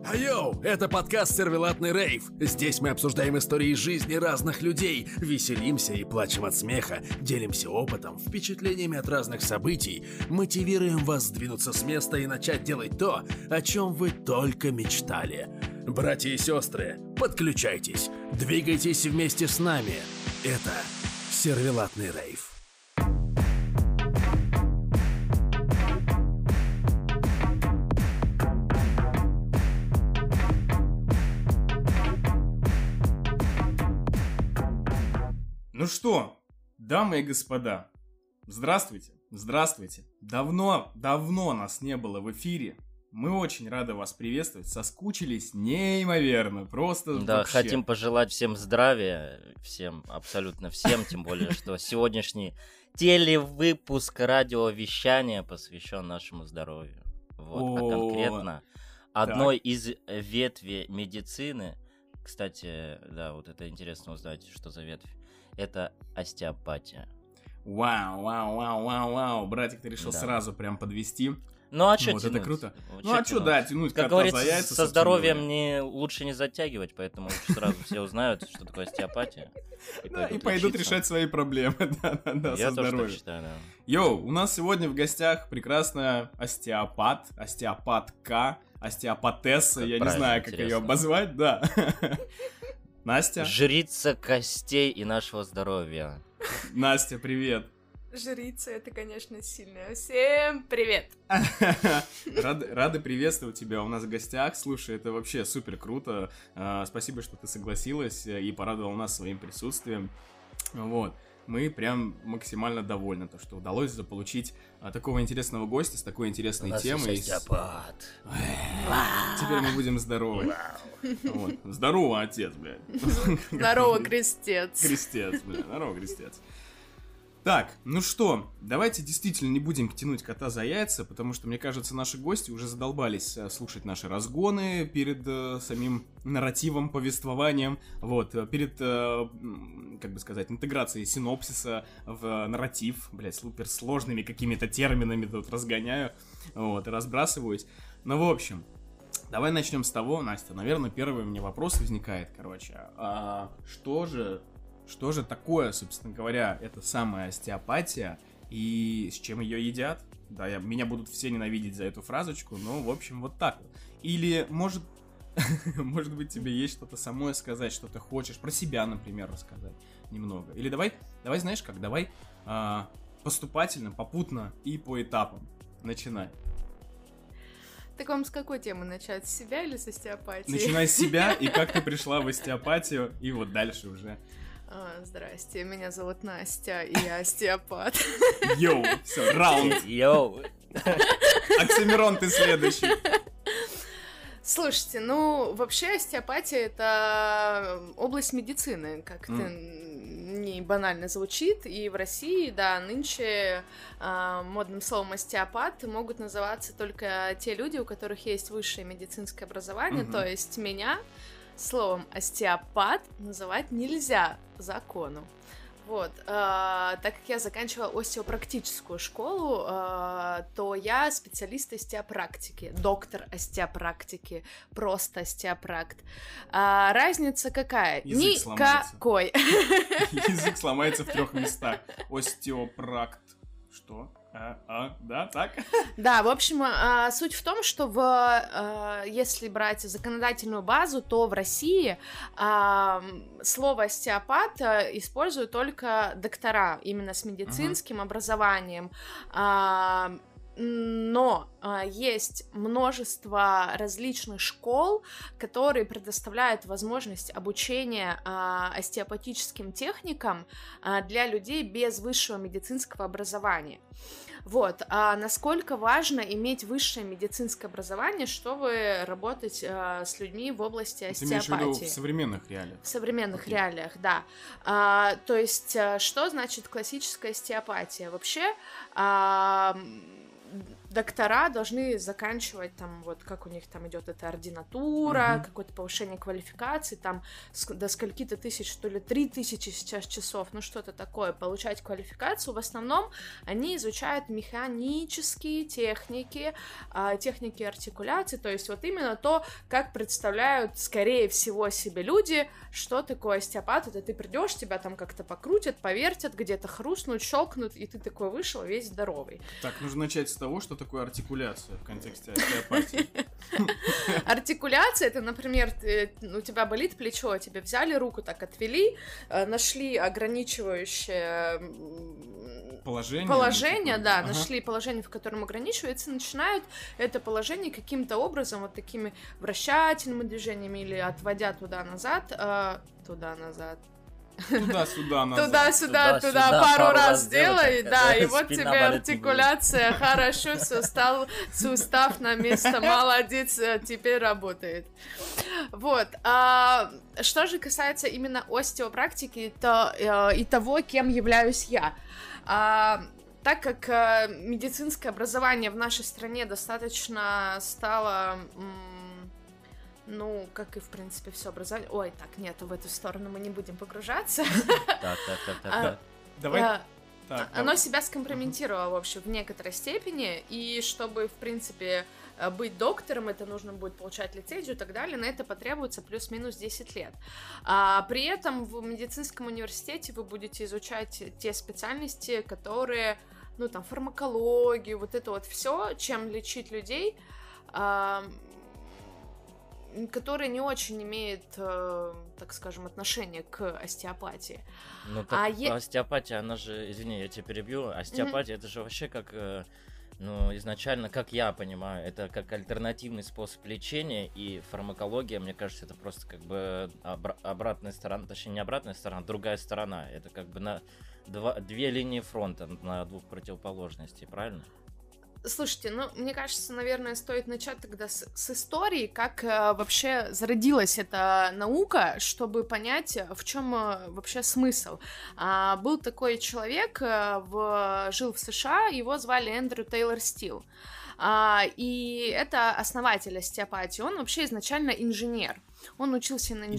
Йоу, это подкаст «Сервелатный рейв». Здесь мы обсуждаем истории жизни разных людей, веселимся и плачем от смеха, делимся опытом, впечатлениями от разных событий, мотивируем вас сдвинуться с места и начать делать то, о чем вы только мечтали. Братья и сестры, подключайтесь, двигайтесь вместе с нами. Это «Сервелатный рейв». Ну что, дамы и господа, здравствуйте. Давно нас не было в эфире. Мы очень рады вас приветствовать, соскучились неимоверно, просто Да, вообще. хотим пожелать всем здравия, всем, абсолютно всем, тем более, что сегодняшний телевыпуск радиовещания посвящен нашему здоровью. Вот, а конкретно одной из ветвей медицины, кстати, да, вот это интересно узнать, что за ветвь. Это остеопатия. Вау, братик, ты решил сразу прям подвести. Ну а что вот тянуть? это круто. Ну а что, да, тянуть как кота говорится, за яйца, со здоровьем лучше не затягивать, поэтому лучше сразу все узнают, что такое остеопатия. И пойдут решать свои проблемы, да, Я со тоже здоровьем. так считаю, да. Йоу, у нас сегодня в гостях прекрасная остеопатка, остеопатесса, я не знаю, как ее обозвать, да. Настя. Жрица костей и нашего здоровья. Настя, привет. Жрица, это, конечно, сильная. Всем привет! Рады приветствовать тебя у нас в гостях. Слушай, это вообще супер круто. Спасибо, что ты согласилась и порадовала нас своим присутствием. Вот. Мы прям максимально довольны, то, что удалось заполучить такого интересного гостя с такой интересной темой. Остеопат. Теперь мы будем здоровы. Вот. Здорово, отец, блядь. Здорово, крестец. Крестец, блядь. Здорово, крестец. Так, ну что, давайте действительно не будем тянуть кота за яйца, потому что, мне кажется, наши гости уже задолбались слушать наши разгоны перед самим нарративом, повествованием, вот, перед, как бы сказать, интеграцией синопсиса в нарратив, блядь, супер сложными какими-то терминами тут разгоняю, вот, и разбрасываюсь. Ну, в общем, давай начнем с того, Настя, наверное, первый у меня вопрос возникает, короче, что же такое, собственно говоря, эта самая остеопатия и с чем ее едят? Да, меня будут все ненавидеть за эту фразочку, но, в общем, вот так вот. Или, может быть, тебе есть что-то самое сказать, что ты хочешь, про себя, например, рассказать немного. Или давай, знаешь как, давай поступательно, попутно и по этапам. Начинай. Так вам с какой темы начать? С себя или с остеопатии? Начинай с себя, и как ты пришла в остеопатию, и вот дальше уже. Здрасте, меня зовут Настя, и я остеопат. Йоу, все, раунд. Йоу. Оксимирон, ты следующий. Слушайте, ну, вообще остеопатия — это область медицины, как-то не банально звучит, и в России, да, нынче модным словом остеопат могут называться только те люди, у которых есть высшее медицинское образование, то есть меня словом остеопат называть нельзя закону. Вот, так как я заканчивала остеопрактическую школу, то я специалист остеопрактики, доктор остеопрактики, просто остеопракт. Разница какая? Язык Никакой. Язык сломается в 3 местах. Остеопракт. Что? Да, так? Да, в общем, суть в том, что если брать законодательную базу, то в России слово остеопат используют только доктора, именно с медицинским образованием. Но есть множество различных школ, которые предоставляют возможность обучения остеопатическим техникам для людей без высшего медицинского образования. Вот, насколько важно иметь высшее медицинское образование, чтобы работать с людьми в области остеопатии. Ты имеешь в виду в современных реалиях? В современных реалиях, да. То есть, что значит классическая остеопатия? Вообще, доктора должны заканчивать там, вот как у них там идет эта ординатура, какое-то повышение квалификации, там до скольки-то тысяч, что ли, 3000 сейчас часов, ну что-то такое, получать квалификацию. В основном они изучают механические техники, техники артикуляции, то есть вот именно то, как представляют, скорее всего, себе люди, что такое остеопат. Это ты придешь, тебя там как-то покрутят, повертят, где-то хрустнут, щелкнут, и ты такой вышел весь здоровый. Так, нужно начать с того, что такое артикуляция в контексте остеопатии. Артикуляция, это, например, у тебя болит плечо, тебе взяли руку, так отвели, нашли ограничивающее положение, да, нашли положение, в котором ограничивается, начинают это положение каким-то образом, вот такими вращательными движениями или отводя туда-назад, туда-назад. Туда-сюда, назад. Туда-сюда, пару раз сделай, да, и вот тебе артикуляция, хорошо, сустав на место, молодец, теперь работает. Вот, что же касается именно остеопрактики и того, кем являюсь я. Так как медицинское образование в нашей стране достаточно стало... Ну, как и, в принципе, все образование... Ой, так, нет, в эту сторону мы не будем погружаться. Так. Давай. Оно себя скомпрометировало, в общем, в некоторой степени, и чтобы, в принципе, быть доктором, это нужно будет получать лицензию и так далее, на это потребуется плюс-минус 10 лет. При этом в медицинском университете вы будете изучать те специальности, которые, ну, там, фармакологию, вот это вот все, чем лечить людей, которые не очень имеют, так скажем, отношение к остеопатии. Ну, так остеопатия, она же, извини, я тебя перебью, остеопатия, это же вообще как, ну, изначально, как я понимаю, это как альтернативный способ лечения, и фармакология, мне кажется, это просто как бы обратная сторона, точнее, не обратная сторона, а другая сторона, это как бы на две линии фронта, на двух противоположностей, правильно? Слушайте, ну, мне кажется, наверное, стоит начать тогда с истории, как вообще зародилась эта наука, чтобы понять, в чем вообще смысл. Был такой человек, жил в США, его звали Эндрю Тейлор Стил. И это основатель остеопатии. Он вообще изначально инженер. Он учился на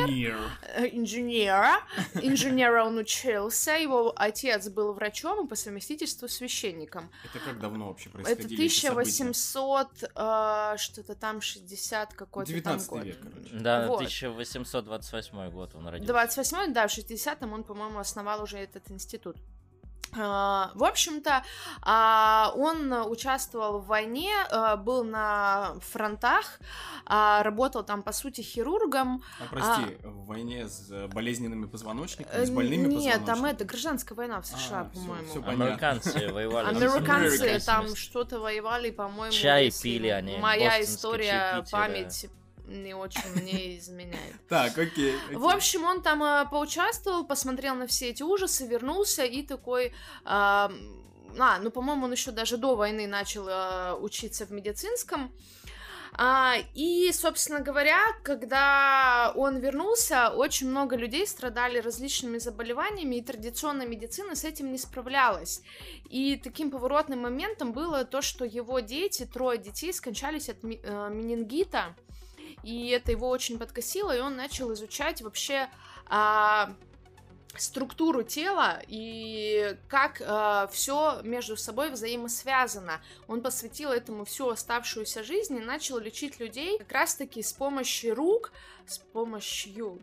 инженера он учился, его отец был врачом и по совместительству священником. Это как давно вообще происходили? Это 1800, что-то там 60 какой-то 19 там год. век, короче. Да, вот. 1828 год он родился. 28-й, да, в 60-м он, по-моему, основал уже этот институт. В общем-то, он участвовал в войне, был на фронтах, работал там, по сути, хирургом. Прости, в войне с болезненными позвоночниками, с больными позвоночниками? Нет, там это гражданская война в США, по-моему. Всё Американцы воевали. Американцы там что-то воевали, по-моему. Чай пили они. Моя история, память... не очень мне изменяет. Так, окей. В общем, он там поучаствовал, посмотрел на все эти ужасы, вернулся и такой... ну, по-моему, он еще даже до войны начал учиться в медицинском. И, собственно говоря, когда он вернулся, очень много людей страдали различными заболеваниями, и традиционная медицина с этим не справлялась. И таким поворотным моментом было то, что его дети, 3 детей, скончались от менингита, и это его очень подкосило, и он начал изучать вообще структуру тела и как все между собой взаимосвязано. Он посвятил этому всю оставшуюся жизнь и начал лечить людей как раз-таки с помощью рук, с помощью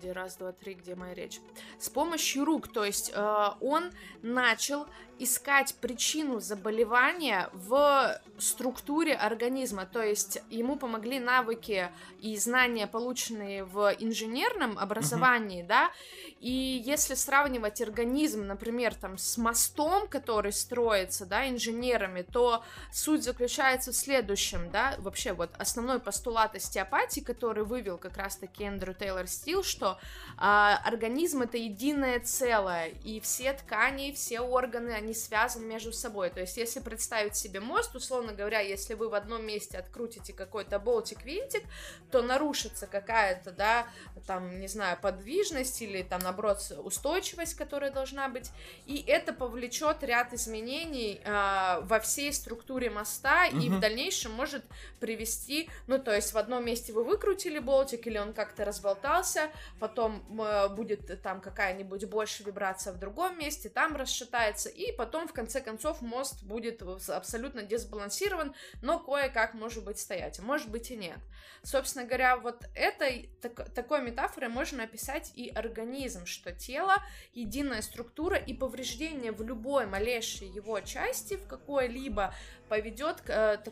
рук, то есть он начал искать причину заболевания в структуре организма, то есть ему помогли навыки и знания, полученные в инженерном образовании, да, и если сравнивать организм, например, там, с мостом, который строится, да, инженерами, то суть заключается в следующем, да, вообще вот основной постулат остеопатии, который вывел как раз-таки Эндрю Тейлор Стил, что организм — это единое целое, и все ткани, все органы, они связаны между собой, то есть если представить себе мост, условно говоря, если вы в одном месте открутите какой-то болтик-винтик, то нарушится какая-то, да, там, не знаю, подвижность или там, наоборот, устойчивость, которая должна быть, и это повлечет ряд изменений во всей структуре моста, и в дальнейшем может привести, ну, то есть в одном месте вы выкрутили болтик, или он как-то разболтался, потом будет там какая-нибудь больше вибрация в другом месте, там расшатается, и потом, в конце концов, мост будет абсолютно дисбалансирован, но кое-как может быть стоять, а может быть и нет. Собственно говоря, вот такой метафорой можно описать и организм, что тело — единая структура, и повреждение в любой малейшей его части, в какой-либо, приведет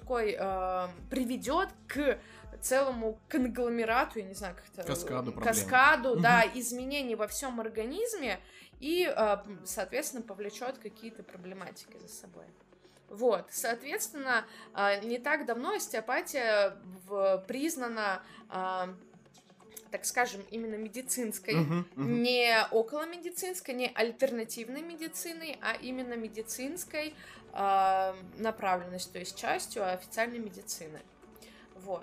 к целому конгломерату, я не знаю, как это... Каскаду, да, изменений во всем организме, и, соответственно, повлечет какие-то проблематики за собой. Вот, соответственно, не так давно остеопатия признана, так скажем, именно медицинской, не околомедицинской, не альтернативной медициной, а именно медицинской направленностью, то есть частью официальной медицины. Вот.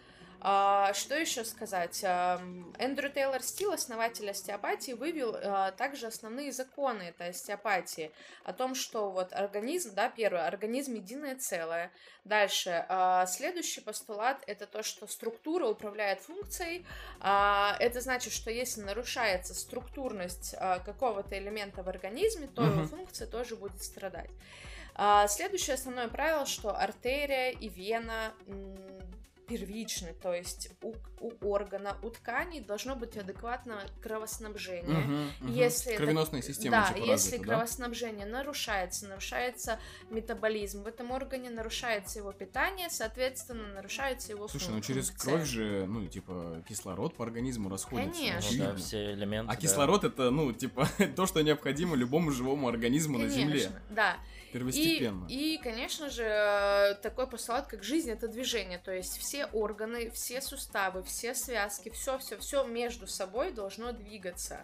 Что еще сказать? Эндрю Тейлор Стил, основатель остеопатии, вывел также основные законы этой остеопатии о том, что вот организм, да, первое, организм единое целое. Дальше, следующий постулат — это то, что структура управляет функцией. Это значит, что если нарушается структурность какого-то элемента в организме, то его функция тоже будет страдать. Следующее основное правило, что артерия и вена первичны, то есть у органа, у тканей должно быть адекватное кровоснабжение. Если кровеносная система, да, если кровоснабжение нарушается метаболизм в этом органе, нарушается его питание, соответственно, нарушается его функция. Слушай, ну через кровь же, ну, типа, кислород по организму расходится. Конечно. Ну, да, все элементы. А кислород это, ну, типа, то, что необходимо любому живому организму на Земле. Да. Первостепенно. И, конечно же, такой постулат, как жизнь, это движение, то есть все органы, все суставы, все связки, все между собой должно двигаться.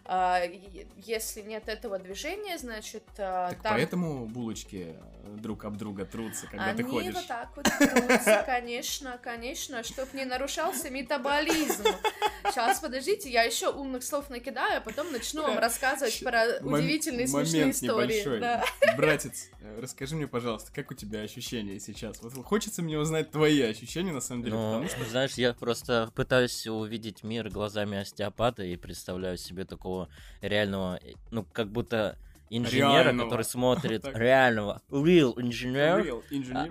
Если нет этого движения, значит... Так там... поэтому булочки друг об друга трутся, когда ты ходишь? Они вот так вот трутся, конечно, чтоб не нарушался метаболизм. Сейчас, подождите, я еще умных слов накидаю, а потом начну вам рассказывать про удивительные смешные истории. Небольшой. Да. Братец, расскажи мне, пожалуйста, как у тебя ощущения сейчас? Вот хочется мне узнать твои ощущения, на самом деле, потому что... Знаешь, я просто пытаюсь увидеть мир глазами остеопата и представляю себе такого реального, ну, как будто инженера, реального, который смотрит реального, real engineer,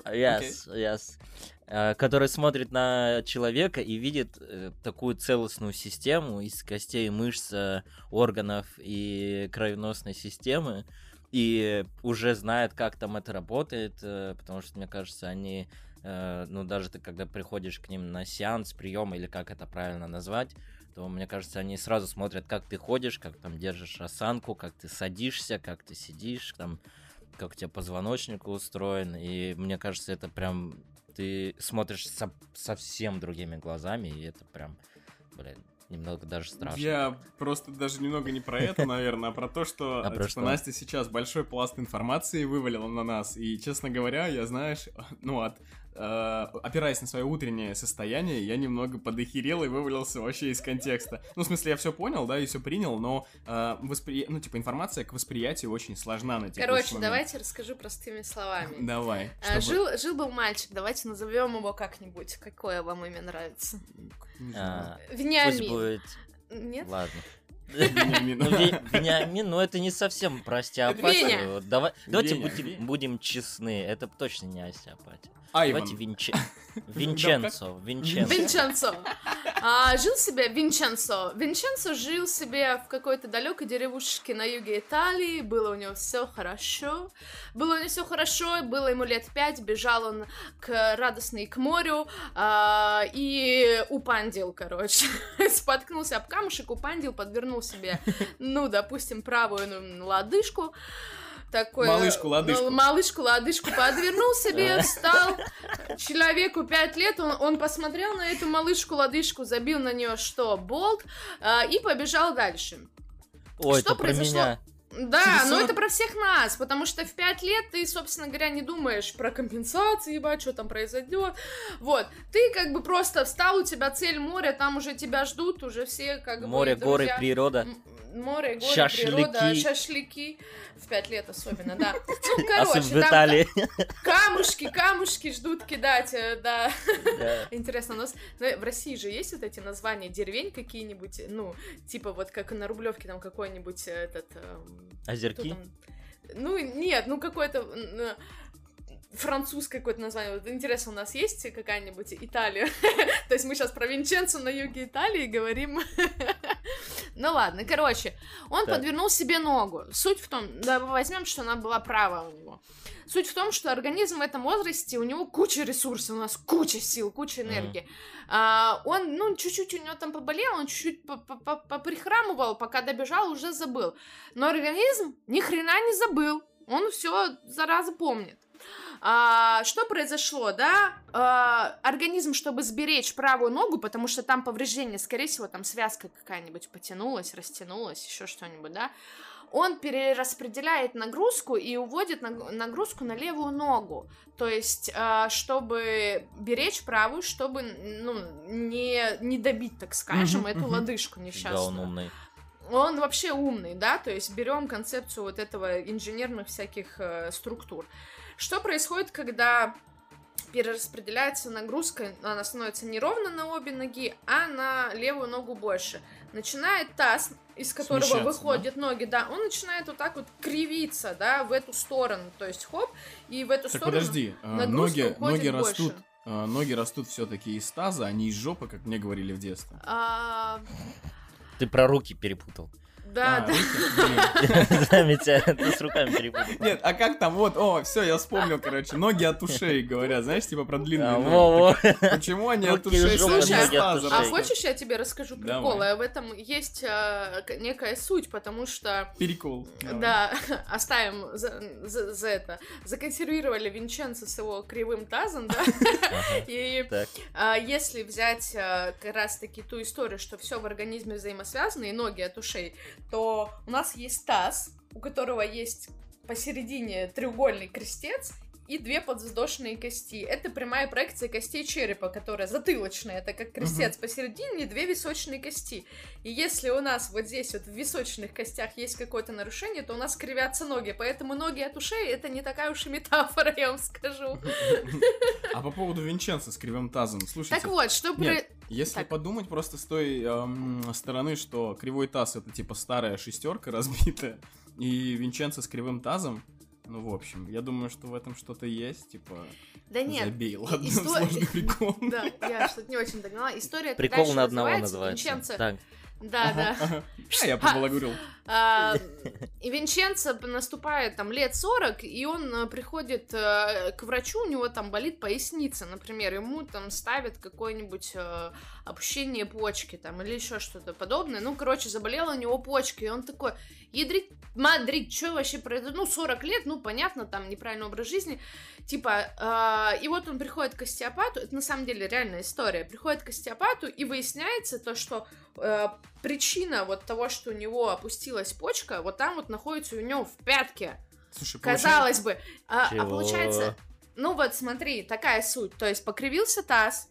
который смотрит на человека и видит такую целостную систему из костей, мышц, органов и кровеносной системы, и уже знает, как там это работает, потому что, мне кажется, они, ну, даже ты, когда приходишь к ним на сеанс, прием, или как это правильно назвать, то, мне кажется, они сразу смотрят, как ты ходишь, как там держишь осанку, как ты садишься, как ты сидишь, там, как у тебя позвоночник устроен, и мне кажется, это прям, ты смотришь совсем другими глазами, и это прям, блин, немного даже страшно. Я просто даже немного не про это, наверное, а про то, что Настя сейчас большой пласт информации вывалила на нас, и, честно говоря, я, знаешь, ну, опираясь на свое утреннее состояние, я немного подохерел и вывалился вообще из контекста. Ну, в смысле, я все понял, да, и все принял, но ну, типа, информация к восприятию очень сложна на текущий момент. Давайте расскажу простыми словами. Давай. Жил-был мальчик, давайте назовем его как-нибудь. Какое вам имя нравится? Вениамин. Пусть будет... Нет? Ладно. Вениамин, но это не совсем про остеопатию. Давайте будем честны, это точно не остеопатия. Давайте Винченцо. Винченцо жил себе в какой-то далекой деревушке на юге Италии, было у него все хорошо, было ему лет 5, бежал он радостный к морю и упандил, короче, споткнулся об камушек, упандил, подвернул себе, ну, допустим, правую лодыжку, малышку-лодыжку подвернул себе, встал, человеку 5 лет, он посмотрел на эту малышку-лодыжку, забил на нее болт и побежал дальше. Ой, что это произошло? Про меня. Да, Через но 40 это про всех нас, потому что в 5 лет ты, собственно говоря, не думаешь про компенсации, ебать, что там произойдет. Вот, ты как бы просто встал, у тебя цель море, там уже тебя ждут, уже все как бы... Море, горы, друзья. природа. Море, горы, Шашлыки. природа, шашлыки. В 5 лет особенно, да. Ну, Особенно короче, в там Италии. камушки ждут кидать, да. Да. Интересно, у нас в России же есть вот эти названия деревень какие-нибудь, ну, типа вот как на Рублевке там какой-нибудь этот... Озерки? Ну, нет, ну какой-то... французское какое-то название. Вот интересно, у нас есть какая-нибудь Италия? То есть мы сейчас про Винченцо на юге Италии говорим. Ну ладно, короче, он подвернул себе ногу. Суть в том, да, возьмем, что она была права у него. Суть в том, что организм в этом возрасте, у него куча ресурсов, у нас куча сил, куча энергии. Он, ну, чуть-чуть у него там поболел, он чуть-чуть поприхрамывал, пока добежал, уже забыл. Но организм ни хрена не забыл. Он все, зараза, помнит. Что произошло, да? Организм, чтобы сберечь правую ногу, потому что там повреждение, скорее всего, там связка какая-нибудь потянулась, растянулась, еще что-нибудь, да? Он перераспределяет нагрузку и уводит нагрузку на левую ногу. То есть, чтобы беречь правую, чтобы, ну, не добить, так скажем, эту лодыжку несчастную. Да, он умный. Он вообще умный, да? То есть, берем концепцию вот этого инженерных всяких структур. Что происходит, когда перераспределяется нагрузка, она становится не ровно на обе ноги, а на левую ногу больше. Начинает таз, из которого выходят ноги, да, он начинает вот так вот кривиться, да, в эту сторону, то есть хоп, и в эту Так сторону подожди, нагрузка ноги уходит растут, больше. ноги растут все-таки из таза, а не из жопы, как мне говорили в детстве. Ты про руки перепутал. Да, да. Митя, ты с руками перепутал. Нет, а как там, вот, все, я вспомнил, короче, ноги от ушей говорят, знаешь, типа про длинные ноги. Почему они от ушей? Слушай, таза а хочешь, я тебе расскажу прикол? Давай. В этом есть некая суть, потому что... Перекол. Да, оставим за это. Законсервировали Винченцо с его кривым тазом, да? И если взять как раз-таки ту историю, что все в организме взаимосвязано, и ноги от ушей, то у нас есть таз, у которого есть посередине треугольный крестец и 2 подвздошные кости. Это прямая проекция костей черепа, которая затылочная. Это как крестец посередине и 2 височные кости. И если у нас вот здесь вот в височных костях есть какое-то нарушение, то у нас кривятся ноги. Поэтому ноги от ушей — это не такая уж и метафора, я вам скажу. А по поводу Винченцо с кривым тазом, слушайте. Так вот, что... Если подумать просто с той стороны, что кривой таз — это типа старая шестерка разбитая, и Винченцо с кривым тазом, ну, в общем, я думаю, что в этом что-то есть, типа... Да нет. Забей, ладно, сложный прикол. Да, я что-то не очень догнала. История прикол на одного называется. Винченцо... Да. А я побалагурил. И Винченцо наступает там лет 40, и он приходит к врачу, у него там болит поясница, например, ему там ставят какое-нибудь опущение почки там или еще что-то подобное. Ну, короче, заболела у него почка, и он такой: ядрить, мадрить, что вообще произошло? Ну, 40 лет, ну, понятно, там неправильный образ жизни. Типа, и вот он приходит к остеопату, это на самом деле реальная история, приходит к остеопату, и выясняется то, что причина вот того, что у него опустилась почка, вот там вот находится у него в пятке. Слушай, казалось бы. А получается, ну вот смотри, такая суть. То есть покривился таз,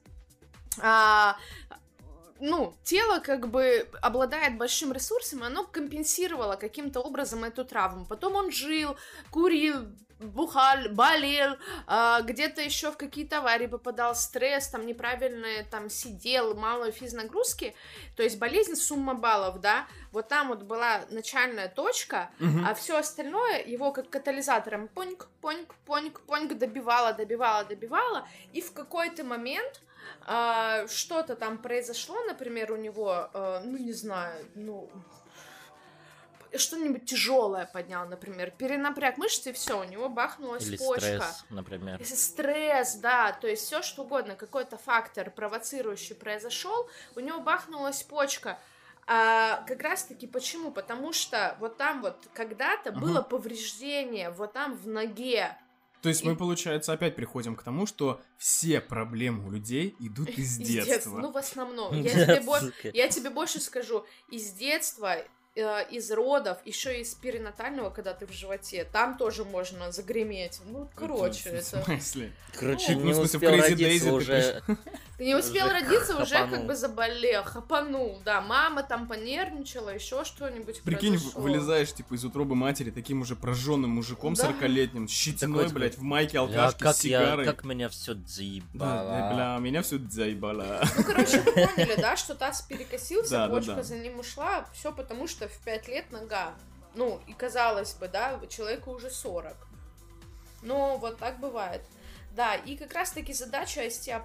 ну, тело как бы обладает большим ресурсом, и оно компенсировало каким-то образом эту травму. Потом он жил, курил, бухал, болел, где-то еще в какие-то аварии попадал, стресс, там неправильно там сидел, мало физнагрузки, то есть болезнь, сумма баллов, да, вот там вот была начальная точка, а все остальное его как катализатором поньк, добивало, и в какой-то момент что-то там произошло, например, у него, ну, не знаю, ну, что-нибудь тяжелое поднял, например, перенапряг мышцы, и все, у него бахнулась или почка. Стресс, например. Стресс, да, то есть все что угодно, какой-то фактор провоцирующий произошел, у него бахнулась почка. Как раз-таки почему? Потому что вот там вот когда-то было повреждение, вот там в ноге. То есть мы, получается, опять приходим к тому, что все проблемы у людей идут из детства. Ну, в основном. Я тебе больше скажу, из детства из родов, еще из перинатального, когда ты в животе, там тоже можно загреметь. Ну, короче, это... В смысле? Короче, Ну, не в смысле, в успел Crazy родиться Daisy уже. Ты не успел Уже родиться, уже хапанул. как бы заболел, хапанул, да, мама там понервничала, еще что-нибудь Прикинь, произошло. вылезаешь, типа, из утробы матери таким уже прожженным мужиком Да. 40-летним, с щетиной, Такой, блядь, в майке Бля, алкашки с сигарой. как меня все Да, заебало. бля, меня все заебало. Ну, короче, вы поняли, да, что таз перекосился, Да, да, почка да. за ним ушла, все потому что в 5 лет нога. Ну, и казалось бы, да, человеку уже 40. Но вот так бывает. Да, и как раз-таки задача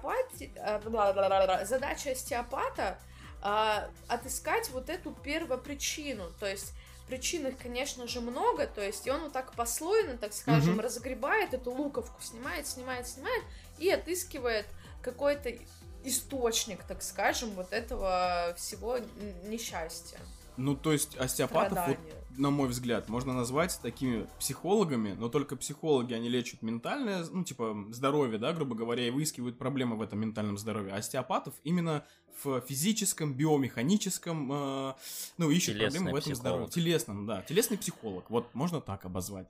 остеопата отыскать вот эту первопричину, то есть причин их, конечно же, много, то есть и он вот так послойно, так скажем, разгребает эту луковку, снимает и отыскивает какой-то источник, так скажем, вот этого всего несчастья. Ну, то есть остеопатов, вот, Страдания. на мой взгляд, можно назвать такими психологами, но только психологи, они лечат ментальное, ну, типа, здоровье, да, грубо говоря, и выискивают проблемы в этом ментальном здоровье. А остеопатов именно в физическом, биомеханическом, ну, ищут Телесный проблемы в этом психолог. здоровье. Телесном, да, телесный психолог, вот, можно так обозвать.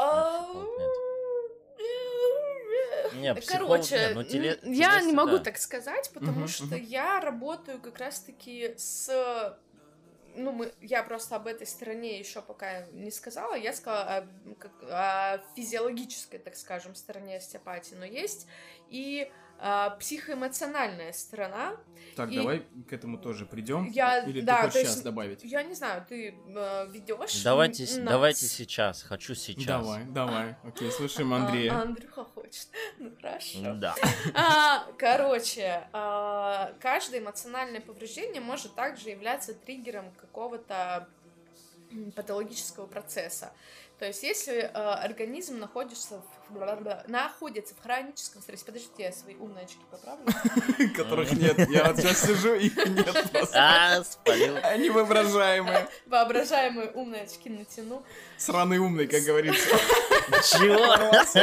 Не, психолог, Короче, не, ну, я телесный, не могу да. так сказать, потому Мгм, что мгм. я работаю как раз-таки с... Ну, я просто об этой стороне еще пока не сказала. Я сказала о физиологической, так скажем, стороне остеопатии. Но есть и психоэмоциональная сторона. Так, И давай к этому тоже придем. Или да, ты хочешь то есть сейчас добавить? Я не знаю, ты ведешь. Давайте сейчас, хочу сейчас. Давай, окей, слушаем Андрея. Андрюха хочет. Ну, хорошо. Да. Короче, каждое эмоциональное повреждение может также являться триггером какого-то патологического процесса. То есть, если организм находится в хроническом стрессе... Подождите, я свои умные очки поправлю. Которых нет. Я вот сейчас сижу, их нет просто. Спалил. Они воображаемые. Воображаемые умные очки натяну. Сраный умный, как говорится. Чего?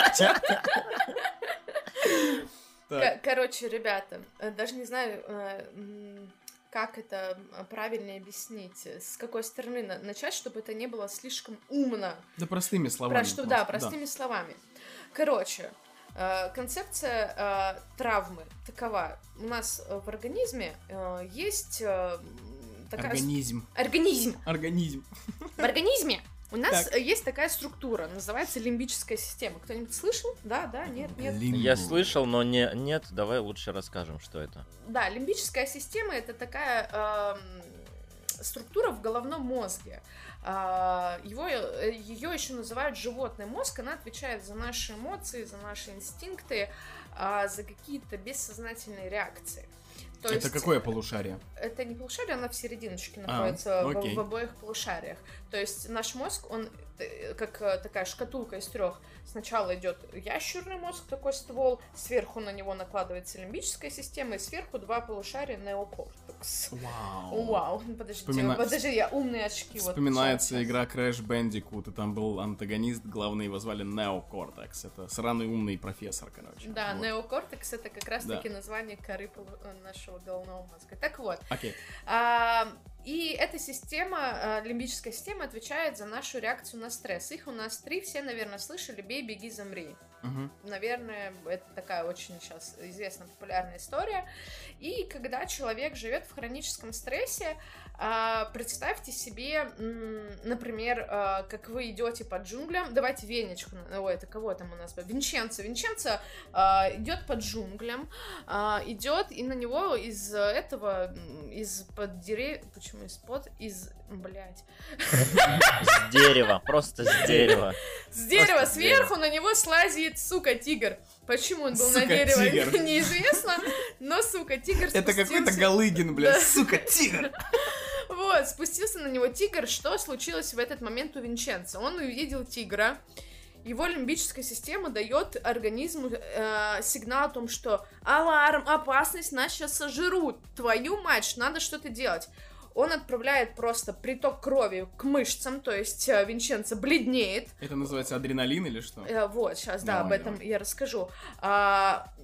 Так. Короче, ребята, даже не знаю, как это правильно объяснить, с какой стороны начать, чтобы это не было слишком умно. Да простыми словами. Да, простыми словами. Короче, концепция травмы такова. У нас в организме есть такая... Организм. Организм. В организме у нас есть такая структура, называется лимбическая система. Кто-нибудь слышал? Да, нет. Я слышал, но нет, давай лучше расскажем, что это. Да, лимбическая система — это такая структура в головном мозге. Ее еще называют животный мозг. Она отвечает за наши эмоции, за наши инстинкты, за какие-то бессознательные реакции. То Это есть, какое полушарие? это не полушарие, она в серединочке находится, окей. в обоих полушариях. То есть наш мозг, он как такая шкатулка из 3. Сначала идет ящерный мозг, такой ствол, сверху на него накладывается лимбическая система, и сверху 2 полушария неокортекс. Вау. Подожди, я умные очки. Вспоминается вот игра Crash Bandicoot, и там был антагонист, главный его звали Неокортекс. Это сраный умный профессор, короче. Да, Вот. неокортекс — это как раз-таки название коры нашего головного мозга. Так вот. Окей. И эта система, лимбическая система, отвечает за нашу реакцию на стресс. Их у нас 3, все, наверное, слышали: бей, беги, замри. Мгм. Наверное, это такая очень сейчас известная, популярная история. И когда человек живет в хроническом стрессе, представьте себе, например, как вы идете по джунглям. Давайте Венечку, ой, это кого там у нас? Винченцо идет по джунглям, идет, и на него из-под деревьев, почему блядь. С дерева, просто с дерева. С дерева Просто сверху на него слазит, сука, тигр. Почему он был Сука, на дереве, тигр. неизвестно, но, сука, тигр Это спустился. какой-то Галыгин, блядь, Да. сука, тигр! Вот, спустился на него тигр. Что случилось в этот момент у Винченцо? Он увидел тигра. Его лимбическая система дает организму сигнал о том, что аларм, опасность, нас сейчас сожрут. Твою мать, надо что-то делать. Он отправляет просто приток крови к мышцам, то есть Винченцо бледнеет. Это называется адреналин или что? Вот, сейчас, да, Давай, об этом давай. я расскажу.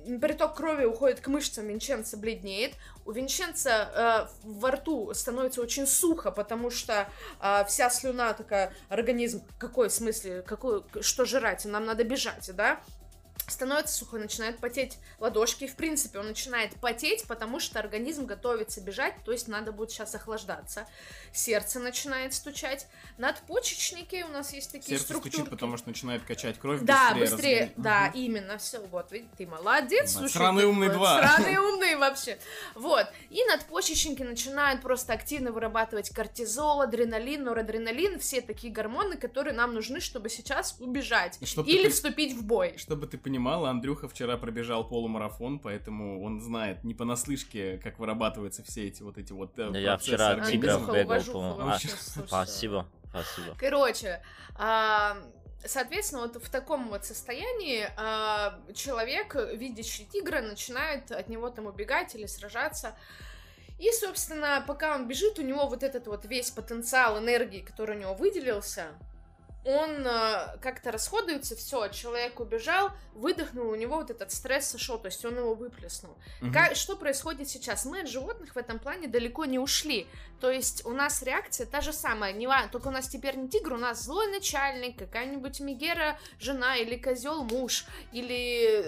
приток крови уходит к мышцам, Винченцо бледнеет. У Винченцо во рту становится очень сухо, потому что вся слюна такая, организм, какой в смысле, что жрать, нам надо бежать, да? Становится сухой, начинают потеть ладошки. В принципе, он начинает потеть, потому что организм готовится бежать, то есть надо будет сейчас охлаждаться. Сердце начинает стучать. Надпочечники у нас есть такие структурки. Сердце стучит, потому что начинает качать кровь быстрее. Да, именно, все, вот, видите, ты молодец. Да, слушай, сраный умный 2. Сраный умный вообще. Вот, и надпочечники начинают просто активно вырабатывать кортизол, адреналин, норадреналин, все такие гормоны, которые нам нужны, чтобы сейчас убежать или вступить в бой. Чтобы ты понимала, Андрюха вчера пробежал полумарафон, поэтому он знает не понаслышке, как вырабатываются все эти вот процессы. Я вчера тигров бегал, по-моему. Спасибо. Короче, соответственно, вот в таком вот состоянии человек, видящий тигра, начинает от него там убегать или сражаться. И, собственно, пока он бежит, у него вот этот вот весь потенциал энергии, который у него выделился, он как-то расходуется, все, человек убежал, выдохнул, у него вот этот стресс сошел, то есть он его выплеснул. Что происходит сейчас? Мы от животных в этом плане далеко не ушли, то есть у нас реакция та же самая, только у нас теперь не тигр, у нас злой начальник, какая-нибудь Мегера жена, или козел муж, или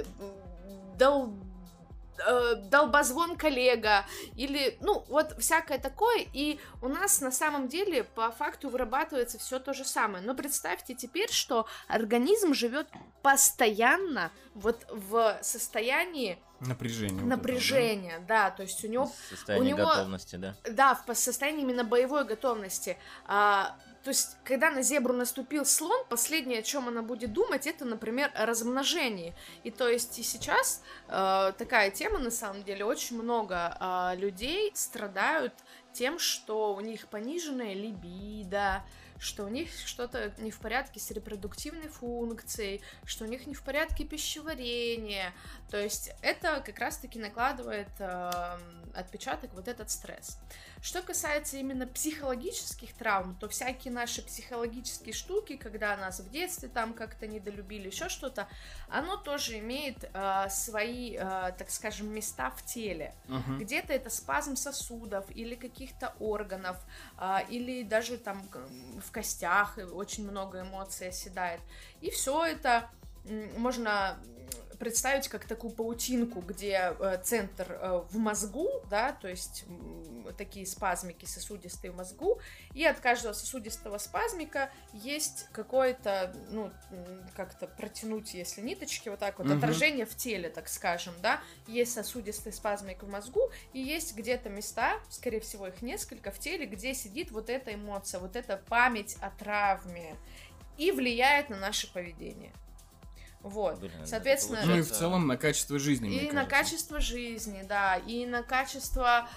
долбозвон коллега, или, ну, вот всякое такое, и у нас на самом деле по факту вырабатывается все то же самое. Но представьте теперь, что организм живет постоянно вот в состоянии напряжения, да, то есть у него... Состояние готовности, да? Да, в состоянии именно боевой готовности. То есть, когда на зебру наступил слон, последнее, о чем она будет думать, это, например, о размножении. И то есть и сейчас такая тема, на самом деле, очень много людей страдают тем, что у них пониженная либидо, что у них что-то не в порядке с репродуктивной функцией, что у них не в порядке пищеварения. То есть это как раз-таки накладывает отпечаток вот этот стресс. Что касается именно психологических травм, то всякие наши психологические штуки, когда нас в детстве там как-то недолюбили, еще что-то, оно тоже имеет свои, так скажем, места в теле. Где-то это спазм сосудов или каких-то органов, или даже там в костях очень много эмоций оседает. И все это можно представить как такую паутинку, где центр в мозгу, да, то есть такие спазмики сосудистые в мозгу, и от каждого сосудистого спазмика есть какое-то, ну, как-то протянуть, если ниточки, вот так вот, отражение в теле, так скажем, да, есть сосудистый спазмик в мозгу, и есть где-то места, скорее всего, их несколько в теле, где сидит вот эта эмоция, вот эта память о травме, и влияет на наше поведение. Вот, соответственно... Ну и в целом на качество жизни, мне кажется. И на качество жизни, да, и на качество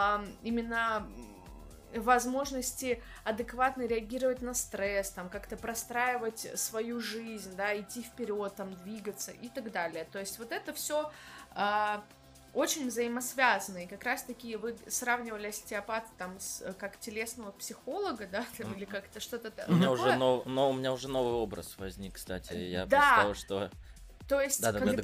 именно возможности адекватно реагировать на стресс, там, как-то простраивать свою жизнь, да, идти вперед, там, двигаться и так далее. То есть вот это все очень взаимосвязаны, и как раз-таки вы сравнивали остеопата там как телесного психолога, да, там, или как-то что-то такое. У меня уже новый образ возник, кстати, я представил, что... То есть,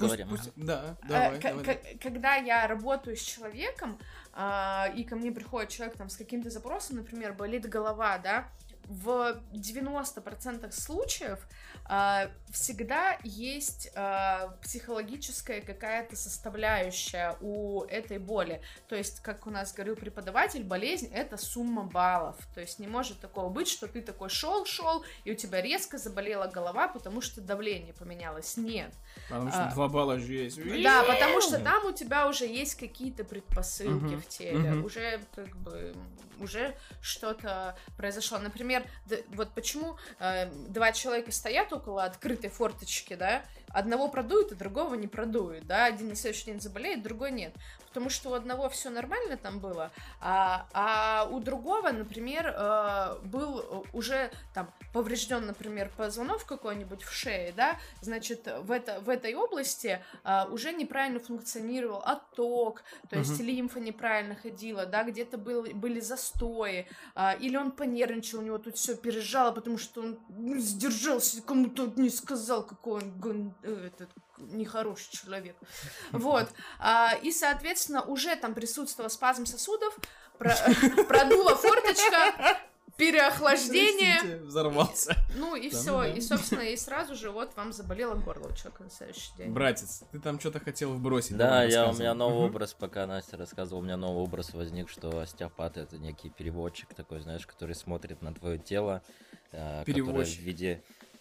когда я работаю с человеком, и ко мне приходит человек там с каким-то запросом, например, болит голова, да, в 90% случаев всегда есть психологическая какая-то составляющая у этой боли. То есть, как у нас говорил преподаватель, болезнь — это сумма баллов. То есть не может такого быть, что ты такой шел, и у тебя резко заболела голова, потому что давление поменялось. Нет. Потому что 2 балла же есть. Да, потому что там у тебя уже есть какие-то предпосылки в теле. Уже как бы что-то произошло. Например, вот почему 2 человека стоят около открытой форточки, да, одного продует, а другого не продует, да, один на следующий день заболеет, другой нет. Потому что у одного все нормально там было, а у другого, например, был уже там поврежден, например, позвонок какой-нибудь в шее, да, значит, в этой области уже неправильно функционировал отток, то есть лимфа неправильно ходила, да, где-то были застои, или он понервничал, у него тут все пережало, потому что он сдержался, кому-то не сказал, какой он этот нехороший человек. Вот. И, соответственно, уже там присутствовал спазм сосудов, продула форточка, переохлаждение. Простите, взорвался. Ну и все. И, собственно, и сразу же вот вам заболело горло у человека на следующий день. Братец, ты там что-то хотел вбросить. Да, у меня новый образ, пока Настя рассказывала, у меня новый образ возник, что остеопат — это некий переводчик такой, знаешь, который смотрит на твое тело, который в виде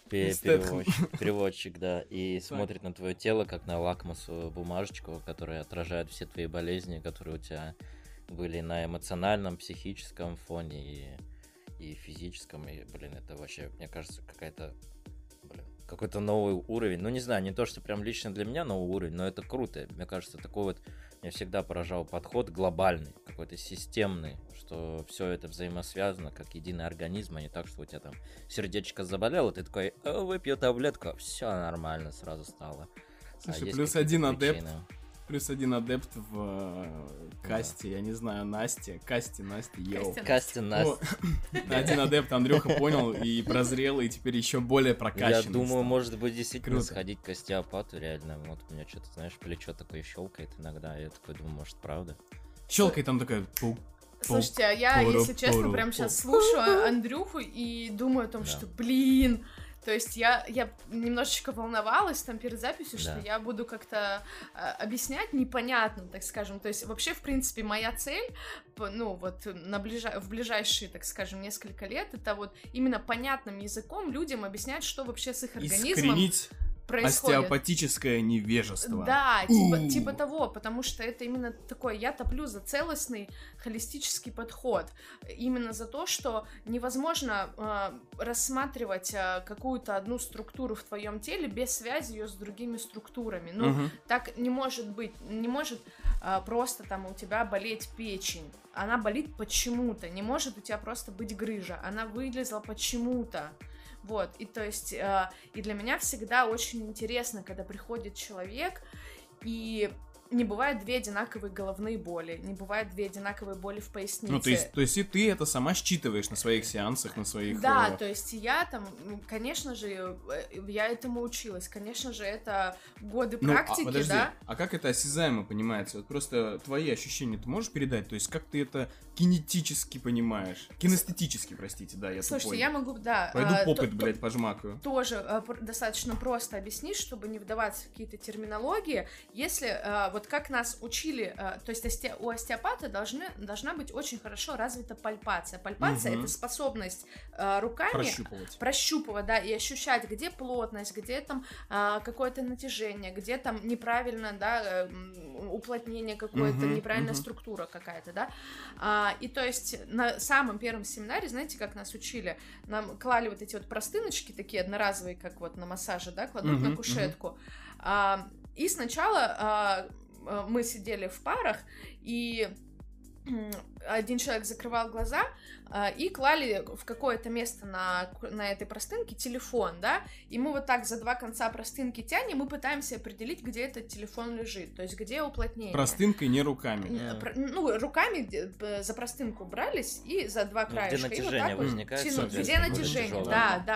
переводчик, да, и смотрит на твое тело как на лакмусовую бумажечку, которая отражает все твои болезни, которые у тебя были на эмоциональном, психическом фоне и физическом, и, это вообще, мне кажется, какой-то новый уровень. Ну, не знаю, не то, что прям лично для меня новый уровень, но это круто. Мне кажется, такой вот меня всегда поражал подход глобальный, какой-то системный, что все это взаимосвязано, как единый организм, а не так, что у тебя там сердечко заболело, ты такой, выпью таблетку, все нормально сразу стало. Слушай, плюс один адепт в касте, я не знаю, Насте, Настя, йоу. Касте Настя. Один адепт Андрюха понял и прозрел, и теперь еще более прокачанный. Я думаю, может быть, действительно сходить к остеопату, реально. Вот у меня что-то, знаешь, плечо такое щелкает иногда, я такой думаю, может, правда? Щелкает там такая... Слушайте, а я, если честно, прям сейчас слушаю Андрюху и думаю о том, что, блин... То есть я немножечко волновалась там перед записью, что я буду как-то объяснять непонятно, так скажем. То есть вообще, в принципе, моя цель, ну вот в ближайшие, так скажем, несколько лет, это вот именно понятным языком людям объяснять, что вообще с их организмом происходит. Остеопатическое невежество. Да, типа того, потому что это именно такое, я топлю за целостный холистический подход, именно за то, что невозможно рассматривать какую-то одну структуру в твоем теле без связи ее с другими структурами. Ну, так не может быть, не может просто там у тебя болеть печень, она болит почему-то, не может у тебя просто быть грыжа, она вылезла почему-то. Вот, и то есть, и для меня всегда очень интересно, когда приходит человек, и не бывает две одинаковые головные боли, не бывает две одинаковые боли в пояснице. Ну, то есть и ты это сама считываешь на своих сеансах, на своих... Да, то есть я там, конечно же, я этому училась, конечно же, это годы практики, подожди, да. А как это осязаемо понимается? Вот просто твои ощущения ты можешь передать? То есть как ты это кинетически понимаешь? Кинестетически, простите, да, я тупой. Слушайте, я могу, да... Пойду попыт, пожмакаю. Тоже достаточно просто объяснить, чтобы не вдаваться в какие-то терминологии. Если вот как нас учили, то есть у остеопата должна быть очень хорошо развита пальпация. Пальпация — это способность руками прощупывать, да, и ощущать, где плотность, где там какое-то натяжение, где там неправильно, да, уплотнение какое-то, неправильная структура какая-то, да. И то есть на самом первом семинаре, знаете, как нас учили? Нам клали вот эти вот простыночки такие одноразовые, как вот на массаже, да, кладут на кушетку. И сначала мы сидели в парах, и один человек закрывал глаза и клали в какое-то место на этой простынке телефон, да, и мы вот так за два конца простынки тянем, мы пытаемся определить, где этот телефон лежит, то есть где уплотнение. Простынкой, не руками. Ну, руками за простынку брались и за два краешка. Где натяжение вот возникает. Где натяжение,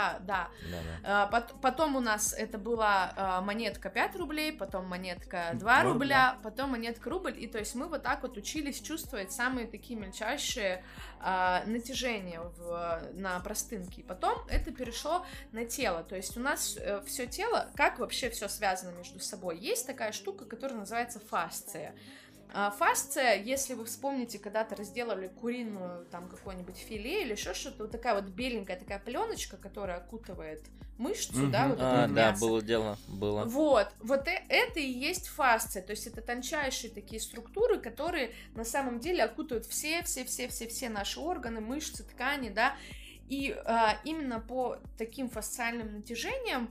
да. Потом у нас это была монетка 5 рублей, потом монетка 2 рубля, потом монетка рубль, и то есть мы вот так вот учились чувствовать самые такие мельчайшие натяжения на простынке. И потом это перешло на тело. То есть у нас все тело, как вообще все связано между собой. Есть такая штука, которая называется фасция. Фасция, если вы вспомните, когда-то разделали куриную там какое-нибудь филе или еще что-то, вот такая вот беленькая такая пленочка, которая окутывает мышцу, да, вот это да, мясо. было дело, было. Вот это и есть фасция, то есть это тончайшие такие структуры, которые на самом деле окутывают все наши органы, мышцы, ткани, да. И именно по таким фасциальным натяжениям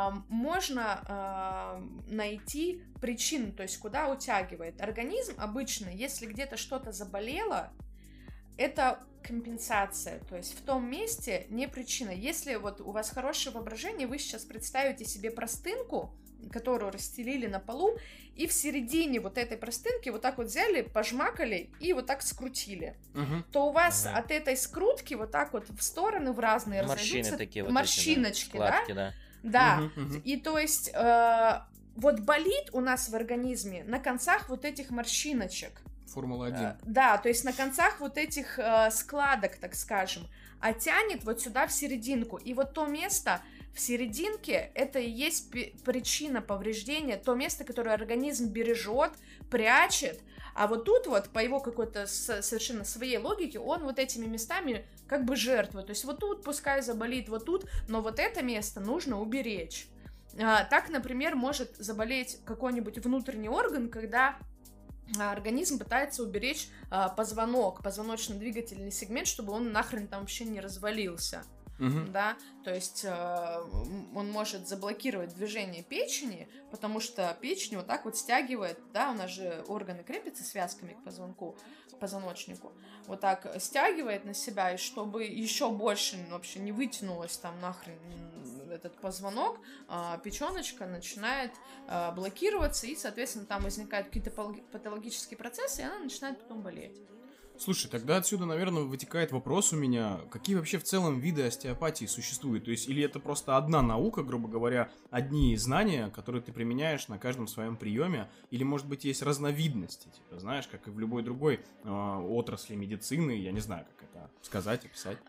можно найти причину, то есть куда утягивает. Организм обычно, если где-то что-то заболело, это компенсация, то есть в том месте не причина. Если вот у вас хорошее воображение, вы сейчас представите себе простынку, которую расстелили на полу, и в середине вот этой простынки вот так вот взяли, пожмакали и вот так скрутили, то у вас от этой скрутки вот так вот в стороны в разные морщины разойдутся такие вот морщиночки, эти, да, складки, да? Да, и то есть вот болит у нас в организме на концах вот этих морщиночек. Формула-1. Да, то есть на концах вот этих складок, так скажем, а тянет вот сюда в серединку. И вот то место в серединке, это и есть причина повреждения, то место, которое организм бережет, прячет, а вот тут вот, по его какой-то совершенно своей логике, он вот этими местами как бы жертвует. То есть вот тут пускай заболит, вот тут, но вот это место нужно уберечь. Так, например, может заболеть какой-нибудь внутренний орган, когда организм пытается уберечь позвонок, позвоночно-двигательный сегмент, чтобы он нахрен там вообще не развалился. Да, то есть он может заблокировать движение печени, потому что печень вот так вот стягивает, да, у нас же органы крепятся связками к позвонку, к позвоночнику, вот так стягивает на себя, и чтобы еще больше вообще не вытянулось там нахрен этот позвонок, печеночка начинает блокироваться, и, соответственно, там возникают какие-то патологические процессы, и она начинает потом болеть. Слушай, тогда отсюда, наверное, вытекает вопрос у меня, какие вообще в целом виды остеопатии существуют? То есть, или это просто одна наука, грубо говоря, одни знания, которые ты применяешь на каждом своем приеме, или, может быть, есть разновидности, типа, знаешь, как и в любой другой отрасли медицины, я не знаю, как это сказать, описать.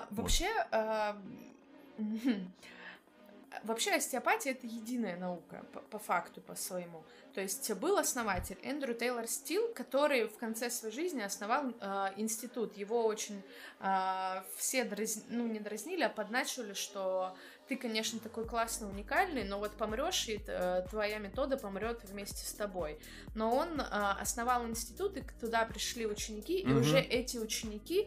Вообще остеопатия — это единая наука, по факту, по своему. То есть был основатель Эндрю Тейлор Стил, который в конце своей жизни основал институт. Его очень все не дразнили, а подначивали, что ты, конечно, такой классный, уникальный, но вот помрешь, и твоя метода помрет вместе с тобой. Но он основал институт, и туда пришли ученики, и уже эти ученики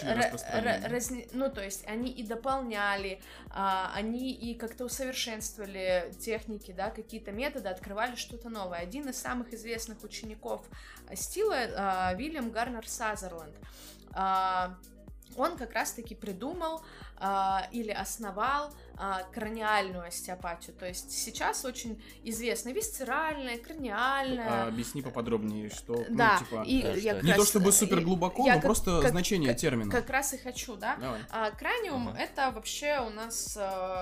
то есть они и дополняли, они и как-то усовершенствовали техники, да, какие-то методы, открывали что-то новое. Один из самых известных учеников Стила Вильям Гарнер Сазерленд. Он как раз-таки придумал или основал краниальную остеопатию. То есть сейчас очень известна висцеральная, краниальная. Объясни поподробнее, что... Да, ну, типа, не то чтобы супер глубоко, но просто значение термина. Как раз и хочу, да. Краниум — это вообще у нас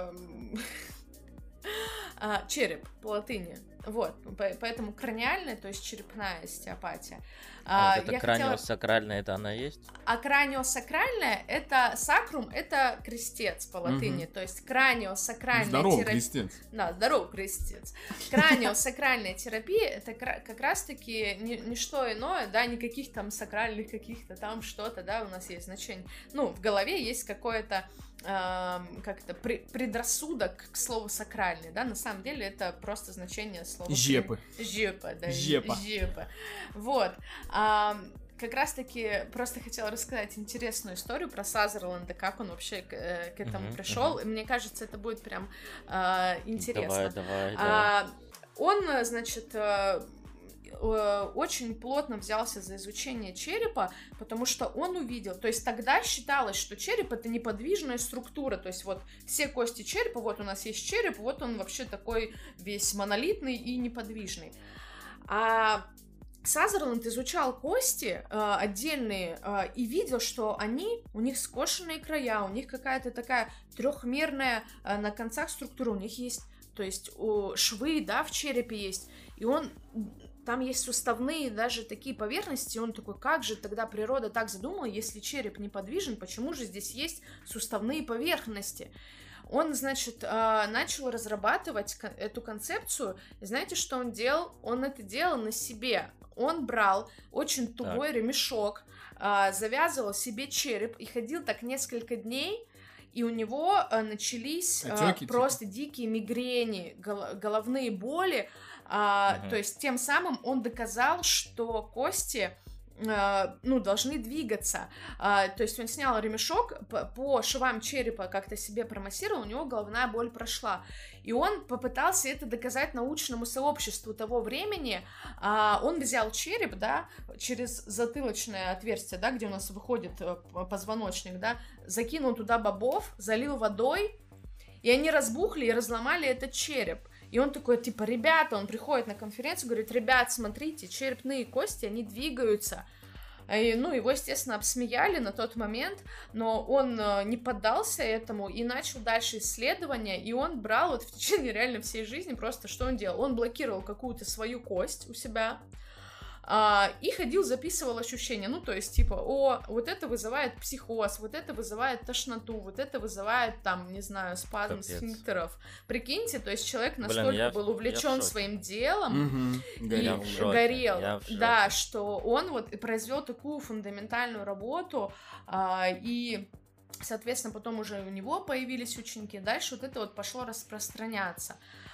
череп по латыни. Вот, поэтому краниальная, то есть черепная остеопатия. Это краниосакральная, это она есть? А краниосакральная, это сакрум, это крестец по латыни, то есть краниосакральная здоров, крестец. Да, здоров, крестец. Краниосакральная терапия, это как раз-таки не что иное, да, никаких там сакральных каких-то там что-то, да, у нас есть значение. Ну, в голове есть какое-то как-то предрассудок к слову сакральный, да, на самом деле это просто значение слова жепы. Жепа, да. Жепа. Вот. Как раз-таки просто хотела рассказать интересную историю про Сазерленда, как он вообще к этому пришел. Мне кажется, это будет прям интересно. Давай. Он, значит, очень плотно взялся за изучение черепа, потому что он увидел, то есть тогда считалось, что череп — это неподвижная структура, то есть вот все кости черепа, вот у нас есть череп, вот он вообще такой весь монолитный и неподвижный. А Сазерленд изучал кости отдельные и видел, что у них скошенные края, у них какая-то такая трехмерная на концах структура, у них есть, то есть швы, да, в черепе есть, и там есть суставные даже такие поверхности, и он такой, как же тогда природа так задумала, если череп неподвижен, почему же здесь есть суставные поверхности? Он, значит, начал разрабатывать эту концепцию, и знаете, что он делал? Он это делал на себе. Он брал очень тугой ремешок, завязывал себе череп и ходил так несколько дней, и у него начались просто дикие мигрени, головные боли. То есть тем самым он доказал, что кости должны двигаться. То есть он снял ремешок, по швам черепа как-то себе промассировал, у него головная боль прошла. И он попытался это доказать научному сообществу того времени. Он взял череп, да, через затылочное отверстие, да, где у нас выходит позвоночник, да, закинул туда бобов, залил водой, и они разбухли и разломали этот череп. И он такой, типа, ребята, он приходит на конференцию, говорит, ребят, смотрите, черепные кости, они двигаются. И, ну, его, естественно, обсмеяли на тот момент, но он не поддался этому и начал дальше исследования, и он брал вот в течение реально всей жизни просто, что он делал? Он блокировал какую-то свою кость у себя, и ходил, записывал ощущения, ну, то есть, типа, вот это вызывает психоз, вот это вызывает тошноту, вот это вызывает, там, не знаю, спазм сфинктеров. Прикиньте, то есть, человек настолько был увлечен своим делом, и горел, да, что он вот произвел такую фундаментальную работу, и... Соответственно, потом уже у него появились ученики, дальше вот это вот пошло распространяться.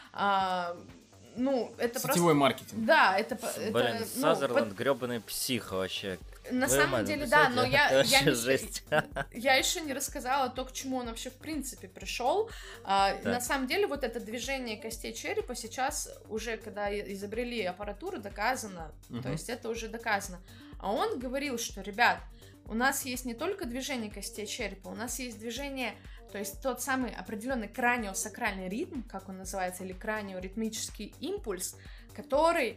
Ну, это сетевой просто... маркетинг. Да, это... Блин, Сазерленд грёбаный псих вообще. На самом деле, да, но я еще не рассказала то, к чему он вообще в принципе пришел. На самом деле, вот это движение костей черепа сейчас уже, когда изобрели аппаратуру, доказано. То есть это уже доказано. А он говорил, что, ребят, у нас есть не только движение костей черепа, у нас есть движение, то есть тот самый определенный краниосакральный ритм, как он называется, или краниоритмический импульс, который,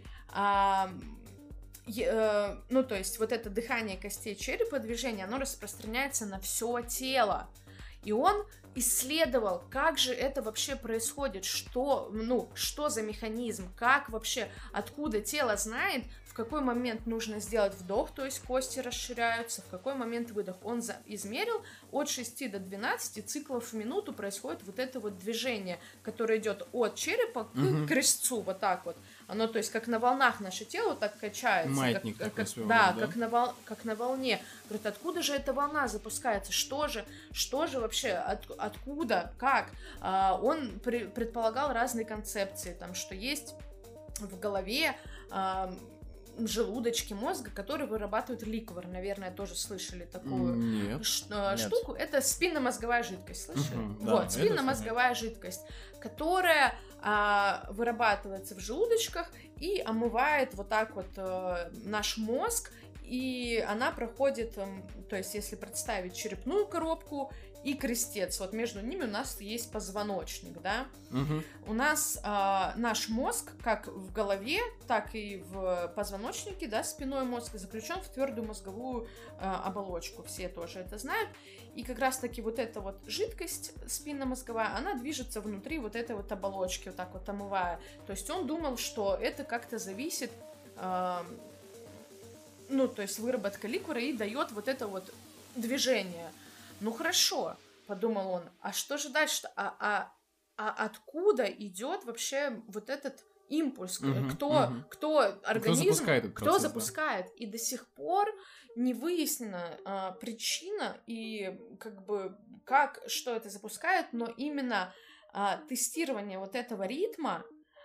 ну, то есть вот это дыхание костей черепа, движение, оно распространяется на все тело. И он исследовал, как же это вообще происходит, что за механизм, как вообще, откуда тело знает, в какой момент нужно сделать вдох, то есть кости расширяются, в какой момент выдох. Он измерил, от 6 до 12 циклов в минуту происходит вот это вот движение, которое идет от черепа к крестцу, вот так вот. Оно, то есть, как на волнах наше тело так качается. Маятник как, такой своего да, рода, как на волне. Говорит, откуда же эта волна запускается? Что же вообще, откуда, как? Он предполагал разные концепции, там, что есть в голове желудочки мозга, которые вырабатывают ликвор. Наверное, тоже слышали такую штуку. Это спинномозговая жидкость, слышали? Вот, спинномозговая жидкость, которая вырабатывается в желудочках и омывает вот так вот наш мозг, и она проходит, то есть если представить черепную коробку и крестец, вот между ними у нас есть позвоночник, да, у нас наш мозг как в голове, так и в позвоночнике, да, спинной мозг заключен в твердую мозговую оболочку, все тоже это знают, и как раз таки вот эта вот жидкость спинномозговая, она движется внутри вот этой вот оболочки, вот так вот омывая, то есть он думал, что это как-то зависит, ну, то есть выработка ликвора и дает вот это вот движение. Ну, хорошо, подумал он, а что же дальше-то? Откуда идет вообще вот этот импульс? Кто организм, кто запускает? И до сих пор не выяснена причина и как бы что это запускает, но именно тестирование вот этого ритма,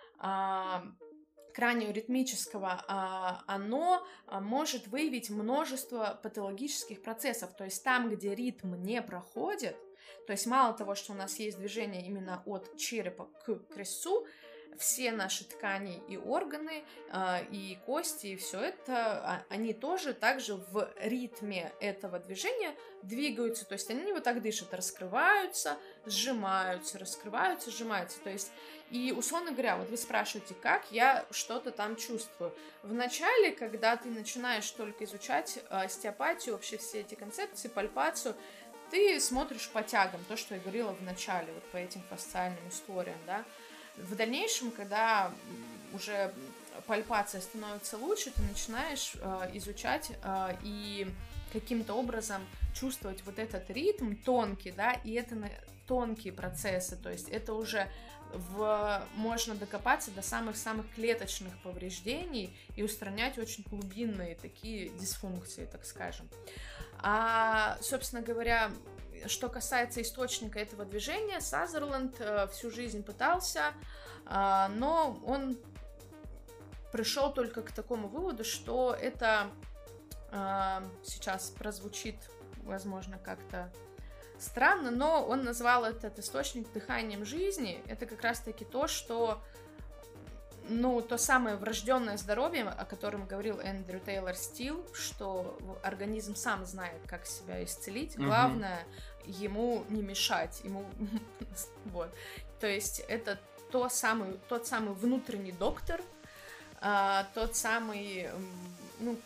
краниоритмического, оно может выявить множество патологических процессов. То есть там, где ритм не проходит, то есть мало того, что у нас есть движение именно от черепа к крестцу, все наши ткани и органы, и кости, и все это, они тоже также в ритме этого движения двигаются, то есть они вот так дышат, раскрываются, сжимаются, раскрываются, сжимаются, то есть, и условно говоря, вот вы спрашиваете, как я что-то там чувствую. Вначале, когда ты начинаешь только изучать остеопатию, вообще все эти концепции, пальпацию, ты смотришь по тягам, то, что я говорила в начале, вот по этим фасциальным историям, да. В дальнейшем, когда уже пальпация становится лучше, ты начинаешь изучать и каким-то образом чувствовать вот этот ритм тонкий, да, и это тонкие процессы, то есть это уже можно докопаться до самых-самых клеточных повреждений и устранять очень глубинные такие дисфункции, так скажем. А, собственно говоря, что касается источника этого движения, Сазерленд всю жизнь пытался, но он пришел только к такому выводу, что это сейчас прозвучит, возможно, как-то странно, но он назвал этот источник дыханием жизни. Это как раз-таки то, что, ну, то самое врожденное здоровье, о котором говорил Эндрю Тейлор Стил, что организм сам знает, как себя исцелить. Главное ему не мешать, ему вот. То есть это тот самый внутренний доктор, тот самый, ну,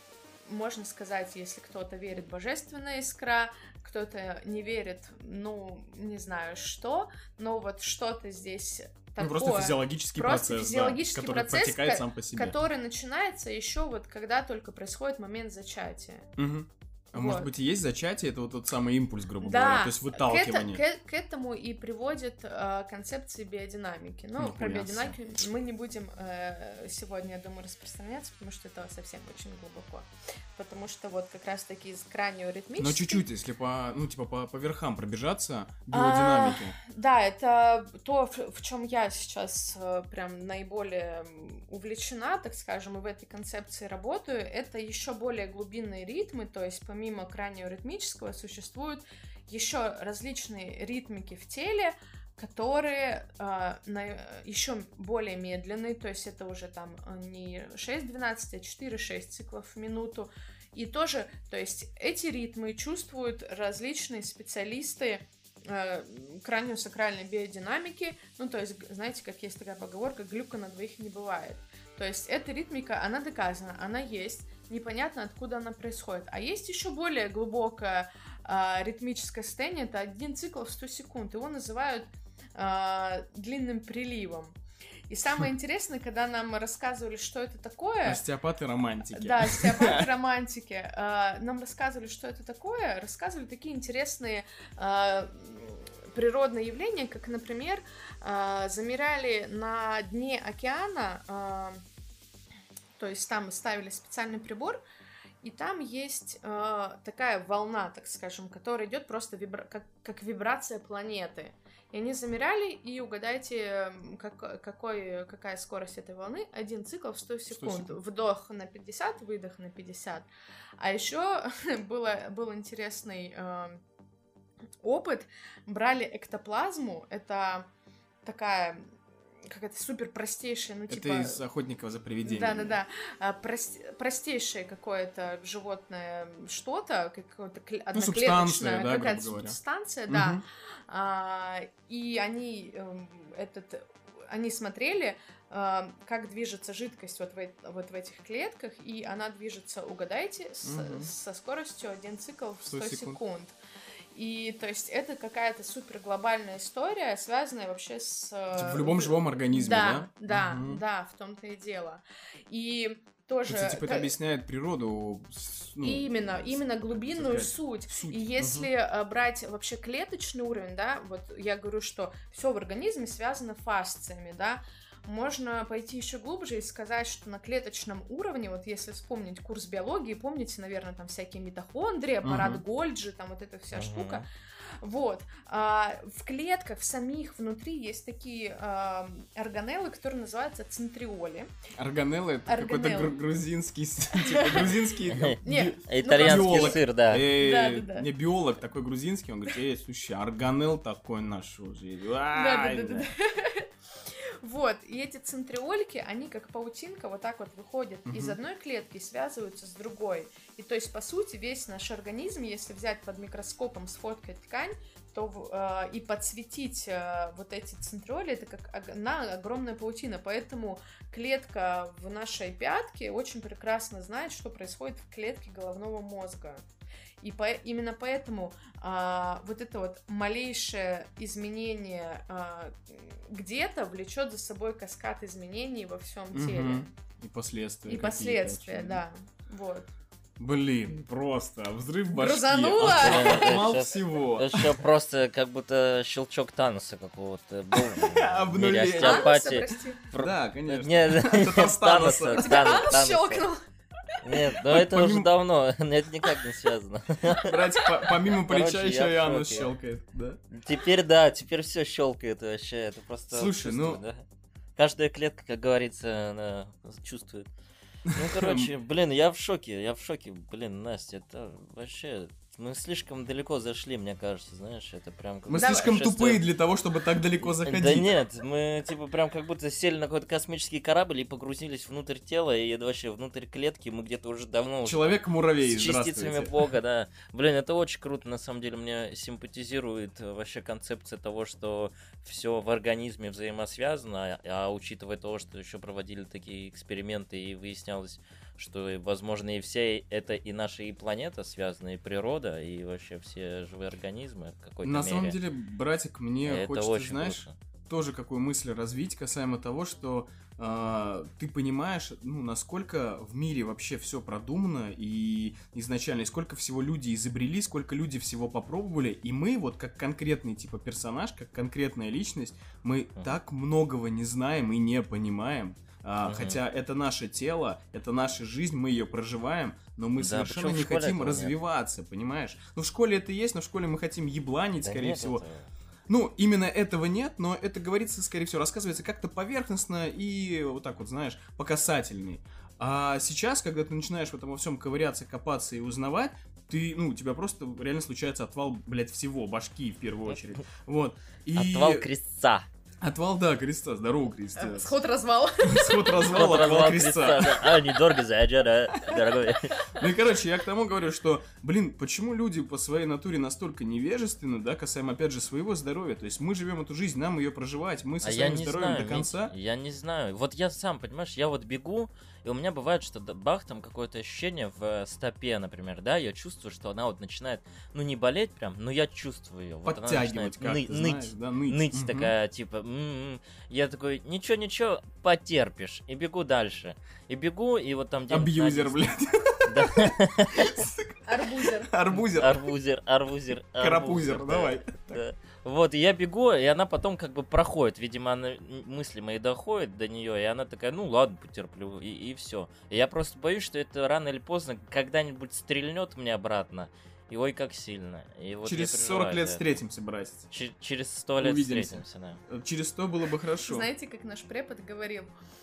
можно сказать, если кто-то верит в божественная искра, кто-то не верит, ну, не знаю что, но вот что-то здесь такое. Просто физиологический процесс, физиологический который процесс, протекает сам по себе. который начинается еще вот когда только происходит момент зачатия. А может быть и есть зачатие, это вот тот самый импульс, грубо говоря, то есть выталкивание. К этому и приводит концепции биодинамики. Но про биодинамику мы не будем сегодня, я думаю, распространяться, потому что это совсем очень глубоко. Потому что вот как раз-таки из краниоритмической... Но чуть-чуть, если по верхам пробежаться биодинамики. Да, это то, в чем я сейчас прям наиболее увлечена, так скажем, и в этой концепции работаю. Это еще более глубинные ритмы, то есть помимо краниоритмического существуют еще различные ритмики в теле, которые еще более медленные, то есть это уже там не 6-12, а 4-6 циклов в минуту. И тоже, то есть эти ритмы чувствуют различные специалисты краниосакральной биодинамики, ну то есть, знаете, как есть такая поговорка, глюка на двоих не бывает. То есть эта ритмика, она доказана, она есть, непонятно, откуда она происходит. А есть еще более глубокое ритмическое состояние, это 1 цикл в 100 секунд, его называют длинным приливом. И самое интересное, когда нам рассказывали, что это такое... Остеопаты-романтики. Да, остеопаты-романтики. Нам рассказывали, что это такое, рассказывали такие интересные природные явления, как, например, замеряли на дне океана, то есть там ставили специальный прибор, и там есть такая волна, так скажем, которая идет просто как вибрация планеты. И они замеряли, и угадайте, какая скорость этой волны. 1 цикл в 100 секунд. Вдох на 50, выдох на 50. А еще был интересный опыт. Брали эктоплазму, это такая... какая-то супер простейшая, ну, типа... Это из «Охотников за привидениями». Да-да-да. Простейшее какое-то животное что-то, какое-то субстанция, да, какая-то грубо говоря. субстанция, да. И они смотрели, как движется жидкость вот в этих клетках, и она движется, угадайте, со скоростью 1 цикл в 100 секунд. И, то есть, это какая-то супер глобальная история, связанная вообще с... Типа в любом живом организме, да? Да, в том-то и дело. И тоже... Это, типа, это объясняет природу. Ну, именно глубинную суть. И если брать вообще клеточный уровень, да, вот я говорю, что все в организме связано фасциями, да, можно пойти еще глубже и сказать, что на клеточном уровне, вот если вспомнить курс биологии, помните, наверное, там всякие митохондрии, аппарат Гольджи, там вот эта вся штука. Вот. В клетках, в самих, внутри есть такие органеллы, которые называются центриоли. Органеллы — это какой-то грузинский, типа грузинский... Итальянский сыр, да. Не биолог такой грузинский, он говорит, слушай, органелл такой наш уже. Да. Вот, и эти центриольки, они как паутинка вот так вот выходят из одной клетки и связываются с другой. И то есть, по сути, весь наш организм, если взять под микроскопом, сфоткать ткань, то и подсветить вот эти центриоли, это как одна огромная паутина. Поэтому клетка в нашей пятке очень прекрасно знает, что происходит в клетке головного мозга. И именно поэтому вот это вот малейшее изменение где-то влечет за собой каскад изменений во всем теле. И последствия. И последствия, да. Вот. Блин, просто взрыв башки. Грузануло! Мало всего. Еще просто как будто щелчок Таноса какого-то был. Обнуление. Да, конечно. Нет, Таноса. Танос щелкнул. Нет, но это уже давно, это никак не связано. Братик, помимо плеча еще и анус щелкает, да? Теперь все щелкает вообще, это просто... Слушай, ну... Каждая клетка, как говорится, она чувствует. Ну, короче, блин, я в шоке, блин, Настя, это вообще... Мы слишком далеко зашли, мне кажется, знаешь, это прям... Мы слишком тупые для того, чтобы так далеко заходить. Да нет, мы типа прям как будто сели на какой-то космический корабль и погрузились внутрь тела, и вообще внутрь клетки мы где-то уже давно... Человек-муравей, с частицами Бога, да. Блин, это очень круто, на самом деле, мне симпатизирует вообще концепция того, что все в организме взаимосвязано, а учитывая то, что еще проводили такие эксперименты и выяснялось, что, возможно, и все это и наша и планета связана, и природа, и вообще все живые организмы в какой-то На мере. самом деле, братик, мне Это хочется, очень знаешь, круто. тоже какую мысль развить касаемо того, что ты понимаешь, ну, насколько в мире вообще все продумано и изначально, и сколько всего люди изобрели, сколько люди всего попробовали, и мы вот как конкретный типа персонаж, как конкретная личность, мы так многого не знаем и не понимаем. Хотя это наше тело, это наша жизнь, мы ее проживаем, но мы совершенно не хотим развиваться, понимаешь? Ну, в школе это есть, но в школе мы хотим ебланить, скорее всего. Ну, именно этого нет, но это говорится, скорее всего, рассказывается как-то поверхностно и вот так вот, знаешь, по касательной. А сейчас, когда ты начинаешь в этом во всем ковыряться, копаться и узнавать, ты, ну, у тебя просто реально случается отвал, блядь, всего, башки в первую очередь. Вот. И... Отвал крестца. Отвал, да, креста, здорово, крестец. Сход-развал. Сход-развал, отвал креста. А, недорого за да, дорогой. Ну и, короче, я к тому говорю, что, блин, почему люди по своей натуре настолько невежественны, да, касаемо, опять же, своего здоровья. То есть мы живем эту жизнь, нам ее проживать, мы со своим здоровьем до конца. Я не знаю. Вот я сам, понимаешь, я вот бегу, и у меня бывает, что бах, там какое-то ощущение в стопе, например, да, я чувствую, что она вот начинает, ну, не болеть прям, но я чувствую ее. Вот подтягивать она начинает как-то, знаешь, да, ныть такая, типа, я такой, ничего, потерпишь, и бегу дальше. И бегу, и вот там... Абьюзер, блядь. Арбузер. Карапузер, давай. Вот, и я бегу, и она потом как бы проходит. Видимо, мысли мои доходят до нее, и она такая, ну ладно, потерплю, и все. И я просто боюсь, что это рано или поздно когда-нибудь стрельнет мне обратно. И ой, как сильно. И вот через 40 лет встретимся, братец. Через 100 лет встретимся, да. Через 100 было бы хорошо. Знаете, как наш препод говорил?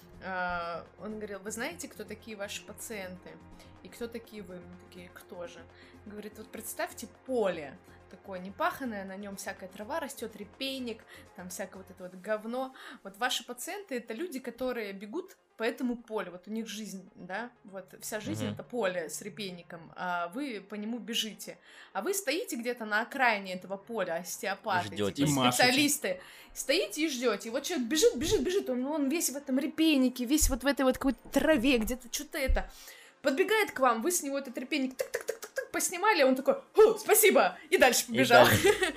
Он говорил, вы знаете, кто такие ваши пациенты? И кто такие вы? Мы такие, кто же? Говорит, вот представьте поле такое непаханное, на нем всякая трава растет, репейник, там всякое вот это вот говно. Вот ваши пациенты — это люди, которые бегут по этому полю, вот у них жизнь, да, вот вся жизнь это поле с репейником, а вы по нему бежите, а вы стоите где-то на окраине этого поля, остеопаты, ждёте, типа, специалисты, стоите и ждете, и вот человек бежит, он весь в этом репейнике, весь вот в этой вот какой-то траве, где-то что-то это, подбегает к вам, вы с него этот репейник так поснимали, он такой, спасибо, и дальше побежал.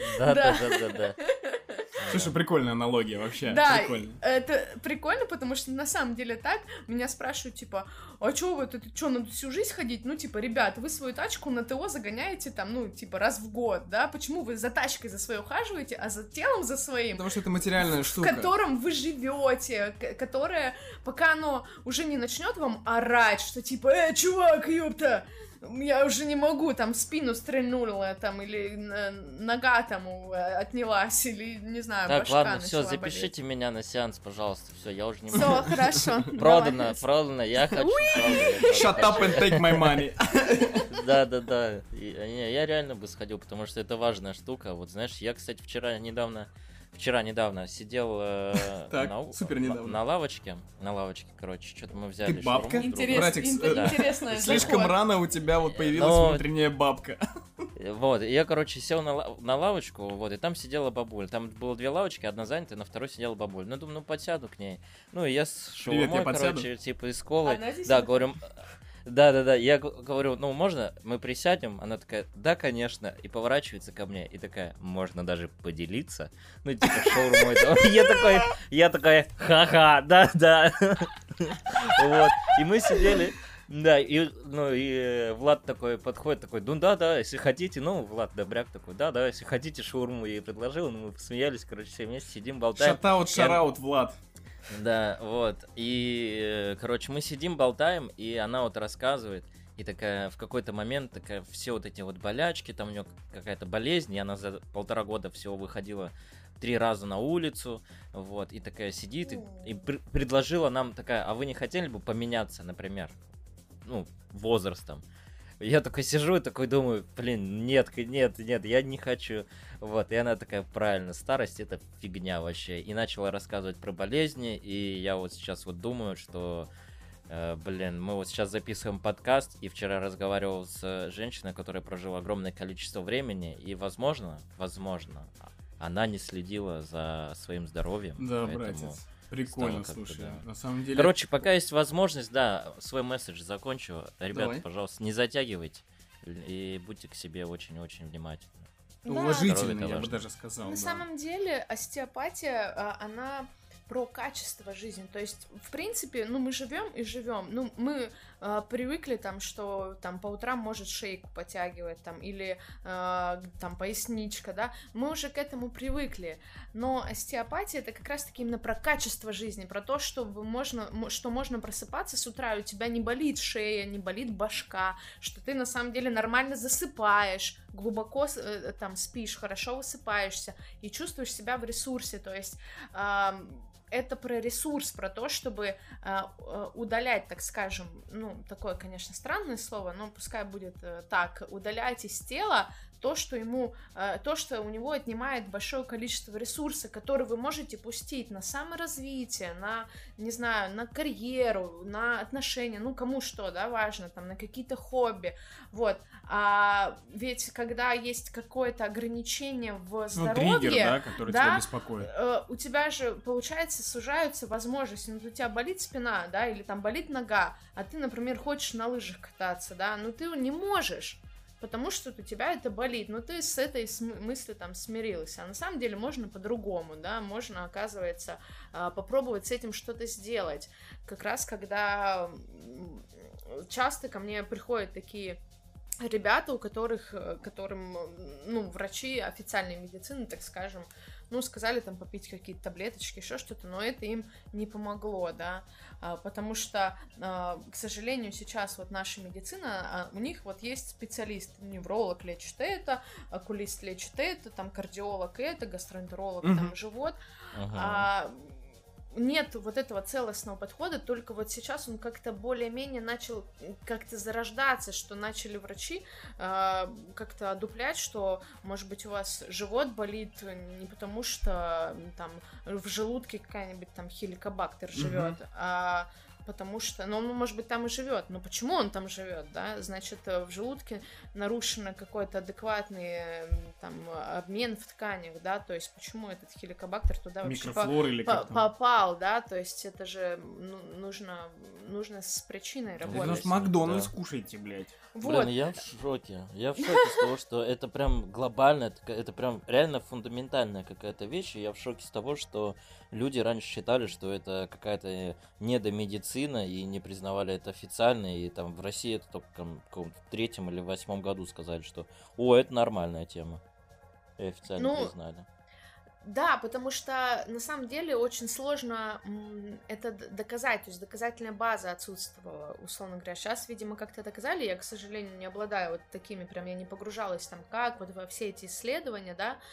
Да. Слушай, прикольная аналогия вообще. Да, прикольно. Это прикольно, потому что на самом деле так, меня спрашивают, типа, а чё вы, это чё, надо всю жизнь ходить? Ну, типа, ребят, вы свою тачку на ТО загоняете там, ну, типа, раз в год, да? Почему вы за тачкой за своей ухаживаете, а за телом за своим? Потому что это материальная штука. В котором вы живете, которое, пока оно уже не начнет вам орать, что типа, чувак, ёпта, я уже не могу, там, спину стрельнула, там, или нога там отнялась, или, не знаю, так, башка ладно, все, начала запишите болеть. меня на сеанс, пожалуйста, все, я уже не могу. Все, хорошо. Продано, я хочу. Shut up and take my money. Да. Я реально бы сходил, потому что это важная штука. Вот знаешь, я, кстати, вчера недавно сидел на лавочке, короче, что-то мы взяли. Ты бабка? Братик, интересно. Слишком рано у тебя вот появилась внутренняя бабка. Вот, я, короче, сел на лавочку, вот, и там сидела бабуля. Там было 2 лавочки, одна занята, на второй сидела бабуля. Ну, думаю, подсяду к ней. Ну, и я с шаурмой, короче, типа, из колы. Да, говорю... Да, я говорю, ну, можно мы присядем? Она такая, да, конечно, и поворачивается ко мне, и такая, можно даже поделиться? Ну, типа, шаурмой. Я такой, ха-ха, да. Вот, и мы сидели, да, и Влад такой подходит, такой, ну, да, если хотите, ну, Влад Добряк такой, да, если хотите шаурму, я ей предложил, ну, мы посмеялись, короче, все вместе сидим, болтаем. Шатаут, шараут, Влад. Да, вот, и, короче, мы сидим, болтаем, и она вот рассказывает, и такая, в какой-то момент, такая, все вот эти вот болячки, там у нее какая-то болезнь, и она за 1,5 года всего выходила 3 раза на улицу, вот, и такая сидит, и предложила нам, такая, а вы не хотели бы поменяться, например, ну, возрастом? Я такой сижу и такой думаю, блин, нет, я не хочу. Вот, и она такая, правильно, старость — это фигня вообще. И начала рассказывать про болезни, и я вот сейчас вот думаю, что, мы вот сейчас записываем подкаст, и вчера разговаривал с женщиной, которая прожила огромное количество времени, и, возможно, она не следила за своим здоровьем. Да, поэтому... братец. Прикольно, стало как-то, слушай. да. На самом деле... Короче, пока есть возможность, да, свой месседж закончу. Ребята, Давай. пожалуйста, не затягивайте и будьте к себе очень-очень внимательны. Да. уважительно, Здоровье-то я бы важно. даже сказал. На да. самом деле остеопатия, она про качество жизни. То есть, в принципе, ну, мы живем и живем. Ну, мы привыкли там, что там по утрам может шейку потягивать, там, или там поясничка, да. Мы уже к этому привыкли. Но остеопатия — это как раз-таки именно про качество жизни, про то, что можно просыпаться с утра, и у тебя не болит шея, не болит башка, что ты на самом деле нормально засыпаешь, глубоко там спишь, хорошо высыпаешься и чувствуешь себя в ресурсе. То есть это про ресурс, про то, чтобы удалять, так скажем, ну, такое, конечно, странное слово, но пускай будет так, удалять из тела то, что у него отнимает большое количество ресурса, который вы можете пустить на саморазвитие, на, не знаю, на карьеру, на отношения, ну, кому что, да, важно, там, на какие-то хобби, вот. А ведь когда есть какое-то ограничение в здоровье, Ну, триггер, да, который да, тебя беспокоит. у тебя же, получается, сужаются возможности. Ну, у тебя болит спина, да, или там болит нога, а ты, например, хочешь на лыжах кататься, да, но ты не можешь, потому что у тебя это болит, но ты с этой мыслью там смирился, а на самом деле можно по-другому, да, можно, оказывается, попробовать с этим что-то сделать. Как раз когда часто ко мне приходят такие ребята, которым, ну, врачи официальной медицины, так скажем, ну, сказали там попить какие-то таблеточки, еще что-то, но это им не помогло, да, потому что, к сожалению, сейчас вот наша медицина, у них вот есть специалист, невролог лечит это, окулист лечит это, там кардиолог это, гастроэнтеролог, там живот, нет вот этого целостного подхода, только вот сейчас он как-то более-менее начал как-то зарождаться, что начали врачи как-то одуплять, что, может быть, у вас живот болит не потому, что там в желудке какая-нибудь там хеликобактер живет, а потому что, ну, он, может быть, там и живет, но почему он там живет, да, значит, в желудке нарушен какой-то адекватный там обмен в тканях, да, то есть почему этот хеликобактер туда вообще попал, да, то есть это же нужно с причиной работать. Это наш Макдональдс кушайте, блядь. Вот. Блин, я в шоке. Я в шоке с того, что это прям глобально, это прям реально фундаментальная какая-то вещь. И я в шоке с того, что люди раньше считали, что это какая-то недомедицина и не признавали это официально. И там в России это только в каком-то 3-м или 8-м году сказали, что это нормальная тема. И официально признали. Да, потому что на самом деле очень сложно это доказать, то есть доказательная база отсутствовала, условно говоря. Сейчас, видимо, как-то доказали, я, к сожалению, не обладаю вот такими, прям я не погружалась там как, вот во все эти исследования,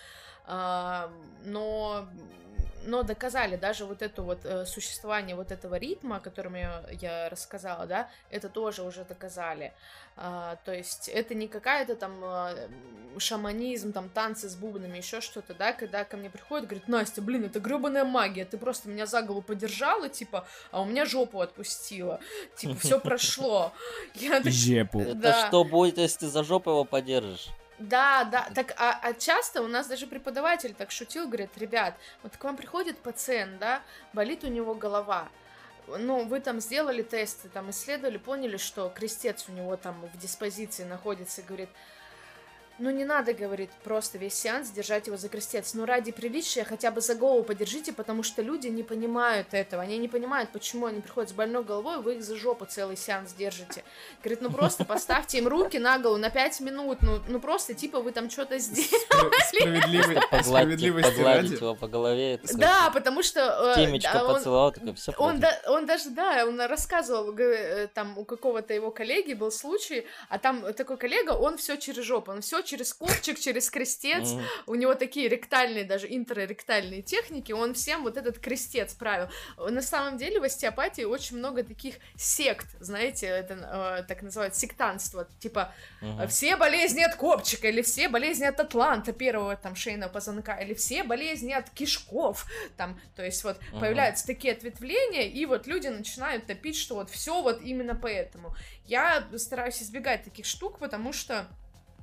да, но доказали даже вот это вот существование вот этого ритма, о котором я рассказала, да, это тоже уже доказали. То есть это не какая-то там шаманизм, там танцы с бубнами, еще что-то, да, когда ко мне приходят, говорят: Настя, блин, это гребаная магия, ты просто меня за голову подержала, типа, а у меня жопу отпустила, типа, все прошло. Жепу. Это что будет, если ты за жопу его подержишь? Да, так, а часто у нас даже преподаватель так шутил, говорит: ребят, вот к вам приходит пациент, да, болит у него голова, ну, вы там сделали тесты, там исследовали, поняли, что крестец у него там в диспозиции находится, и говорит: ну, не надо, говорит, просто весь сеанс держать его за крестец. Ну, ради приличия хотя бы за голову подержите, потому что люди не понимают этого. Они не понимают, почему они приходят с больной головой, вы их за жопу целый сеанс держите. Говорит: ну, просто поставьте им руки на голову на 5 минут. Ну просто, типа, вы там что-то сделали. Справедливости погладить его по голове. Да, потому что... Темечко поцеловал, такой, все он даже, да, он рассказывал, там у какого-то его коллеги был случай, а там такой коллега, он все через жопу, он все через копчик, через крестец, у него такие ректальные, даже интраректальные техники, он всем вот этот крестец правил. На самом деле в остеопатии очень много таких сект, знаете, это так называют сектантство, типа все болезни от копчика, или все болезни от атланта, первого там шейного позвонка, или все болезни от кишков, там, то есть вот появляются такие ответвления, и вот люди начинают топить, что вот все вот именно поэтому. Я стараюсь избегать таких штук, потому что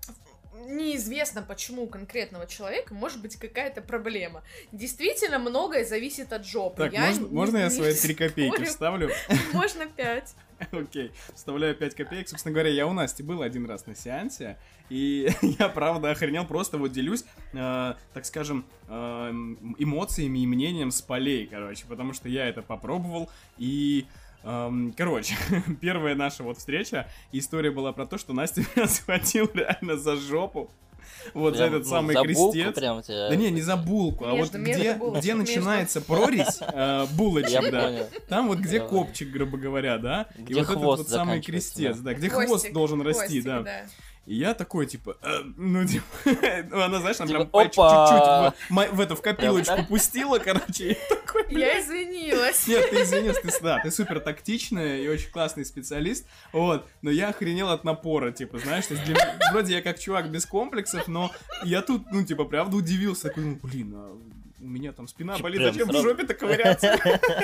неизвестно, почему у конкретного человека может быть какая-то проблема. Действительно, многое зависит от жопы. Так, можно я свои 3 копейки вставлю? Можно 5. Окей, вставляю 5 копеек. Собственно говоря, я у Насти был один раз на сеансе, и я, правда, охренел, просто вот делюсь, так скажем, эмоциями и мнением с полей, короче, потому что я это попробовал, и... короче, первая наша вот встреча, история была про то, что Настя меня схватил реально за жопу. Вот за этот самый за крестец. Прям тебя... Да не за булку, а вот где начинается прорезь булочек, да. Там вот где копчик, грубо говоря, да. И вот этот вот самый крестец, да, где хвост должен расти, да. И я такой, типа, ну, типа, она, знаешь, она прям пальчик чуть-чуть в копилочку пустила, короче, и такой, я извинилась. Нет, ты извинилась, ты супер тактичная и очень классный специалист, вот, но я охренел от напора, типа, знаешь, то есть вроде я как чувак без комплексов, но я тут, ну, типа, правда удивился, такой, ну, блин, а у меня там спина болит, зачем в жопе-то ковыряться?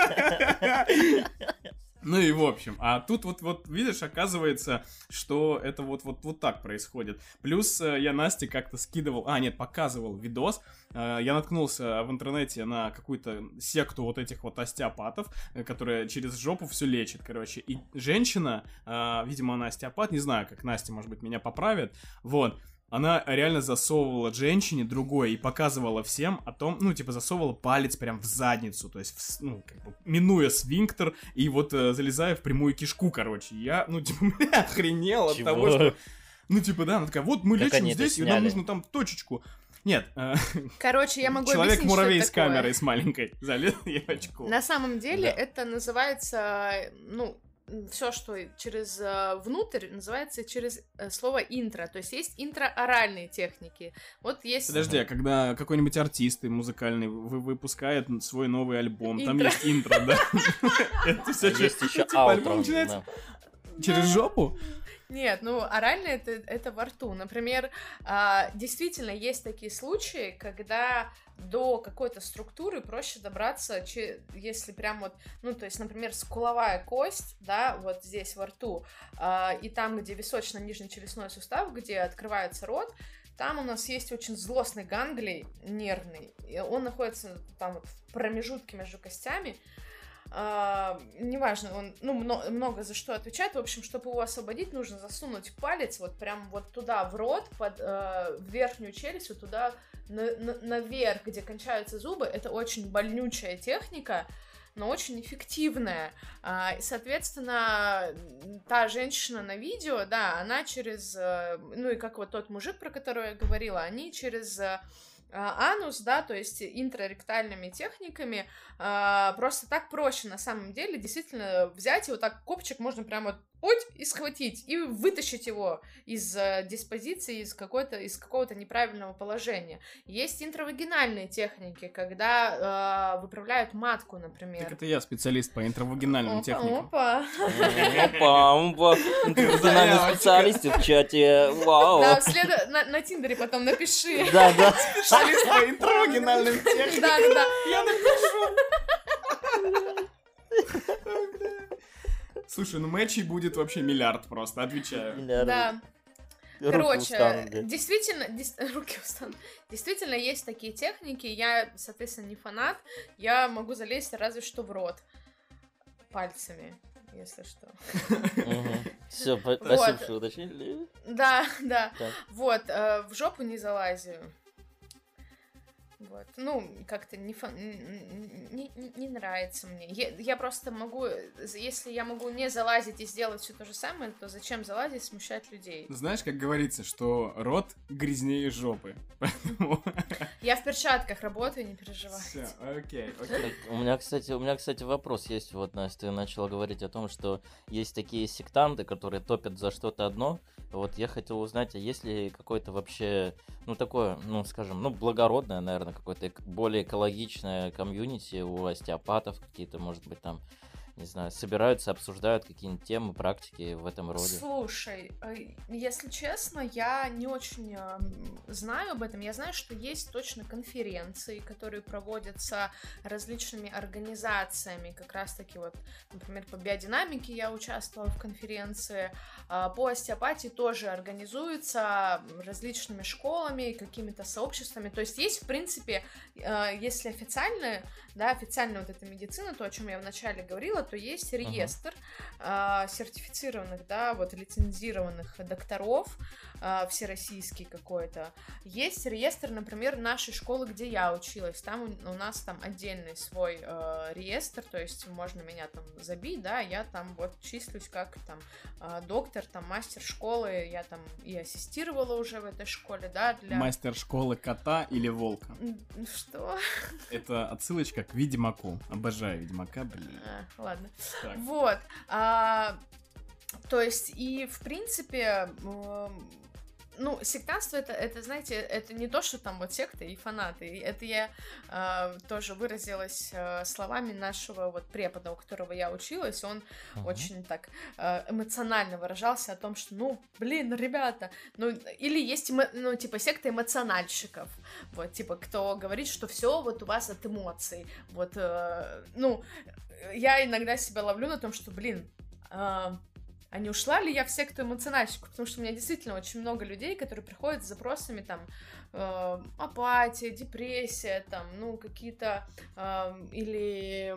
Ну и в общем, а тут вот видишь, оказывается, что это вот так происходит. Плюс я Насте как-то скидывал, показывал видос, я наткнулся в интернете на какую-то секту вот этих вот остеопатов, которая через жопу все лечит, короче. И женщина, видимо, она остеопат, не знаю, как Настя, может быть, меня поправит, вот. Она реально засовывала женщине другой и показывала всем о том, ну, типа, засовывала палец прям в задницу, то есть, ну, как бы, минуя сфинктер и вот залезая в прямую кишку, короче. Я, ну, типа, охренел от того, что... Ну, типа, да, она такая, вот мы лечим здесь, и нам нужно там точечку. Нет. Короче, я могу объяснить, Человек-муравей что с камерой с маленькой залез в очко. На самом деле это называется, ну... Все, что через внутрь, называется через слово интро. То есть интрооральные техники. Вот есть... Подожди, а когда какой-нибудь артист музыкальный выпускает свой новый альбом, там есть интро, да? Это все есть еще аутро. Через жопу? Нет, ну, орально это во рту. Например, действительно есть такие случаи, когда до какой-то структуры проще добраться, если прям вот, ну, то есть, например, скуловая кость, да, вот здесь во рту, и там, где височно-нижнечелюстной сустав, где открывается рот, там у нас есть очень злостный ганглий нервный, и он находится там вот в промежутке между костями. Неважно, он, ну, много за что отвечает. В общем, чтобы его освободить, нужно засунуть палец вот прям вот туда в рот, в верхнюю челюсть, вот туда наверх, где кончаются зубы. Это очень больнючая техника, но очень эффективная. И, соответственно, та женщина на видео, да, она через, ну и как вот тот мужик, про которого я говорила, они через анус, да, то есть интраректальными техниками, просто так проще на самом деле действительно взять и вот так копчик можно прямо и схватить, и вытащить его из диспозиции, из какого-то неправильного положения. Есть интравагинальные техники, когда выправляют матку, например. Так это я специалист по интравагинальным техникам. Опа. Интравагинальный специалист в чате, вау. Да, на Тиндере потом напиши. Да. Специалист по интравагинальным техникам. Да. Я напишу. Слушай, ну матчей будет вообще миллиард просто, отвечаю. Да. Короче, действительно, руки устанут. Действительно, есть такие техники. Я, соответственно, не фанат. Я могу залезть разве что в рот пальцами, если что. Все, спасибо, что уточнили. Да. Вот, в жопу не залазю. Вот. Ну, как-то не нравится мне. Я просто могу, если я могу не залазить и сделать все то же самое, то зачем залазить, смущать людей? Знаешь, как говорится, что рот грязнее жопы. Я в перчатках работаю, не переживай. Все, окей. У меня, кстати, вопрос есть. Вот, Настя, ты начала говорить о том, что есть такие сектанты, которые топят за что-то одно. Вот я хотел узнать, а есть ли какое-то вообще, ну, такое, ну, скажем, ну, благородное, наверное, какое-то более экологичное комьюнити у остеопатов, какие-то, может быть, там, не знаю, собираются, обсуждают какие-нибудь темы, практики в этом роде? Слушай, если честно, я не очень знаю об этом. Я знаю, что есть точно конференции, которые проводятся различными организациями. Как раз-таки вот, например, по биодинамике я участвовала в конференции. По остеопатии тоже организуются различными школами, какими-то сообществами. То есть есть, в принципе, если официальная вот эта медицина, то, о чем я вначале говорила, то есть реестр сертифицированных, вот лицензированных докторов, всероссийский какой-то. Есть реестр, например, нашей школы, где я училась. Там у нас там отдельный свой реестр, то есть можно меня там забить, я там вот числюсь как там доктор, там мастер школы, я там и ассистировала уже в этой школе, для... Мастер школы кота или волка? Что? Это отсылочка к Ведьмаку. Обожаю Ведьмака, блин. Ладно. Так. Вот. То есть, и, в принципе, сектантство это, знаете, это не то, что там вот секты и фанаты. Это я тоже выразилась словами нашего вот препода, у которого я училась. Он очень так эмоционально выражался о том, что, ребята, или есть, секта эмоциональщиков. Вот, кто говорит, что все вот у вас от эмоций. Вот, я иногда себя ловлю на том, что, а не ушла ли я в секту эмоциональщиков? Потому что у меня действительно очень много людей, которые приходят с запросами, там, апатия, депрессия, там, какие-то, или,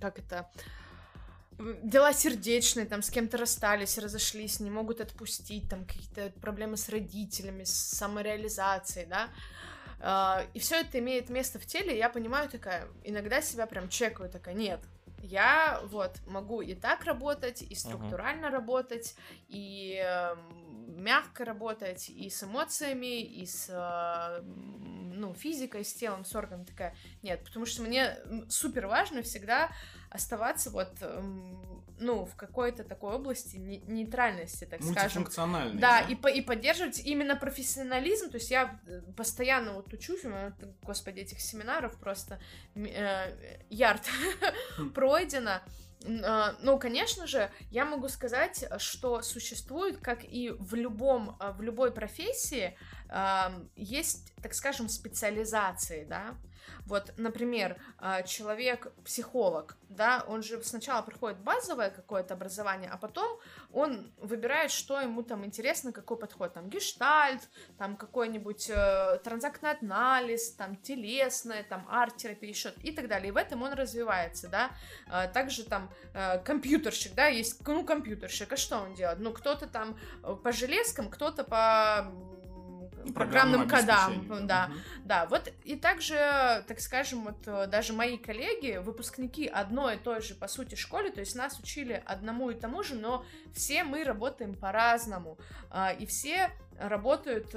дела сердечные, там, с кем-то расстались, разошлись, не могут отпустить, там, какие-то проблемы с родителями, с самореализацией, и все это имеет место в теле, и я понимаю, иногда себя прям чекаю, нет, я могу и так работать, и структурально работать, и мягко работать, и с эмоциями, и с физикой, с телом, с органом. Нет, потому что мне супер важно всегда оставаться в какой-то такой области нейтральности, так скажем. Мультифункциональной. Да, и поддерживать именно профессионализм. То есть я постоянно учусь, у меня, господи, этих семинаров просто ярд пройдено. Конечно же, я могу сказать, что существует, как и в любой профессии, есть, так скажем, специализации, Вот, например, человек-психолог, он же сначала проходит базовое какое-то образование, а потом он выбирает, что ему там интересно, какой подход, там, гештальт, там, какой-нибудь транзактный анализ, там, телесное, там, арт-терапия, еще и так далее, и в этом он развивается, Также там компьютерщик, есть, компьютерщик, а что он делает? Кто-то там по железкам, кто-то по программным кодам, да, вот, и также, так скажем, даже мои коллеги, выпускники одной и той же, по сути, школы, то есть нас учили одному и тому же, но все мы работаем по-разному, и все работают,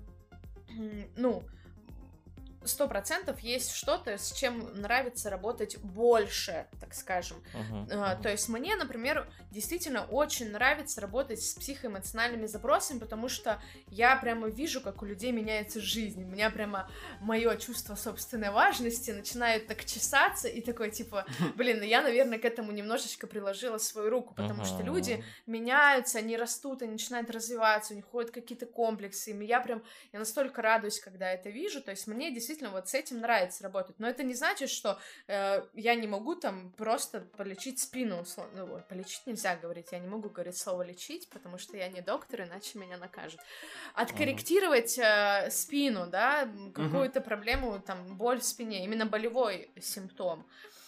100% есть что-то, с чем нравится работать больше, так скажем. То есть мне, например, действительно очень нравится работать с психоэмоциональными запросами, потому что я прямо вижу, как у людей меняется жизнь. У меня прямо мое чувство собственной важности начинает так чесаться, и такой, я, наверное, к этому немножечко приложила свою руку, потому что люди меняются, они растут, они начинают развиваться, у них ходят какие-то комплексы, и я настолько радуюсь, когда это вижу, то есть мне действительно вот с этим нравится работать, но это не значит, что я не могу там просто полечить спину, полечить нельзя говорить, я не могу говорить слово лечить, потому что я не доктор, иначе меня накажут. Откорректировать спину, какую-то проблему, там, боль в спине, именно болевой симптом,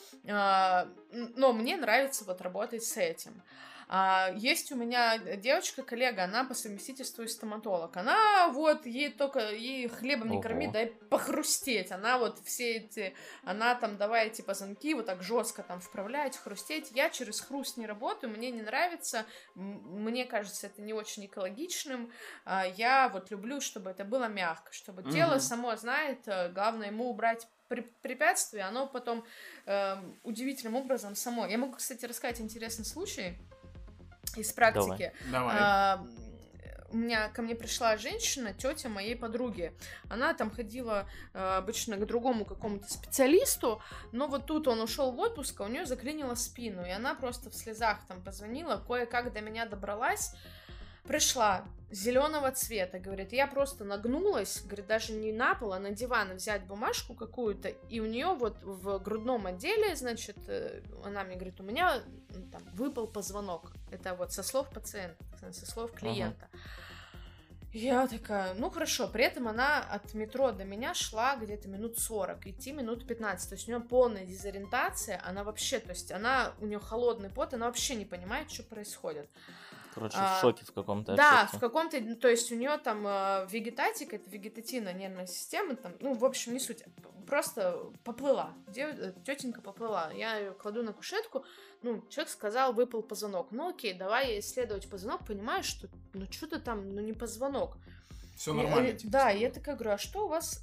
но мне нравится работать с этим. Есть у меня девочка-коллега, она по совместительству стоматолог. Она ей хлебом не корми, дай похрустеть. Она она там давай позвонки вот так жестко там вправлять, хрустеть. Я через хруст не работаю, мне не нравится, мне кажется, это не очень экологичным. Я люблю, чтобы это было мягко, чтобы тело само знает, главное ему убрать препятствия, оно потом удивительным образом само. Я могу, кстати, рассказать интересный случай из практики. Давай. ко мне пришла женщина, тетя моей подруги. Она там ходила обычно к другому какому-то специалисту, но вот тут он ушел в отпуск, а у нее заклинило спину, и она просто в слезах там позвонила, кое-как до меня добралась. Пришла, зеленого цвета, говорит, я просто нагнулась, говорит, даже не на пол, а на диван взять бумажку какую-то, и у нее вот в грудном отделе, значит, она мне говорит, у меня там выпал позвонок. Это вот со слов пациента, со слов клиента. Я такая, ну хорошо, при этом она от метро до меня шла где-то минут 40, идти минут 15, то есть у нее полная дезориентация, она вообще, то есть у нее холодный пот, она вообще не понимает, что происходит. Короче, в шоке в каком-то. Да, в каком-то, то есть у нее там вегетатика, это вегетативная нервная система, там, ну, в общем, не суть, просто поплыла, тетенька поплыла, я ее кладу на кушетку, ну, человек сказал, выпал позвонок, ну, окей, давай исследовать позвонок, понимаю, что, ну, что-то там, ну, не позвонок. Все нормально. Да, я такая говорю, а что у вас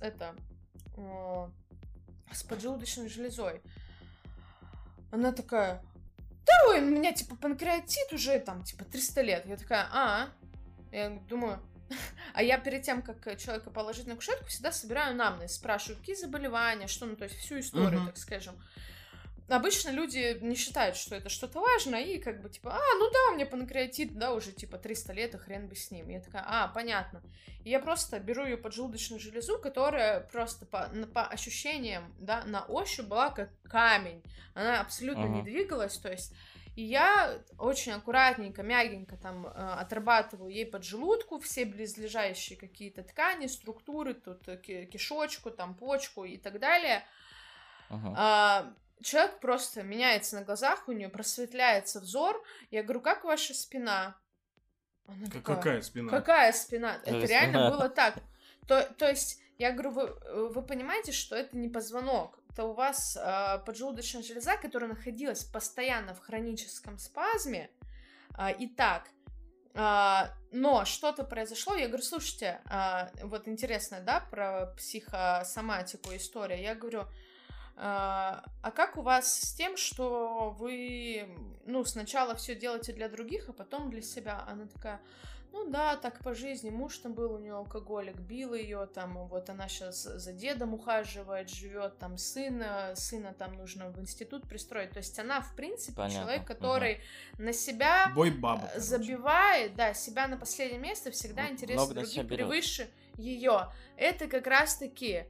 с поджелудочной железой? Она такая... Да, ой, у меня, типа, панкреатит уже, там, типа, 300 лет. Я такая, Я думаю... А я перед тем, как человека положить на кушетку, всегда собираю анамнез, спрашиваю, какие заболевания, что, ну, то есть всю историю, так скажем. Обычно люди не считают, что это что-то важное, и как бы, типа, ну да, у меня панкреатит, да, уже, типа, 300 лет, и хрен бы с ним. Я такая, понятно. И я просто беру ее поджелудочную железу, которая просто по ощущениям, да, на ощупь была как камень. Она абсолютно не двигалась, то есть... И я очень аккуратненько, мягенько там отрабатываю ей поджелудку, все близлежащие какие-то ткани, структуры, тут кишочку, там, почку и так далее. Человек просто меняется на глазах, у нее просветляется взор. Я говорю, как ваша спина? Она такая, какая спина? Какая спина? Это реально было так. То есть, я говорю, вы понимаете, что это не позвонок. Это у вас поджелудочная железа, которая находилась постоянно в хроническом спазме. И так. Но что-то произошло. Я говорю, слушайте, вот интересно, да, про психосоматику история. Я говорю... А как у вас с тем, что вы, ну, сначала все делаете для других, а потом для себя? Она такая, ну да, так по жизни, муж там был, у нее алкоголик, бил ее, там, вот она сейчас за дедом ухаживает, живет, там, сына там нужно в институт пристроить. То есть она, в принципе, человек, который на себя забивает, да, себя на последнее место, всегда интересы других превыше ее. Это как раз-таки...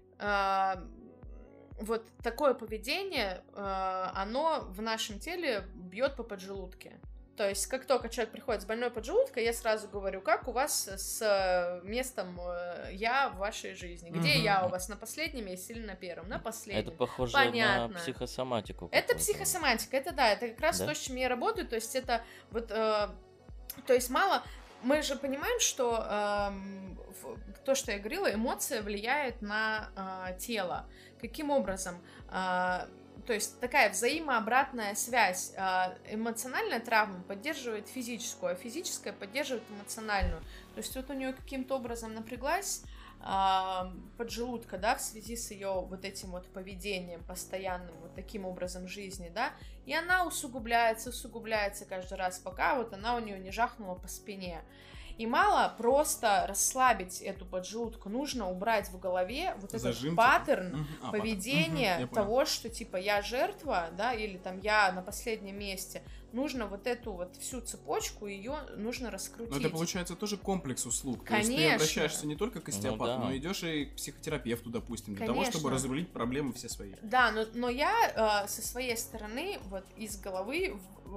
Вот такое поведение, оно в нашем теле бьет по поджелудке. То есть, как только человек приходит с больной поджелудкой, я сразу говорю, как у вас с местом я в вашей жизни? Где я у вас, на последнем месте или на первом? На последнем. Это похоже на психосоматику. Это психосоматика, это да, это как раз то, с чем я работаю. То есть, это вот, то есть, мало... Мы же понимаем, что то, что я говорила, эмоция влияет на тело. Каким образом? То есть такая взаимообратная связь. Эмоциональная травма поддерживает физическую, а физическая поддерживает эмоциональную. То есть вот у нее каким-то образом напряглась поджелудка, да, в связи с ее вот этим вот поведением постоянным, вот таким образом жизни, да, и она усугубляется каждый раз, пока вот она у нее не жахнула по спине. И мало просто расслабить эту поджелудку, нужно убрать в голове вот этот паттерн поведения того, что типа я жертва, да, или там я на последнем месте. Нужно вот эту вот всю цепочку, ее нужно раскрутить. Но это получается тоже комплекс услуг. Конечно. То есть ты обращаешься не только к остеопату, но идешь и к психотерапевту, допустим, для того, чтобы разрулить проблемы все свои. Да, но я со своей стороны вот из головы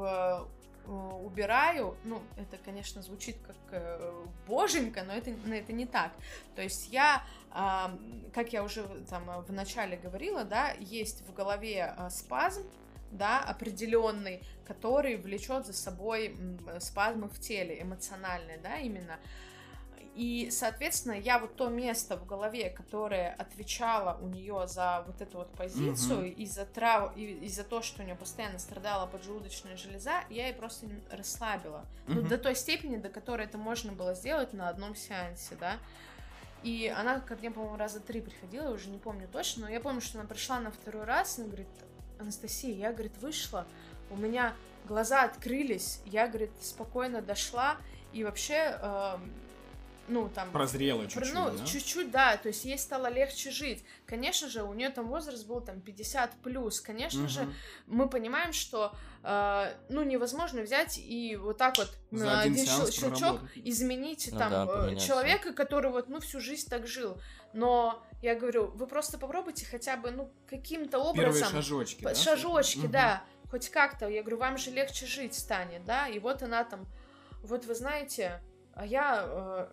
убираю, ну, это, конечно, звучит как боженька, но это не так. То есть я, как я уже там в начале говорила, да, есть в голове спазм, да, определенный, который влечет за собой спазмы в теле, эмоциональные, да, именно. И, соответственно, я вот то место в голове, которое отвечало у нее за вот эту вот позицию, и за то, что у нее постоянно страдала поджелудочная железа, я ей просто расслабила. Ну, до той степени, до которой это можно было сделать на одном сеансе, да. И она ко мне, по-моему, раза 3 приходила, я уже не помню точно, но я помню, что она пришла на второй раз, и она говорит, Анастасия, я, говорит, вышла, у меня глаза открылись, я, говорит, спокойно дошла, и вообще... ну, там... Прозрела чуть-чуть, ну, да? чуть-чуть, да, то есть ей стало легче жить. Конечно же, у нее там возраст был там 50+, конечно же, мы понимаем, что, ну, невозможно взять и вот так вот За на один один сеанс щелчок проработать. изменить Ну там да, поменять человека, который вот, ну, всю жизнь так жил. Но, я говорю, вы просто попробуйте хотя бы, ну, каким-то образом... Первые шажочки, да? Шажочки, да, хоть как-то. Я говорю, вам же легче жить станет, да, и вот она там, вот вы знаете, а я...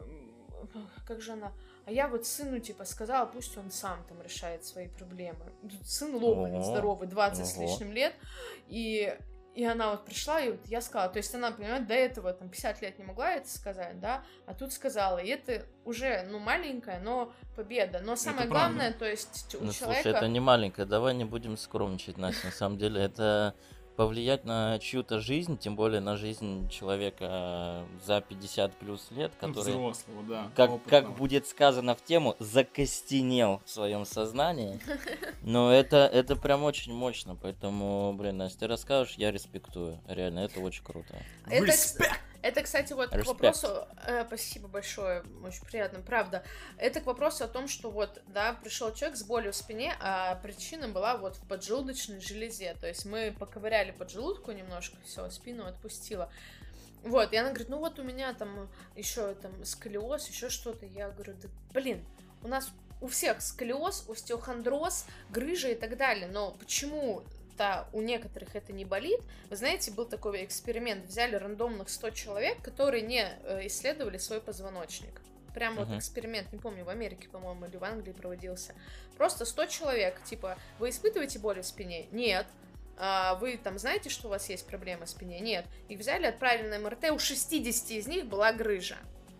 как же она... А я вот сыну, типа, сказала, пусть он сам там решает свои проблемы. Сын лопает, здоровый, 20 с лишним лет, и она вот пришла, и вот я сказала, то есть она, понимаете, до этого там 50 лет не могла это сказать, да, а тут сказала, и это уже, ну, маленькая, но победа, но самое главное, то есть у Ну, человека... слушай, это не маленькая, давай не будем скромничать, Настя, на самом деле, это... Повлиять на чью-то жизнь, тем более на жизнь человека за 50 плюс лет, который, взрослого, да, как будет сказано в тему, закостенел в своем сознании. Но это прям очень мощно, поэтому, блин, Настя, ты расскажешь, я респектую. Реально, это очень круто. Это, кстати, вот к вопросу... спасибо большое, очень приятно, правда. Это к вопросу о том, что вот, да, пришел человек с болью в спине, а причина была вот в поджелудочной железе. То есть мы поковыряли поджелудку немножко, все, спину отпустила. Вот, и она говорит, ну вот у меня там еще там сколиоз, еще что-то. Я говорю, да блин, у нас у всех сколиоз, остеохондроз, грыжа и так далее, но почему... у некоторых это не болит. Вы знаете, был такой эксперимент. Взяли рандомных 100 человек, которые не исследовали свой позвоночник. Прям вот эксперимент, не помню, в Америке, по-моему, или в Англии проводился. Просто 100 человек, типа, вы испытываете боль в спине? Нет. Вы там знаете, что у вас есть проблемы в спине? Нет. Их взяли, отправили на МРТ, у 60 из них была грыжа.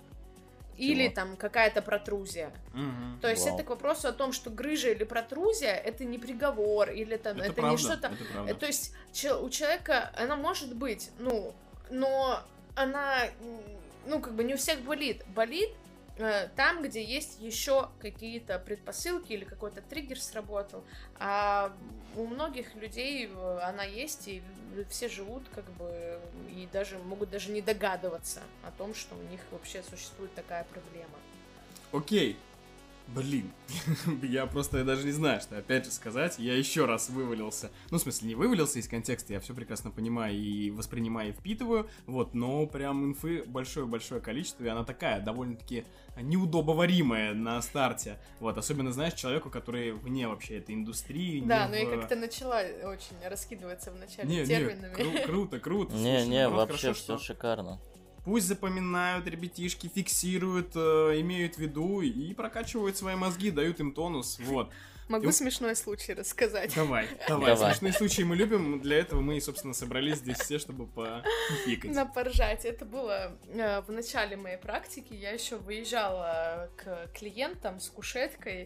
Или там какая-то протрузия. То есть это к вопросу о том, что грыжа или протрузия это не приговор, или там это правда, не что-то. То есть у человека она может быть, ну, но она, ну, как бы не у всех болит. Болит там, где есть еще какие-то предпосылки или какой-то триггер сработал. А у многих людей она есть, и все живут как бы, и даже могут даже не догадываться о том, что у них вообще существует такая проблема. Окей. Блин, я просто даже не знаю, что опять же сказать. Я еще раз вывалился. Ну, в смысле, не вывалился из контекста, я все прекрасно понимаю и воспринимаю, и впитываю. Вот, но прям инфы большое-большое количество, и она такая, довольно-таки неудобоваримая на старте. Вот, особенно, знаешь, человеку, который вне вообще этой индустрии. Да, но я как-то начала очень раскидываться в начале терминами. Круто. Не, вообще все шикарно. Пусть запоминают ребятишки, фиксируют, имеют в виду и прокачивают свои мозги, дают им тонус, вот. Могу смешной случай рассказать. Давай. Смешные случаи мы любим, для этого мы, собственно, собрались здесь все, чтобы пофикать. Поржать. Это было в начале моей практики, я еще выезжала к клиентам с кушеткой,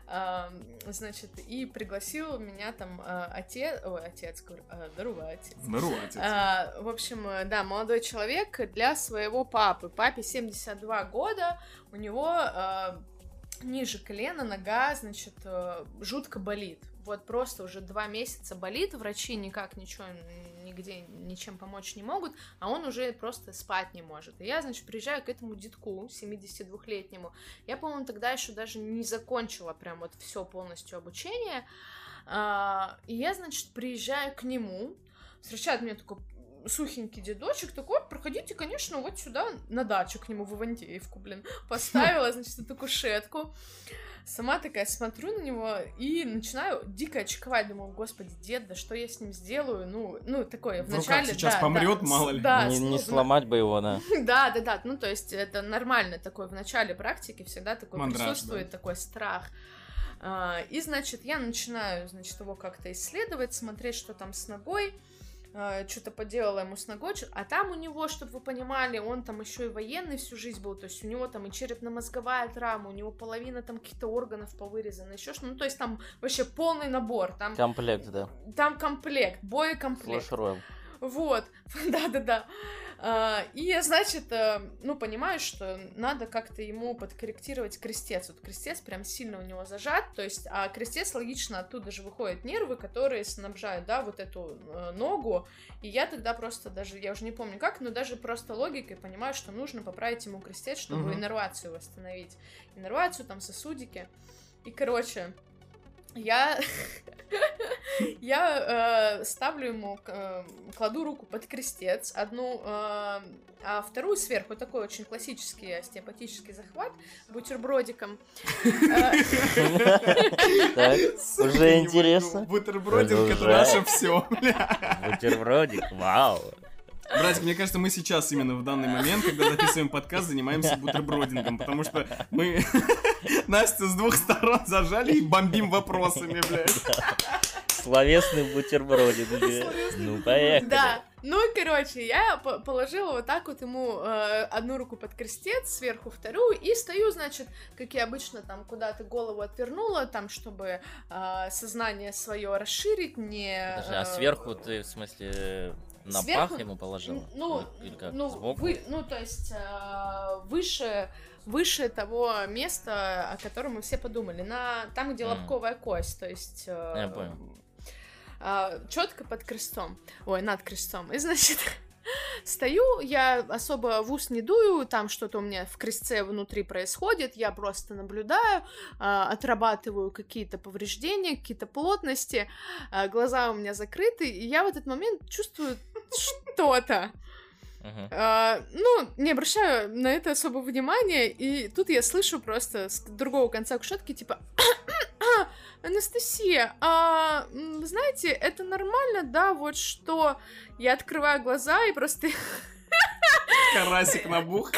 значит, и пригласил меня там здоровый отец. В общем, да, молодой человек для своего папы. Папе 72 года, у него ниже колена нога, значит, жутко болит. Вот просто уже 2 месяца болит, врачи никак ничего, нигде ничем помочь не могут, а он уже просто спать не может. И я, значит, приезжаю к этому дедку, 72-летнему. Я, по-моему, тогда еще даже не закончила прям вот все полностью обучение. И я, значит, приезжаю к нему, встречает меня такой сухенький дедочек, такой, проходите, конечно, вот сюда на дачу к нему в Ивантеевку, блин. Поставила, значит, эту кушетку. Сама такая смотрю на него и начинаю дико очковать. Думаю, господи, дед, да что я с ним сделаю? Ну такое, вначале... сейчас помрет, мало ли. Да, не сломать бы его, да. Да, ну то есть это нормально такое в начале практики, всегда такой присутствует, такой страх. И, значит, я начинаю, значит, его как-то исследовать, смотреть, что там с ногой. Что-то поделала ему с ногой, а там у него, чтобы вы понимали, он там еще и военный всю жизнь был, то есть у него там и черепно-мозговая травма, у него половина там каких-то органов повырезана, еще что-то, ну то есть там вообще полный набор. Там комплект, да. Там комплект, боекомплект. Слэш-ройл. Вот, да-да-да. И, значит, понимаю, что надо как-то ему подкорректировать крестец. Вот крестец прям сильно у него зажат, то есть, а крестец, логично, оттуда же выходят нервы, которые снабжают, да, вот эту ногу, и я тогда просто даже, я уже не помню как, но даже просто логикой понимаю, что нужно поправить ему крестец, чтобы иннервацию восстановить. Иннервацию, там, сосудики. И, короче, я ставлю ему, кладу руку под крестец, одну, а вторую сверху, такой очень классический остеопатический захват бутербродиком. Так, уже интересно. Бутербродинг — это наше все. Бутербродик, вау. Братик, мне кажется, мы сейчас именно в данный момент, когда записываем подкаст, занимаемся бутербродингом, потому что мы Настю с двух сторон зажали и бомбим вопросами, блядь. Словесный бутербродик. Ну, поехали. Да. Ну и, короче, я положила вот так вот ему одну руку под крестец, сверху вторую, и стою, значит, как я обычно, там, куда-то голову отвернула, там, чтобы сознание свое расширить, не... Подожди, а сверху ты, в смысле, на сверху, пах ему положила? Ну, или как, ну, сбоку? то есть выше того места, о котором мы все подумали, там, где лобковая кость, то есть... Я понял. Четко под крестом, над крестом, и, значит, стою, я особо в ус не дую, там что-то у меня в крестце внутри происходит, я просто наблюдаю, отрабатываю какие-то повреждения, какие-то плотности, глаза у меня закрыты, и я в этот момент чувствую что-то. Не обращаю на это особо внимания, и тут я слышу просто с другого конца кушетки, типа... Анастасия, вы знаете, это нормально, да, вот что... Я открываю глаза и просто... Карасик набух.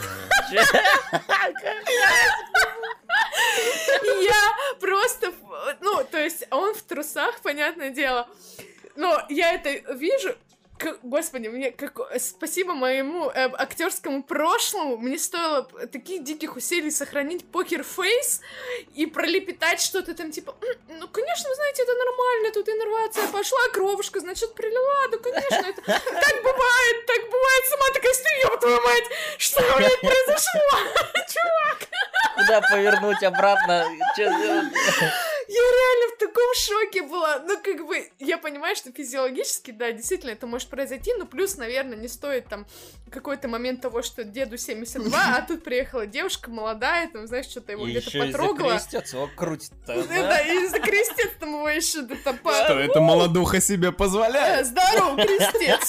Я просто... то есть он в трусах, понятное дело. Но я это вижу... Господи, спасибо моему актерскому прошлому, мне стоило таких диких усилий сохранить покер-фейс и пролепетать что-то там, типа, ну, конечно, вы знаете, это нормально, тут иннервация пошла, кровушка, значит, прилила, да, конечно, это так бывает, сама такая стою, ёб твою мать, что, блядь, произошло, чувак? Куда повернуть обратно? Что сделать? Я реально в таком шоке была. Ну, как бы, я понимаю, что физиологически, да, действительно, это может произойти, но плюс, наверное, не стоит там какой-то момент того, что деду 72, а тут приехала девушка молодая, там, знаешь, что-то его где-то потрогала. И еще его крутит-то, да? И за крестец там его еще где-то Что это молодуха себе позволяет? Здорово, крестец.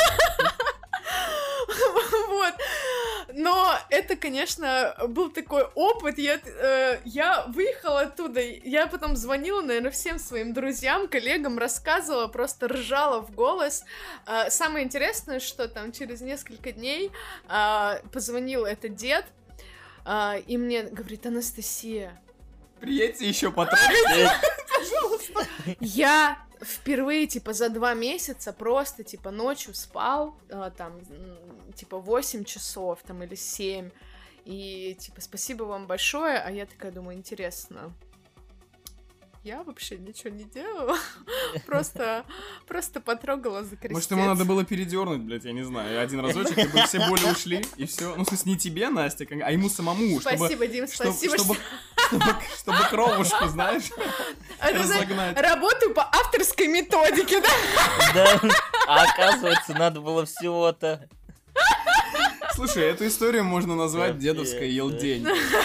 Вот. Но это, конечно, был такой опыт. Я выехала оттуда, я потом звонила, наверное, всем своим друзьям, коллегам, рассказывала, просто ржала в голос. Самое интересное, что там через несколько дней позвонил этот дед, и мне говорит: Анастасия, приедьте еще потрогайте. Пожалуйста. Я впервые, типа, за 2 месяца просто, типа, ночью спал, там, типа, 8 часов, там, или 7, и, типа, спасибо вам большое, а я такая думаю, интересно, я вообще ничего не делала, просто потрогала за крестец. Может, ему надо было передернуть, блядь, я не знаю, один разочек, и бы все боли ушли, и все. Ну, в смысле, не тебе, Настя, а ему самому, спасибо, Дим, спасибо, чтобы кровушку, знаешь, разогнать. Работаю по авторской методике, да? Да, а оказывается, надо было всего-то. Слушай, эту историю можно назвать дедовской елдень.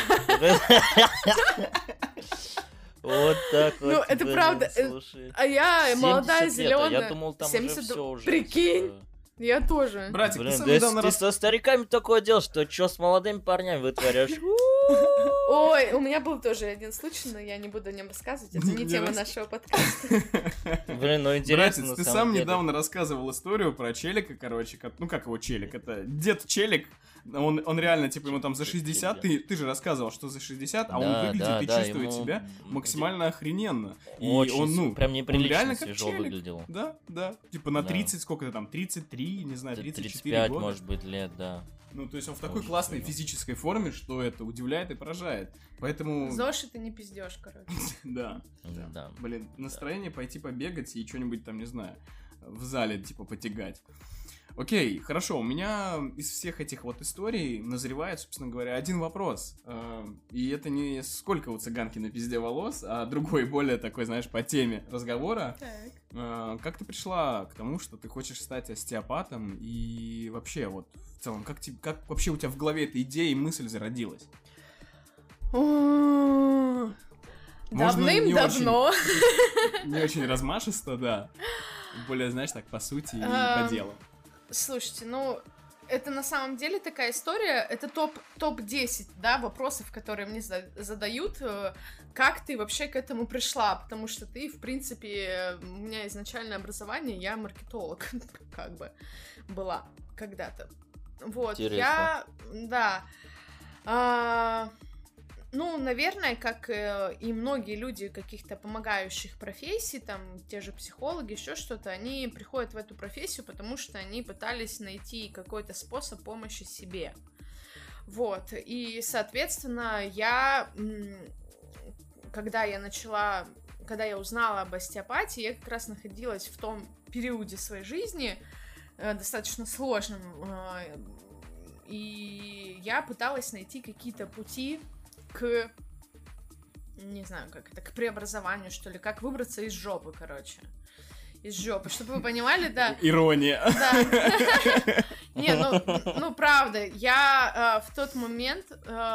Вот так вот. Ну, это правда. А я молодая, зеленая. Я думал, там уже все уже. Прикинь. Я тоже. Братик, блин, ты со стариками такое делаешь, что с молодыми парнями вытворяешь? Ой, у меня был тоже один случай, но я не буду о нем рассказывать, это не тема нашего подкаста. Блин, ну интересно. Братец, ты сам недавно рассказывал историю про челика, короче, ну как его челик, это дед челик, он реально, типа, ему там за 60, ты же рассказывал, что за 60, а он выглядит и чувствует себя максимально охрененно. И он, ну, прям неприлично свежо выглядел. Да, типа на 30, сколько-то там, 33, не знаю, 34 35, года. может быть, лет, да. Ну, то есть он в такой классной физической форме, что это удивляет и поражает. Поэтому... Зоши ты не пиздешь, короче. Да. Блин, настроение пойти побегать и что-нибудь там, не знаю, в зале, типа, потягать. Окей, хорошо, у меня из всех этих вот историй назревает, собственно говоря, один вопрос. И это не сколько у цыганки на пизде волос, а другой, более такой, знаешь, по теме разговора. Так. Как ты пришла к тому, что ты хочешь стать остеопатом? И вообще, вот, в целом, как вообще у тебя в голове эта идея и мысль зародилась? Давным-давно. Не очень размашисто, да. Более, знаешь, так, по сути и по делу. Слушайте, ну, это на самом деле такая история, это топ-10, да, вопросов, которые мне задают, как ты вообще к этому пришла, потому что ты, в принципе, у меня изначальное образование, я маркетолог, как бы, была когда-то. Вот, интересно. Ну, наверное, как и многие люди каких-то помогающих профессий, там, те же психологи, еще что-то, они приходят в эту профессию, потому что они пытались найти какой-то способ помощи себе. Вот, и, соответственно, когда я узнала об остеопатии, я как раз находилась в том периоде своей жизни, достаточно сложном, и я пыталась найти какие-то пути к, не знаю, как это, к преобразованию, что ли, как выбраться из жопы, короче. Из жопы, чтобы вы понимали, да. Ирония. Да. Не, ну, правда, я в тот момент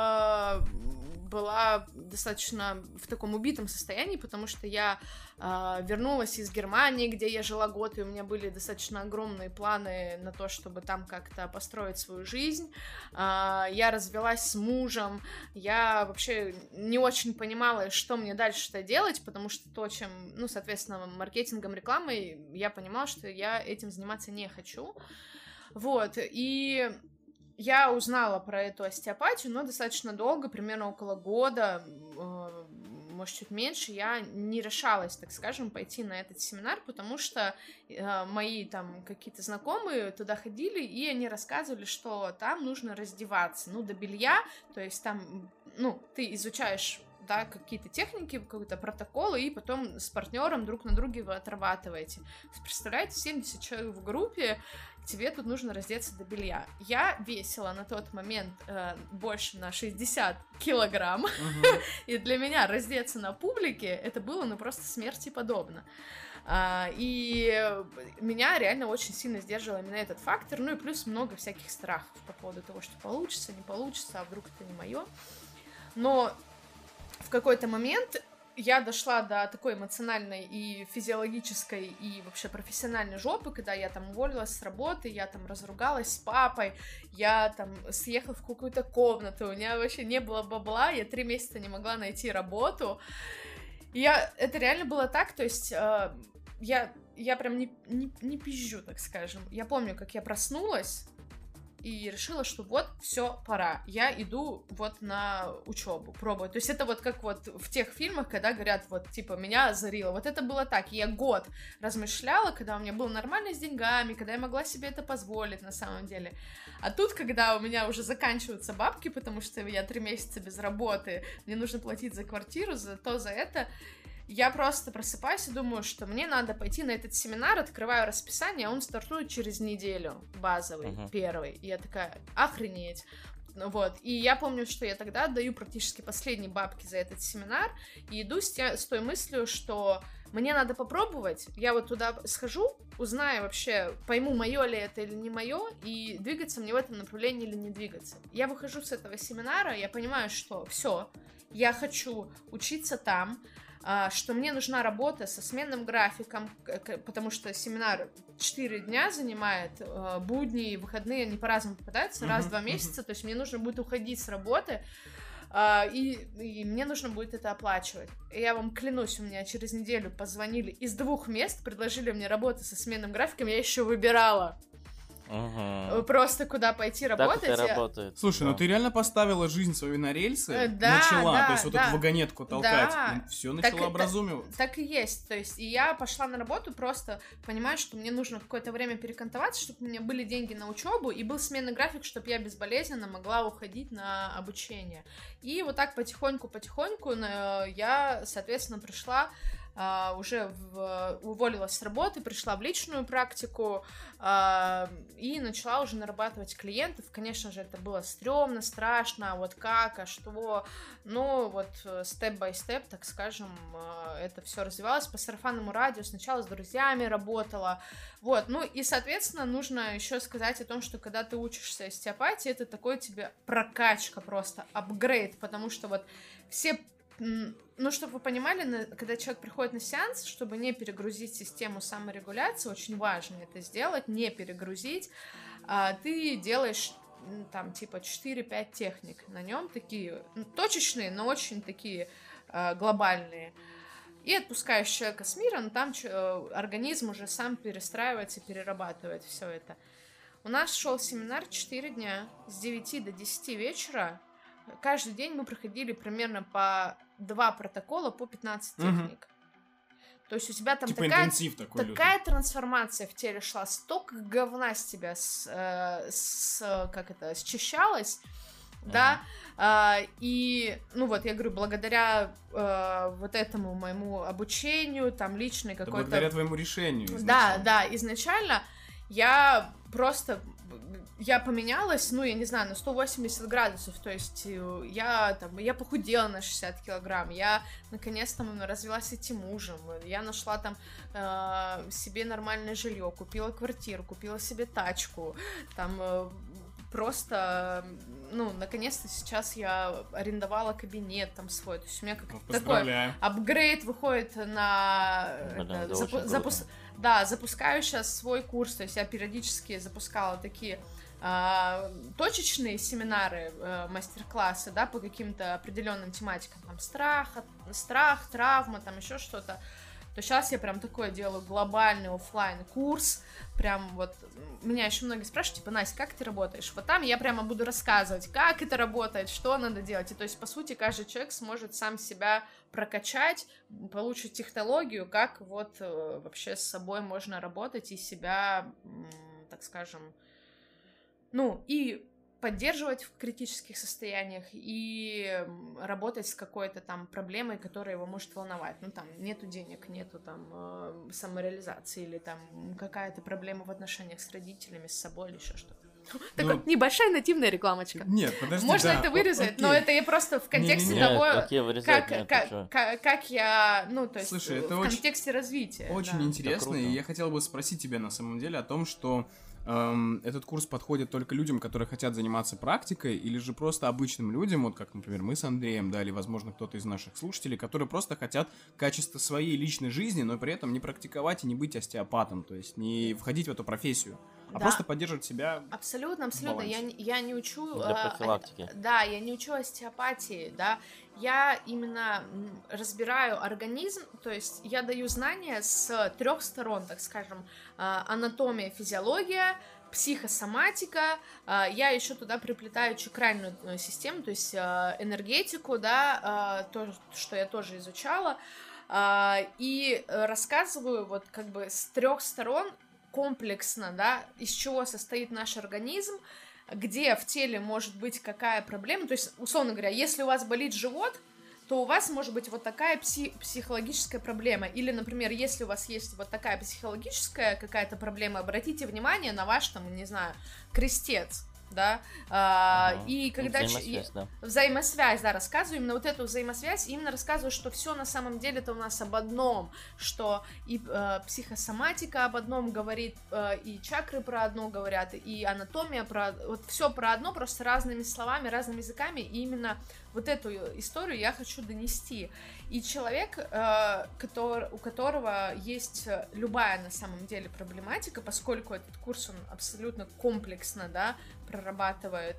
была достаточно в таком убитом состоянии, потому что я вернулась из Германии, где я жила год, и у меня были достаточно огромные планы на то, чтобы там как-то построить свою жизнь. Я развелась с мужем, я вообще не очень понимала, что мне дальше-то делать, потому что то, чем, ну, соответственно, маркетингом, рекламой, я понимала, что я этим заниматься не хочу. Вот, и я узнала про эту остеопатию, но достаточно долго, примерно около года, может, чуть меньше, я не решалась, так скажем, пойти на этот семинар, потому что мои там какие-то знакомые туда ходили, и они рассказывали, что там нужно раздеваться, ну, до белья, то есть там, ну, ты изучаешь, да, какие-то техники, какие-то протоколы, и потом с партнером друг на друге вы отрабатываете. Представляете, 70 человек в группе, тебе тут нужно раздеться до белья. Я весила на тот момент больше на 60 килограмм, и для меня раздеться на публике, это было, ну, просто смерти подобно. И меня реально очень сильно сдерживал именно этот фактор, ну и плюс много всяких страхов по поводу того, что получится, не получится, а вдруг это не мое. Но в какой-то момент я дошла до такой эмоциональной и физиологической и вообще профессиональной жопы, когда я там уволилась с работы, я там разругалась с папой, я там съехала в какую-то комнату, у меня вообще не было бабла, я 3 месяца не могла найти работу. Это реально было так, то есть я прям не пизжу, так скажем. Я помню, как я проснулась и решила, что вот, все, пора. Я иду вот на учебу, пробую. То есть это вот как вот в тех фильмах, когда говорят, вот, типа, меня озарило. Вот это было так. Я год размышляла, когда у меня было нормально с деньгами, когда я могла себе это позволить на самом деле. А тут, когда у меня уже заканчиваются бабки, потому что я 3 месяца без работы, мне нужно платить за квартиру, за это... Я просто просыпаюсь и думаю, что мне надо пойти на этот семинар, открываю расписание, а он стартует через неделю, базовый, первый. И я такая, охренеть. Вот, и я помню, что я тогда отдаю практически последние бабки за этот семинар и иду с той мыслью, что мне надо попробовать, я вот туда схожу, узнаю вообще, пойму, мое ли это или не мое, и двигаться мне в этом направлении или не двигаться. Я выхожу с этого семинара, я понимаю, что все, я хочу учиться там, что мне нужна работа со сменным графиком, потому что семинар 4 дня занимает, будни и выходные, они по-разному попадаются, раз в 2 месяца, то есть мне нужно будет уходить с работы, и мне нужно будет это оплачивать. И я вам клянусь, у меня через неделю позвонили из 2 мест, предложили мне работу со сменным графиком, я еще выбирала. Просто куда пойти работать. Так это работает. Слушай, ну ты реально поставила жизнь свою на рельсы, да, начала, да, то есть вот да. эту вагонетку толкать, Да. все начала образумиваться. Так и есть, то есть и я пошла на работу, просто понимаю, что мне нужно какое-то время перекантоваться, чтобы у меня были деньги на учебу и был сменный график, чтобы я безболезненно могла уходить на обучение. И вот так потихоньку я, соответственно, пришла уже уволилась с работы, пришла в личную практику и начала уже нарабатывать клиентов. Конечно же, это было стрёмно, страшно, вот как, а что, но вот степ-бай-степ, так скажем, это все развивалось по сарафанному радио, сначала с друзьями работала, вот, ну и, соответственно, нужно еще сказать о том, что когда ты учишься остеопатии, это такой тебе прокачка просто, апгрейд, потому что вот все... Ну, чтобы вы понимали, когда человек приходит на сеанс, чтобы не перегрузить систему саморегуляции, очень важно это сделать, не перегрузить, ты делаешь там типа 4-5 техник на нем, такие точечные, но очень такие глобальные. И отпускаешь человека с мира, но там организм уже сам перестраивается, перерабатывает все это. У нас шел семинар 4 дня, с 9 до 10 вечера. Каждый день мы проходили примерно по 2 протокола по 15 техник. То есть у тебя там типа такая трансформация в теле шла, столько говна с тебя счищалось, да, и, ну вот, я говорю, благодаря вот этому моему обучению, там, личной какой-то... благодаря твоему решению изначально. Да, изначально я поменялась, ну, я не знаю, на 180 градусов, то есть я похудела на 60 килограмм, я наконец-то развелась с этим мужем, я нашла там себе нормальное жилье, купила квартиру, купила себе тачку, там просто, ну, наконец-то сейчас я арендовала кабинет там свой, то есть у меня как такой апгрейд выходит на... запускаю сейчас свой курс, то есть я периодически запускала такие точечные семинары, мастер-классы, да, по каким-то определенным тематикам, там, страх, травма, там, еще что-то, то сейчас я прям такое делаю глобальный офлайн курс, прям вот, меня еще многие спрашивают, типа, Настя, как ты работаешь? Вот там я прямо буду рассказывать, как это работает, что надо делать, и то есть, по сути, каждый человек сможет сам себя прокачать, получить технологию, как вот вообще с собой можно работать и себя, так скажем, ну, и поддерживать в критических состояниях и работать с какой-то там проблемой, которая его может волновать. Ну, там, нету денег, нету там самореализации или там какая-то проблема в отношениях с родителями, с собой или еще что-то. Так вот, небольшая нативная рекламочка. Нет, подожди, можно это вырезать, но это я просто в контексте того, как я, ну, то есть слушай, в контексте развития. Очень интересно, и я хотел бы спросить тебя на самом деле о том, что этот курс подходит только людям, которые хотят заниматься практикой, или же просто обычным людям, вот как, например, мы с Андреем, да, или, возможно, кто-то из наших слушателей, которые просто хотят качество своей личной жизни, но при этом не практиковать и не быть остеопатом, то есть не входить в эту профессию, а просто поддерживать себя. Абсолютно. Я не учу... Для профилактики. Да, я не учу остеопатии, да, я именно разбираю организм, то есть я даю знания с 3 сторон, так скажем, анатомия, физиология, психосоматика, я еще туда приплетаю чакральную систему, то есть энергетику, да, то, что я тоже изучала, и рассказываю вот как бы с 3 сторон комплексно, да, из чего состоит наш организм, где в теле может быть какая проблема, то есть, условно говоря, если у вас болит живот, то у вас может быть вот такая психологическая проблема, или, например, если у вас есть вот такая психологическая какая-то проблема, обратите внимание на ваш, там, не знаю, крестец, да, и когда... Взаимосвязь, да, рассказываю именно вот эту взаимосвязь, именно рассказываю, что все на самом деле это у нас об одном, что и психосоматика об одном говорит, и чакры про одно говорят, и анатомия про... Вот все про одно, просто разными словами, разными языками, и именно вот эту историю я хочу донести. И человек, у которого есть любая на самом деле проблематика, поскольку этот курс, он абсолютно комплексно, да, прорабатывает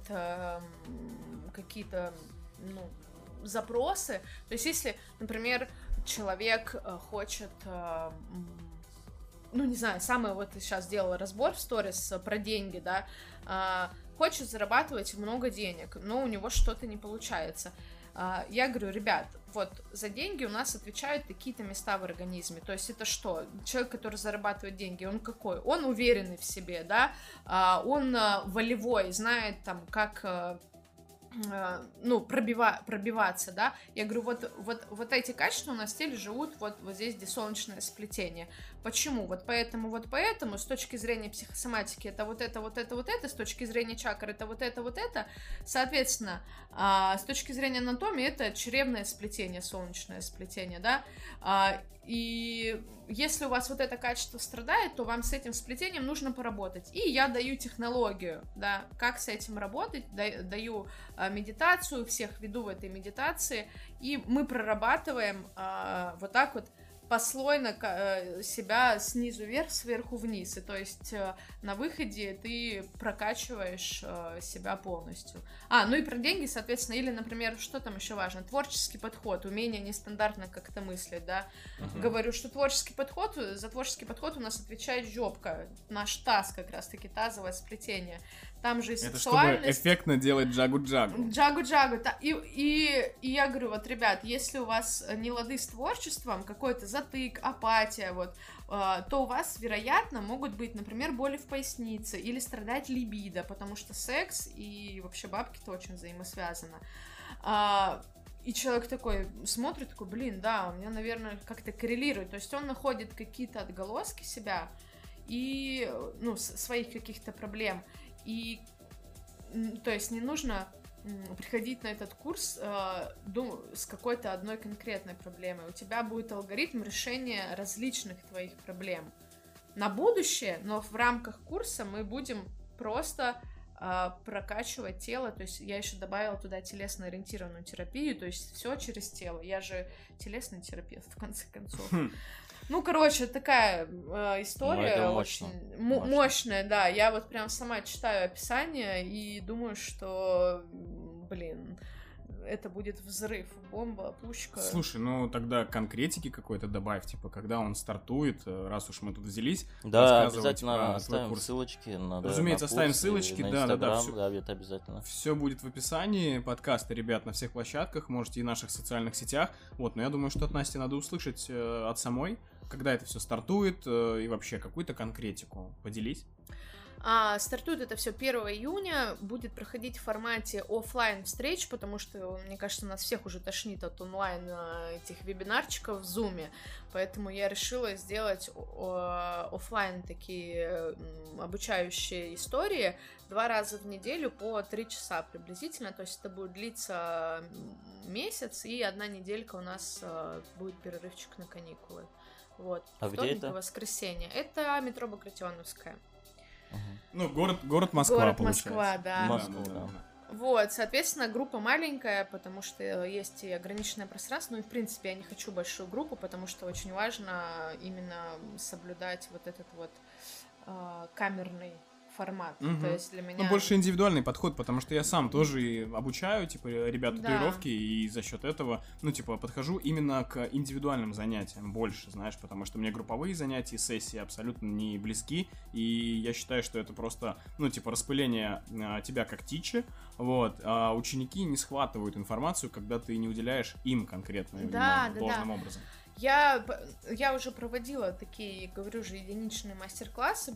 какие-то, ну, запросы. То есть, если, например, человек хочет, ну, не знаю, самое вот сейчас делала разбор в сторис про деньги, да, хочет зарабатывать много денег, но у него что-то не получается. Я говорю, ребят, вот за деньги у нас отвечают такие-то места в организме. То есть это что? Человек, который зарабатывает деньги, он какой? Он уверенный в себе, да? Он волевой, знает там, как пробиваться, да, я говорю, вот эти качества у нас в теле живут вот здесь, где солнечное сплетение. Почему? Вот поэтому, с точки зрения психосоматики это вот это, с точки зрения чакр это вот это, соответственно, с точки зрения анатомии это чревное сплетение, солнечное сплетение, да, и если у вас вот это качество страдает, то вам с этим сплетением нужно поработать. И я даю технологию, да, как с этим работать, даю медитацию, всех веду в этой медитации, и мы прорабатываем вот так вот послойно себя снизу вверх, сверху вниз. И то есть на выходе ты прокачиваешь себя полностью. Ну и про деньги, соответственно, или, например, что там еще важно? Творческий подход, умение нестандартно как-то мыслить, да. Говорю, что за творческий подход у нас отвечает жопка, наш таз как раз-таки, тазовое сплетение. Там же и сексуальность. Это чтобы эффектно делать джагу-джагу. Джагу-джагу. И я говорю, вот, ребят, если у вас не лады с творчеством, какой-то затык, апатия, вот, то у вас, вероятно, могут быть, например, боли в пояснице или страдать либидо, потому что секс и вообще бабки-то очень взаимосвязаны. И человек такой смотрит, такой, блин, да, у меня, наверное, как-то коррелирует. То есть он находит какие-то отголоски себя и, своих каких-то проблем. И, то есть, не нужно приходить на этот курс с какой-то одной конкретной проблемой. У тебя будет алгоритм решения различных твоих проблем на будущее, но в рамках курса мы будем просто прокачивать тело. То есть я еще добавила туда телесно-ориентированную терапию, то есть все через тело. Я же телесный терапевт, в конце концов. Короче, такая история очень мощная, да. Я вот прям сама читаю описание и думаю, что, блин, это будет взрыв, бомба, пушка. Слушай, тогда конкретики какой-то добавь, типа, когда он стартует, раз уж мы тут взялись. Да, обязательно оставим ссылочки. Разумеется, оставим ссылочки, да, это обязательно. Все будет в описании подкаста, ребят, на всех площадках, можете и в наших социальных сетях. Вот, но я думаю, что от Насти надо услышать от самой, когда это все стартует, и вообще какую-то конкретику. Поделись. Стартует это все 1 июня, будет проходить в формате офлайн встреч, потому что, мне кажется, нас всех уже тошнит от онлайн этих вебинарчиков в Зуме, поэтому я решила сделать офлайн такие обучающие истории 2 раза в неделю по 3 часа приблизительно, то есть это будет длиться месяц, и 1 неделька у нас будет перерывчик на каникулы. Вот. Вторник и воскресенье. Это метро Багратионовская. Город Москва, Город получается. Москва, да. Москва, да. Вот, соответственно, группа маленькая, потому что есть и ограниченное пространство. И, в принципе, я не хочу большую группу, потому что очень важно именно соблюдать вот этот вот камерный формат. То есть для меня... больше индивидуальный подход, потому что я сам тоже и обучаю, типа, ребят татуировки, и за счет этого, подхожу именно к индивидуальным занятиям больше, знаешь, потому что мне групповые занятия и сессии абсолютно не близки, и я считаю, что это просто, распыление тебя как тичи, вот, а ученики не схватывают информацию, когда ты не уделяешь им конкретное внимание должным образом. Я уже проводила такие, говорю же, единичные мастер-классы,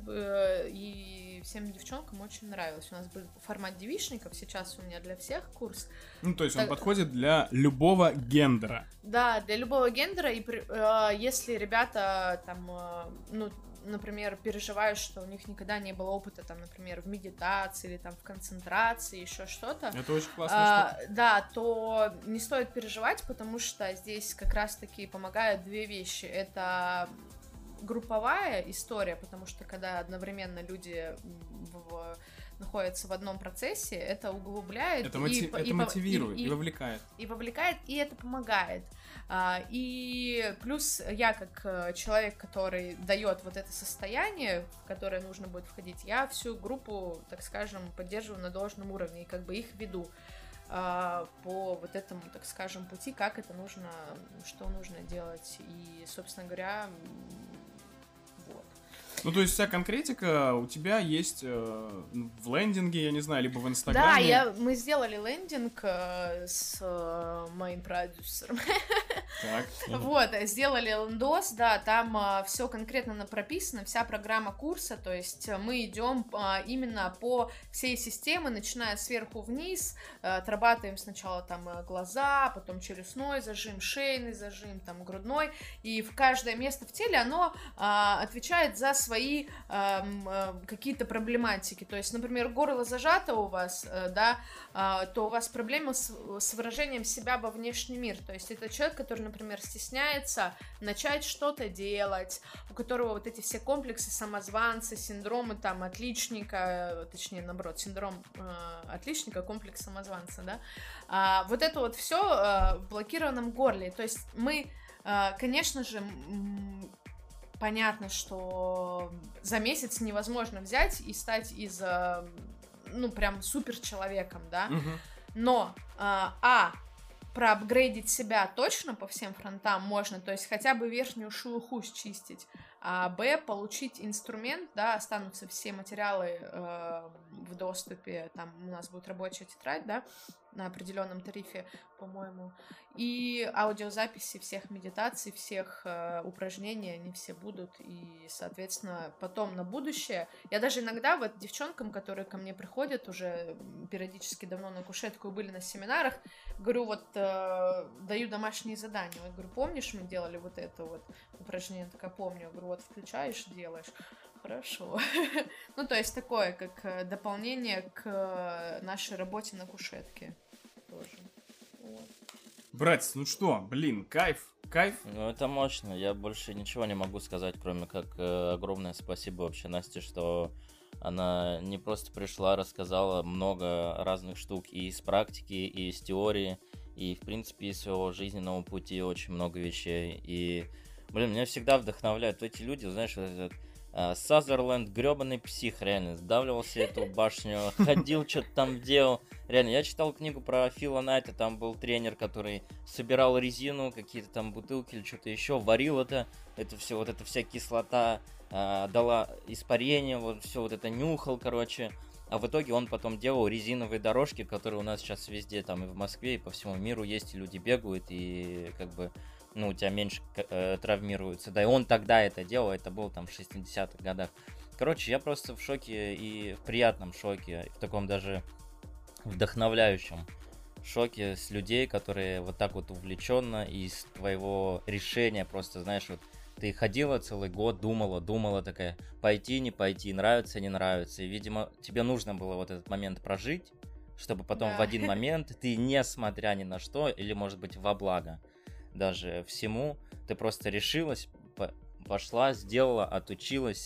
и всем девчонкам очень нравилось. У нас был формат девичников, сейчас у меня для всех курс. То есть он подходит для любого гендера. Да, для любого гендера, и если ребята там, например, переживают, что у них никогда не было опыта, там, например, в медитации или там в концентрации, еще что-то. Это очень классно. Да, то не стоит переживать, потому что здесь как раз-таки помогают 2 вещи. Это групповая история, потому что когда одновременно люди находятся в одном процессе, это углубляет. Это мотивирует и вовлекает. И вовлекает, и это помогает. И плюс я, как человек, который дает вот это состояние, в которое нужно будет входить, я всю группу, так скажем, поддерживаю на должном уровне и как бы их веду по вот этому, так скажем, пути, как это нужно, что нужно делать. И, собственно говоря, вот. То есть вся конкретика у тебя есть в лендинге, я не знаю, либо в Инстаграме. Да, мы сделали лендинг с моим продюсером. Так. Вот, сделали лендос, да, там все конкретно прописано, вся программа курса, то есть мы идем именно по всей системе, начиная сверху вниз, отрабатываем сначала там глаза, потом челюстной зажим, шейный зажим, там грудной, и в каждое место в теле оно отвечает за свои какие-то проблематики, то есть, например, горло зажато у вас, да, то у вас проблемы с выражением себя во внешний мир, то есть это человек, который, например, стесняется начать что-то делать, у которого вот эти все комплексы самозванца, синдромы там отличника, точнее, наоборот, синдром отличника, комплекс самозванца, да, вот это вот все в блокированном горле, то есть мы, конечно же, понятно, что за месяц невозможно взять и стать из, ну, прям супер человеком, да, но, проапгрейдить себя точно по всем фронтам можно, то есть хотя бы верхнюю шелуху счистить, а б, получить инструмент, да, останутся все материалы в доступе, там у нас будет рабочая тетрадь, да, на определенном тарифе, по-моему, и аудиозаписи всех медитаций, всех упражнений, они все будут, и, соответственно, потом на будущее, я даже иногда вот девчонкам, которые ко мне приходят уже периодически давно на кушетку и были на семинарах, говорю, вот, даю домашние задания, вот, говорю, помнишь, мы делали вот это вот упражнение, такая, помню, я говорю, вот, включаешь, делаешь. Хорошо. Ну, то есть такое, как дополнение к нашей работе на кушетке. Тоже. Вот. Братец, ну что, блин, кайф. Ну, это мощно. Я больше ничего не могу сказать, кроме как огромное спасибо вообще Насте, что она не просто пришла, рассказала много разных штук и из практики, и из теории, и, в принципе, из своего жизненного пути очень много вещей. И, блин, меня всегда вдохновляют эти люди, знаешь, вот этот Сазерленд, гребаный псих, реально, сдавливал себе эту башню, ходил, что-то там делал. Реально, я читал книгу про Фила Найта, там был тренер, который собирал резину, какие-то там бутылки или что-то еще, варил это все, вот эта вся кислота дала испарение, вот все вот это нюхал, короче. А в итоге он потом делал резиновые дорожки, которые у нас сейчас везде, там и в Москве, и по всему миру есть, и люди бегают, и как бы... ну, у тебя меньше травмируются. Да, и он тогда это делал, это было там в 60-х годах. Короче, я просто в шоке, и в приятном шоке, в таком даже вдохновляющем шоке с людей, которые вот так вот увлеченно из твоего решения, просто, знаешь, вот ты ходила целый год, думала такая, пойти, не пойти, нравится, не нравится. И, видимо, тебе нужно было вот этот момент прожить, чтобы потом в один момент ты, несмотря ни на что, или, может быть, во благо даже всему, ты просто решилась, пошла, сделала, отучилась,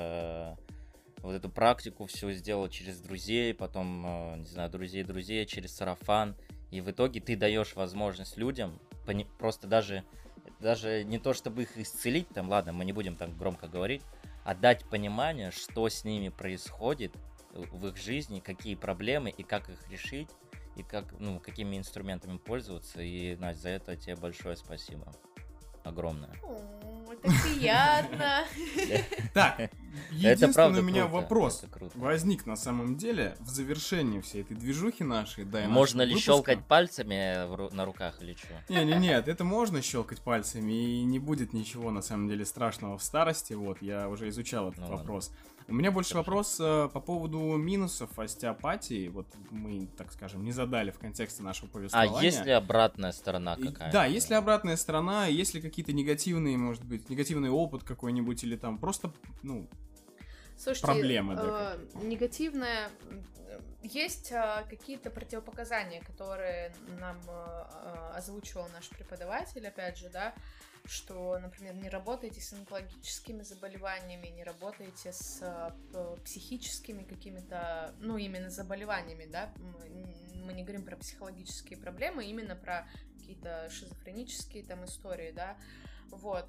вот эту практику всю сделала через друзей, потом, не знаю, друзей, через сарафан, и в итоге ты даешь возможность людям, просто даже не то, чтобы их исцелить, там, ладно, мы не будем так громко говорить, а дать понимание, что с ними происходит в их жизни, какие проблемы и как их решить, и как, ну, какими инструментами пользоваться. И, Настя, за это тебе большое спасибо. Огромное. Это приятно. Так, единственный у меня вопрос возник на самом деле в завершении всей этой движухи нашей. Можно ли щелкать пальцами на руках или что? Нет, это можно щелкать пальцами, и не будет ничего на самом деле страшного в старости. Вот, я уже изучал этот вопрос. У меня больше вопрос по поводу минусов остеопатии. Вот мы, так скажем, не задали в контексте нашего повествования. А есть ли обратная сторона какая-то? Да, есть ли обратная сторона, есть ли какие-то негативные, может быть, негативный опыт какой-нибудь, или там просто, ну, слушайте, проблемы. Да, негативное... Есть какие-то противопоказания, которые нам озвучивал наш преподаватель, опять же, да, что, например, не работайте с онкологическими заболеваниями, не работайте с психическими какими-то, ну, именно заболеваниями, да, мы не говорим про психологические проблемы, именно про какие-то шизофренические там истории, да, вот,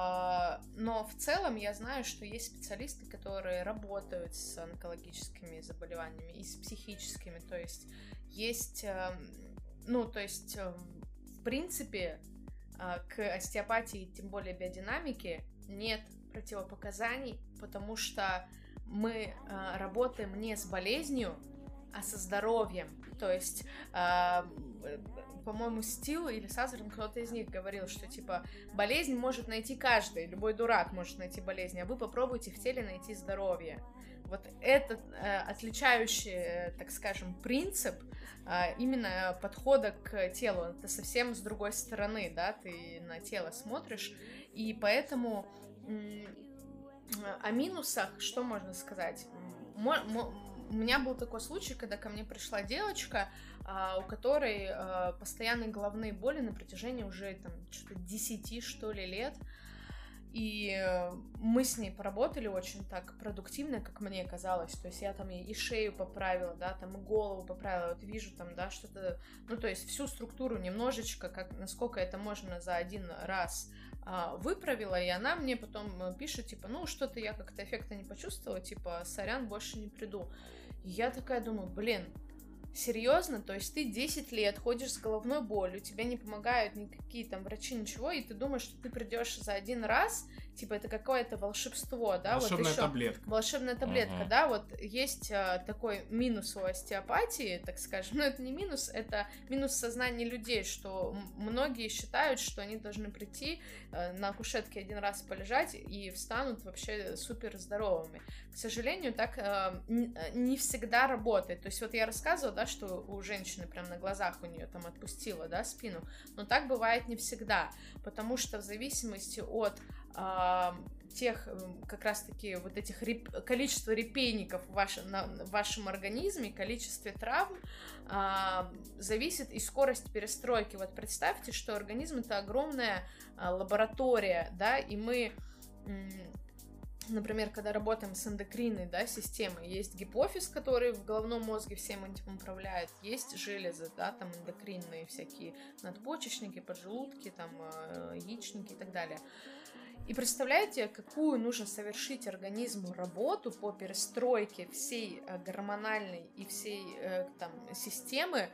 но в целом я знаю, что есть специалисты, которые работают с онкологическими заболеваниями и с психическими, то есть есть, ну, то есть, в принципе, к остеопатии, тем более биодинамике, нет противопоказаний, потому что мы работаем не с болезнью, а со здоровьем. То есть, по-моему, Стил или Сазерн, кто-то из них говорил, что, типа, болезнь может найти каждый, любой дурак может найти болезнь, а вы попробуйте в теле найти здоровье. Вот этот отличающий, так скажем, принцип именно подхода к телу, это совсем с другой стороны, да, ты на тело смотришь, и поэтому о минусах что можно сказать? У меня был такой случай, когда ко мне пришла девочка, у которой постоянные головные боли на протяжении уже там что-то 10, что ли, лет. И мы с ней поработали очень так продуктивно, как мне казалось. То есть я там и шею поправила, да, там и голову поправила. Вот вижу там, да, что-то... Ну, то есть всю структуру немножечко, насколько это можно за один раз выправила. И она мне потом пишет, типа, ну, что-то я как-то эффекта не почувствовала, типа, сорян, больше не приду. И я такая думаю, блин, серьезно? То есть ты 10 лет ходишь с головной болью, тебе не помогают никакие там врачи, ничего, и ты думаешь, что ты придешь за один раз, типа это какое-то волшебство, да? Волшебная вот таблетка. Волшебная таблетка, да, вот есть такой минус у остеопатии, так скажем, но это не минус, это минус сознания людей, что многие считают, что они должны прийти на кушетке один раз полежать и встанут вообще супер здоровыми. К сожалению, так не всегда работает. То есть вот я рассказывала, да, что у женщины прям на глазах у нее там отпустила, да, спину, но так бывает не всегда, потому что в зависимости от тех, как раз-таки, вот этих количества репейников в вашем организме, количестве травм, зависит и скорость перестройки. Вот представьте, что организм — это огромная лаборатория, да, и мы... Например, когда работаем с эндокринной, да, системой, есть гипофиз, который в головном мозге всем этим управляет, есть железы, да, там эндокринные всякие надпочечники, поджелудки, там яичники и так далее. И представляете, какую нужно совершить организму работу по перестройке всей гормональной и всей там системы,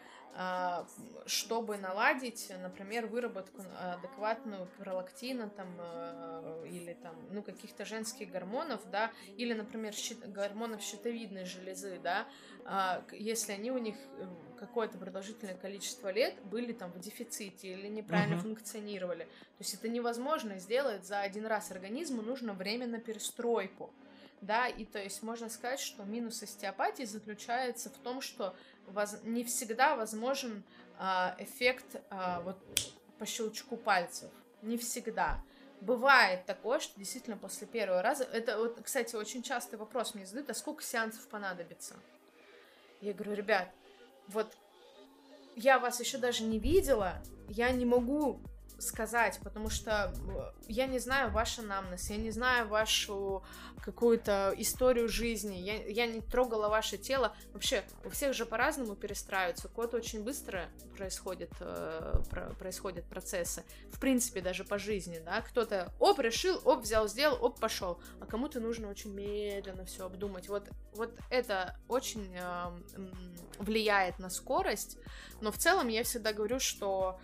чтобы наладить, например, выработку адекватную пролактина там, или там, ну, каких-то женских гормонов, да, или, например, гормонов щитовидной железы, да, если они у них какое-то продолжительное количество лет были там в дефиците или неправильно функционировали. То есть это невозможно сделать за один раз. Организму нужно время на перестройку. Да, и то есть можно сказать, что минус остеопатии заключается в том, что не всегда возможен эффект вот по щелчку пальцев. Не всегда. Бывает такое, что действительно после первого раза... Это вот, кстати, очень частый вопрос мне задают, а сколько сеансов понадобится? Я говорю, ребят, вот я вас еще даже не видела, я не могу сказать, потому что я не знаю ваш анамнез, я не знаю вашу какую-то историю жизни, я не трогала ваше тело. Вообще, у всех же по-разному перестраиваются. У кого-то очень быстро происходят процессы, в принципе, даже по жизни, да, кто-то решил, взял, сделал, пошел, а кому-то нужно очень медленно все обдумать. Вот это очень влияет на скорость, но в целом я всегда говорю, что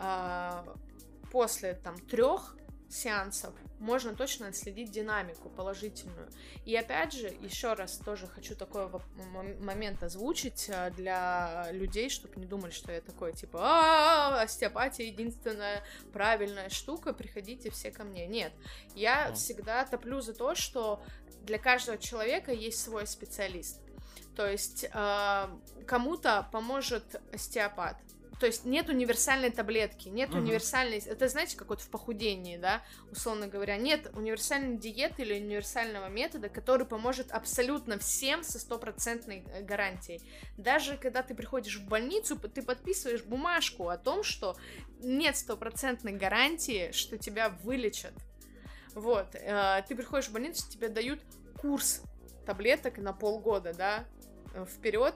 после там 3 сеансов можно точно отследить динамику положительную. И опять же, еще раз тоже хочу такой момент озвучить для людей, чтобы не думали, что я такой, типа, остеопатия единственная правильная штука, приходите все ко мне. Нет, я всегда топлю за то, что для каждого человека есть свой специалист. То есть кому-то поможет остеопат. То есть нет универсальной таблетки, нет универсальной... Это, знаете, как вот в похудении, да, условно говоря, нет универсальной диеты или универсального метода, который поможет абсолютно всем со 100% гарантией. Даже когда ты приходишь в больницу, ты подписываешь бумажку о том, что нет 100% гарантии, что тебя вылечат. Вот, ты приходишь в больницу, тебе дают курс таблеток на полгода, да, вперед.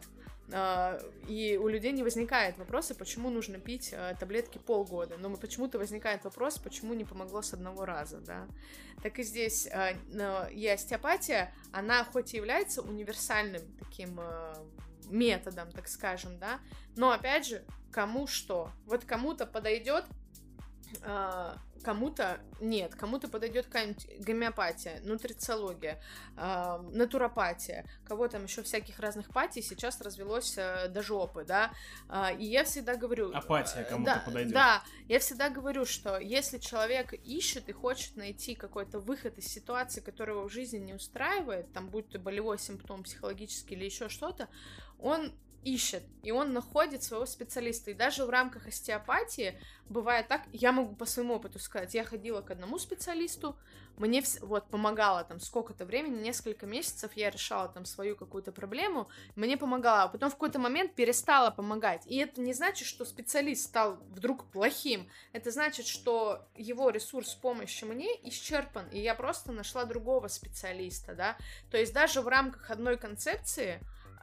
И у людей не возникает вопроса, почему нужно пить таблетки полгода. Но почему-то возникает вопрос, почему не помогло с одного раза, да. Так и здесь и остеопатия, она хоть и является универсальным таким методом, так скажем, да, но опять же, кому что. Вот кому-то подойдет кому-то нет, кому-то подойдет какая-нибудь гомеопатия, нутрициология, натуропатия, кого там еще всяких разных патий сейчас развелось до жопы, да, и я всегда говорю... Апатия кому-то подойдет. Да, я всегда говорю, что если человек ищет и хочет найти какой-то выход из ситуации, которая его в жизни не устраивает, там, будь то болевой симптом, психологический или еще что-то, он ищет, и он находит своего специалиста. И даже в рамках остеопатии бывает так, я могу по своему опыту сказать, я ходила к одному специалисту, мне вот помогало там сколько-то времени, несколько месяцев я решала там свою какую-то проблему, мне помогало, а потом в какой-то момент перестала помогать. И это не значит, что специалист стал вдруг плохим, это значит, что его ресурс помощи мне исчерпан, и я просто нашла другого специалиста, да. То есть даже в рамках одной концепции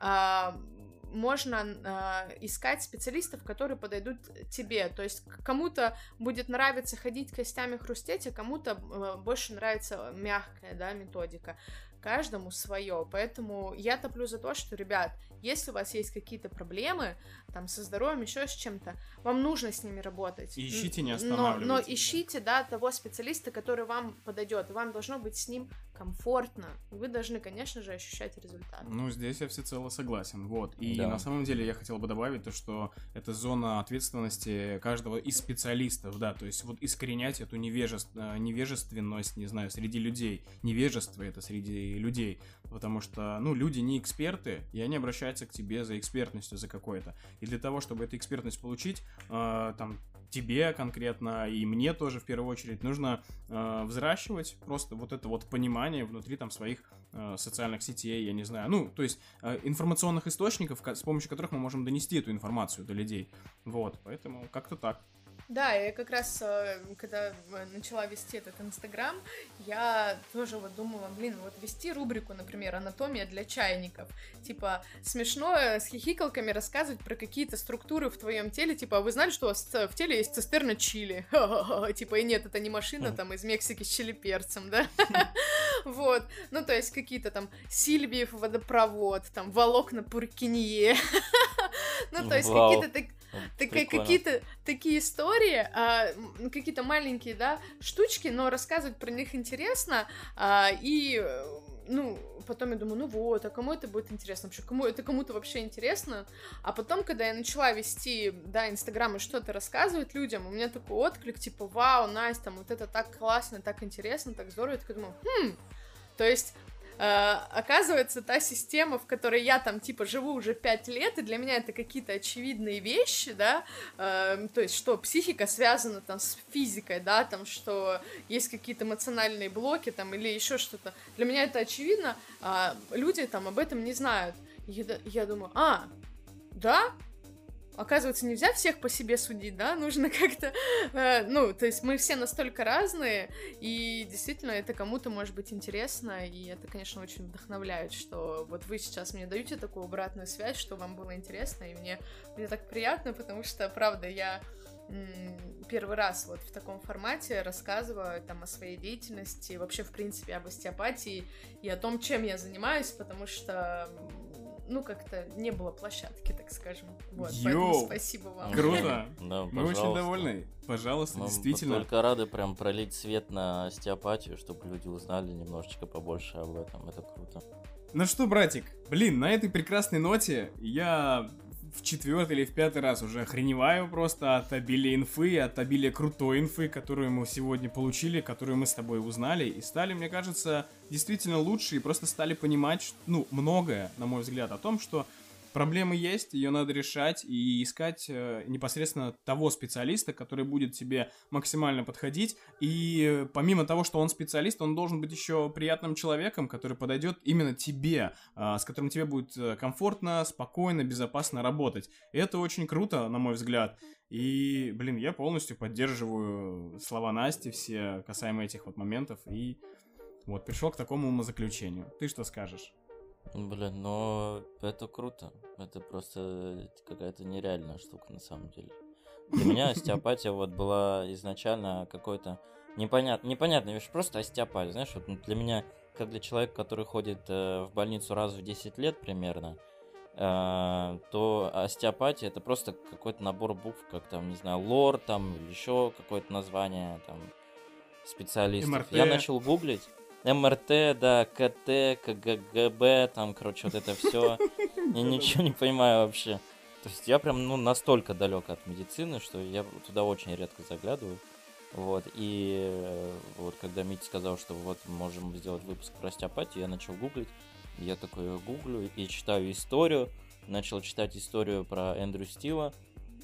можно искать специалистов, которые подойдут тебе. То есть кому-то будет нравиться ходить костями хрустеть, а кому-то больше нравится мягкая, да, методика. Каждому свое. Поэтому я топлю за то, что, ребят, если у вас есть какие-то проблемы, там, со здоровьем, еще с чем-то, вам нужно с ними работать. И ищите, не останавливайтесь. Но ищите, да, того специалиста, который вам подойдет. И вам должно быть с ним комфортно. И вы должны, конечно же, ощущать результат. Ну, здесь я всецело согласен. Вот. И Да. на самом деле я хотел бы добавить то, что это зона ответственности каждого из специалистов, да, то есть вот искоренять эту невежественность, не знаю, среди людей. Невежество это среди людей, потому что, ну, люди не эксперты, и они обращаются к тебе за экспертностью, за какой-то. И для того, чтобы эту экспертность получить, там, тебе конкретно и мне тоже в первую очередь нужно взращивать просто вот это вот понимание внутри там своих социальных сетей, я не знаю, ну, то есть информационных источников, с помощью которых мы можем донести эту информацию до людей. Вот, поэтому как-то так. Да, я как раз, когда начала вести этот Инстаграм, я тоже вот думала, вот вести рубрику, например, «Анатомия для чайников». Типа, смешно с хихикалками рассказывать про какие-то структуры в твоем теле, типа, а вы знали, что у вас в теле есть цистерна чили? Типа, и нет, это не машина там из Мексики с чили-перцем, да? Вот, ну, то есть какие-то там Сильвиев водопровод, там волокна Пуркинье. Ну, то есть какие-то такие истории, какие-то маленькие, да, штучки, но рассказывать про них интересно, и, ну, потом я думаю, ну вот, а кому это будет интересно вообще, кому-то вообще интересно, а потом, когда я начала вести, да, Инстаграм и что-то рассказывать людям, у меня такой отклик, типа, вау, Настя, там, вот это так классно, так интересно, так здорово, я такая думаю, то есть... оказывается, та система, в которой я там, типа, живу уже 5 лет, и для меня это какие-то очевидные вещи, да, то есть, что психика связана там с физикой, да, там, что есть какие-то эмоциональные блоки, там, или еще что-то. Для меня это очевидно, а люди там об этом не знают. И я думаю, да? Оказывается, нельзя всех по себе судить, да, нужно как-то, ну, то есть мы все настолько разные, и действительно это кому-то может быть интересно, и это, конечно, очень вдохновляет, что вот вы сейчас мне даете такую обратную связь, что вам было интересно, и мне так приятно, потому что, правда, я первый раз вот в таком формате рассказываю там о своей деятельности, вообще, в принципе, об остеопатии и о том, чем я занимаюсь, потому что... ну, как-то не было площадки, так скажем. Вот, поэтому спасибо вам. Круто! Да, мы очень довольны. Пожалуйста, мы действительно. только рады прям пролить свет на остеопатию, чтобы люди узнали немножечко побольше об этом. Это круто. Ну что, братик, на этой прекрасной ноте я в 4-й или в 5-й раз уже охреневаю просто от обилия инфы, от обилия крутой инфы, которую мы сегодня получили, которую мы с тобой узнали, и стали, мне кажется, действительно лучше, и просто стали понимать, ну, многое, на мой взгляд, о том, что проблемы есть, ее надо решать и искать непосредственно того специалиста, который будет тебе максимально подходить. И помимо того, что он специалист, он должен быть еще приятным человеком, который подойдет именно тебе, с которым тебе будет комфортно, спокойно, безопасно работать. И это очень круто, на мой взгляд. И, я полностью поддерживаю слова Насти все касаемо этих вот моментов. И вот пришел к такому умозаключению. Ты что скажешь? Ну это круто. Это просто какая-то нереальная штука на самом деле. Для меня остеопатия вот была изначально какой-то непонятная вещь, просто остеопатия. Знаешь, вот для меня, как для человека, который ходит в больницу раз в 10 лет примерно, то остеопатия это просто какой-то набор букв, как там, не знаю, лор там, или еще какое-то название там специалистов. МРТ. Я начал гуглить. МРТ, да, КТ, КГБ, там, короче, вот это все. Я ничего не понимаю вообще. То есть я прям, настолько далек от медицины, что я туда очень редко заглядываю. Вот, и вот когда Митя сказал, что вот можем сделать выпуск про остеопатию, я начал гуглить. Я такой гуглю и читаю историю. Начал читать историю про Эндрю Стила.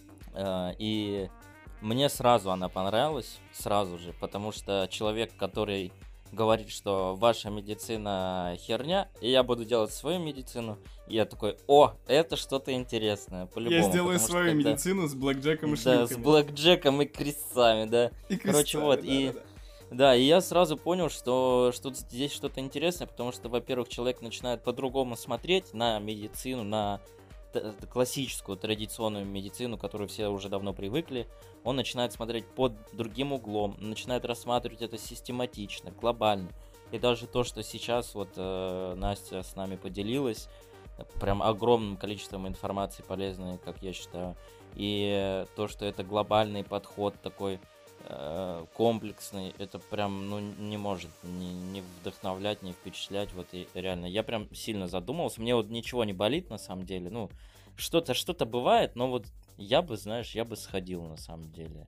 И мне сразу она понравилась, сразу же, потому что человек, который говорит, что ваша медицина херня, и я буду делать свою медицину, и я такой, это что-то интересное, по-любому. Я сделаю свою медицину с блэкджеком и да, шлюхами. с блэкджеком и крестцами, да. И Короче, вот, да, и я сразу понял, что здесь что-то интересное, потому что, во-первых, человек начинает по-другому смотреть на медицину, на классическую, традиционную медицину, к которой все уже давно привыкли. Он начинает смотреть под другим углом, начинает рассматривать это систематично, глобально. И даже то, что сейчас вот Настя с нами поделилась, прям огромным количеством информации полезной, как я считаю. И то, что это глобальный подход такой комплексный, это прям, не может не вдохновлять, не впечатлять, вот и реально, я прям сильно задумался, мне вот ничего не болит на самом деле, что-то бывает, но вот я бы сходил на самом деле,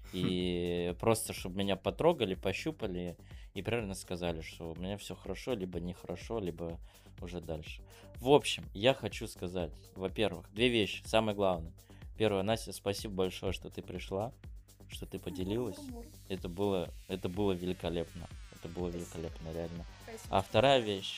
и просто, чтобы меня потрогали, пощупали, и примерно сказали, что у меня все хорошо, либо нехорошо, либо уже дальше. В общем, я хочу сказать, во-первых, две вещи, самое главное. Первое, Настя, спасибо большое, что ты пришла, что ты поделилась. Это было великолепно. Это было великолепно, реально. А вторая вещь,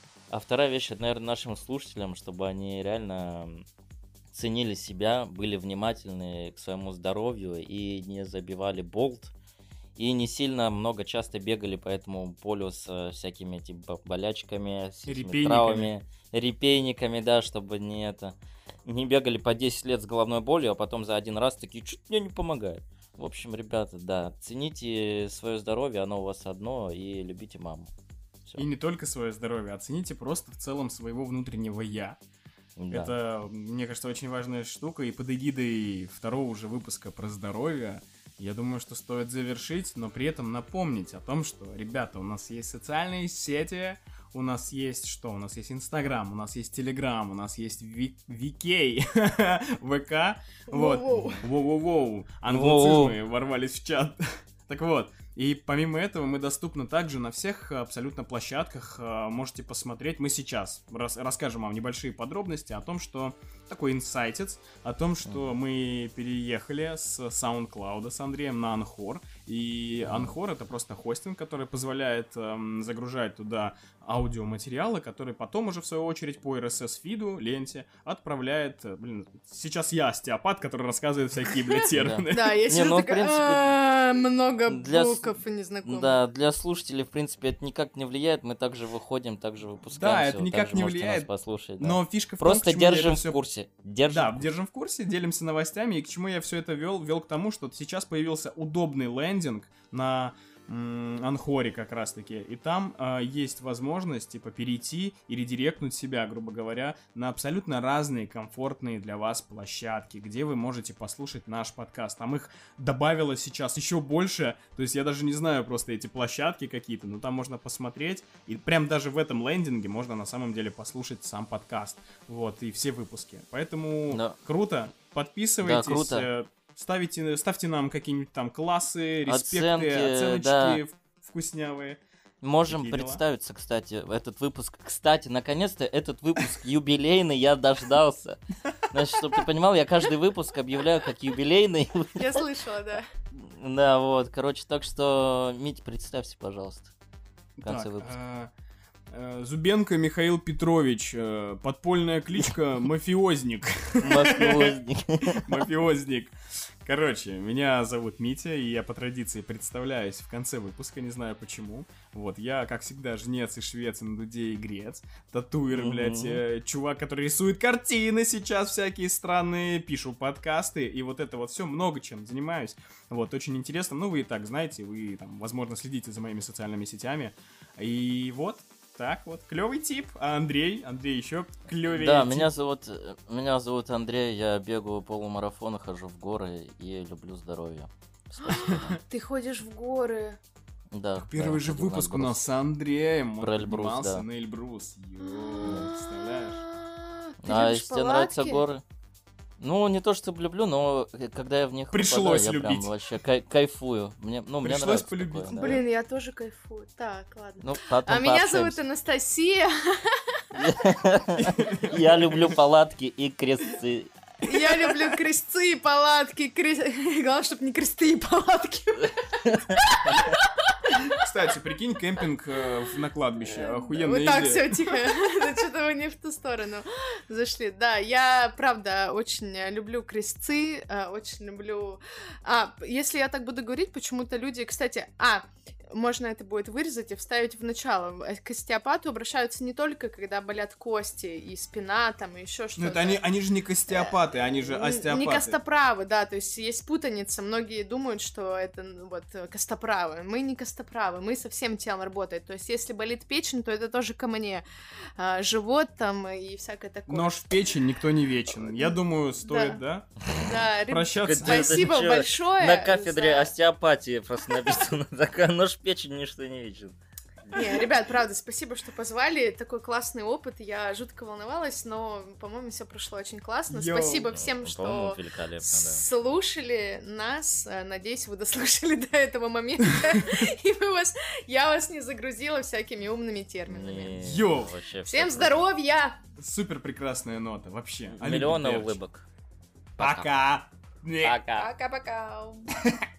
это, наверное, нашим слушателям, чтобы они реально ценили себя, были внимательны к своему здоровью и не забивали болт. И не сильно много часто бегали по этому полю с всякими болячками, с травмами, репейниками, да, чтобы не бегали по 10 лет с головной болью, а потом за один раз такие, что-то мне не помогает. В общем, ребята, да, цените свое здоровье, оно у вас одно, и любите маму. Всё. И не только свое здоровье, оцените просто в целом своего внутреннего «я». Да. Это, мне кажется, очень важная штука, и под эгидой второго уже выпуска про здоровье, я думаю, что стоит завершить, но при этом напомнить о том, что, ребята, у нас есть социальные сети, у нас есть что? У нас есть Инстаграм, у нас есть Телеграм, у нас есть VK, ВК, вот. Воу-воу-воу, англицизмы ворвались в чат. Так вот, и помимо этого мы доступны также на всех абсолютно площадках, можете посмотреть. Мы сейчас расскажем вам небольшие подробности о том, что такой инсайтец, о том, что мы переехали с SoundCloud с Андреем на Anchor. И Anchor — это просто хостинг, который позволяет загружать туда аудиоматериалы, которые потом уже в свою очередь по RSS-фиду, ленте, отправляет... сейчас я остеопат, который рассказывает всякие, термины. Да, я сижу такая, много букв и незнакомых. Да, для слушателей, в принципе, это никак не влияет, мы также выходим, также выпускаемся. Да, это никак не влияет, но фишка в том, просто держим в курсе. Держим в курсе, делимся новостями, и к чему я все это вел к тому, что сейчас появился удобный лендинг на Анхоре как раз-таки, и там есть возможность, перейти и редиректнуть себя, грубо говоря, на абсолютно разные комфортные для вас площадки, где вы можете послушать наш подкаст. Там их добавилось сейчас еще больше, то есть я даже не знаю просто эти площадки какие-то, но там можно посмотреть, и прям даже в этом лендинге можно на самом деле послушать сам подкаст, вот, и все выпуски. Поэтому круто, подписывайтесь. Да, круто. Ставьте нам какие-нибудь там классы, респекты, оценочки вкуснявые. Можем такие представиться, дела. Кстати, этот выпуск. Кстати, наконец-то этот выпуск юбилейный, я дождался. Значит, чтобы ты понимал, я каждый выпуск объявляю как юбилейный. Я слышала, да. Да, вот, короче, так что, Митя, представься, пожалуйста, в конце выпуска. Зубенко Михаил Петрович, подпольная кличка Мафиозник. Мафиозник. Короче, меня зовут Митя, и я по традиции представляюсь в конце выпуска, не знаю почему. Вот, я, как всегда, жнец и швец, и на дуде и грец. Татуир, чувак, который рисует картины сейчас всякие странные, пишу подкасты, и вот это вот все, много чем занимаюсь. Вот, очень интересно. Ну, вы и так знаете, вы там, возможно, следите за моими социальными сетями. И вот, так вот, клевый тип. А Андрей еще клевее. Да, тип. меня зовут Андрей, я бегаю полумарафоны, хожу в горы и люблю здоровье. Спасибо. Ты ходишь в горы. Да. Первый да, же ходил на выпуск у Эльбрус. нас с Андреем. Про Он Эльбрус, поднимался да. на Эльбрус. Йоу, представляешь? Ты А любишь если тебе нравятся палатки? горы? Ну, не то, что люблю, но когда я в них Пришлось попадаю, я прям любить. вообще кайфую. Мне Пришлось нравится полюбить. такое, да. Блин, я тоже кайфую. Так, ладно. Ну, потом А меня зовут пообщаемся. Анастасия. Я люблю палатки и крестцы. Я люблю крестцы и палатки. Главное, чтобы не кресты и палатки. Кстати, прикинь, кемпинг на кладбище. Охуенная Вот так, идея. все, тихо. Что-то вы не в ту сторону зашли. Да, я, правда, очень люблю крестцы, очень люблю... если я так буду говорить, почему-то люди, кстати... можно это будет вырезать и вставить в начало. К остеопату обращаются не только, когда болят кости и спина, там, и еще что-то. Ну, это они же не костеопаты, они же остеопаты. Не костоправы, да, то есть есть путаница. Многие думают, что это вот костоправы. Мы не костоправы, мы со всем телом работаем. То есть если болит печень, то это тоже ко мне. Живот там и всякое такое. Нож в печень, никто не вечен. Я думаю, стоит, да? Да, Прощаться. спасибо Это чё, большое. На кафедре за- остеопатии просто написано такая нож в печень, ничто не вечен. Не, ребят, правда, спасибо, что позвали. Такой классный опыт. Я жутко волновалась, но, по-моему, все прошло очень классно. Йоу. Спасибо всем, По-моему, что великолепно, да. слушали нас. Надеюсь, вы дослушали до этого момента. И я вас не загрузила всякими умными терминами. Не, Йоу. вообще всё Всем круто. здоровья! Супер прекрасная нота, вообще. Миллиона Алиби Перч. улыбок. Пока. Пока. Пока-пока!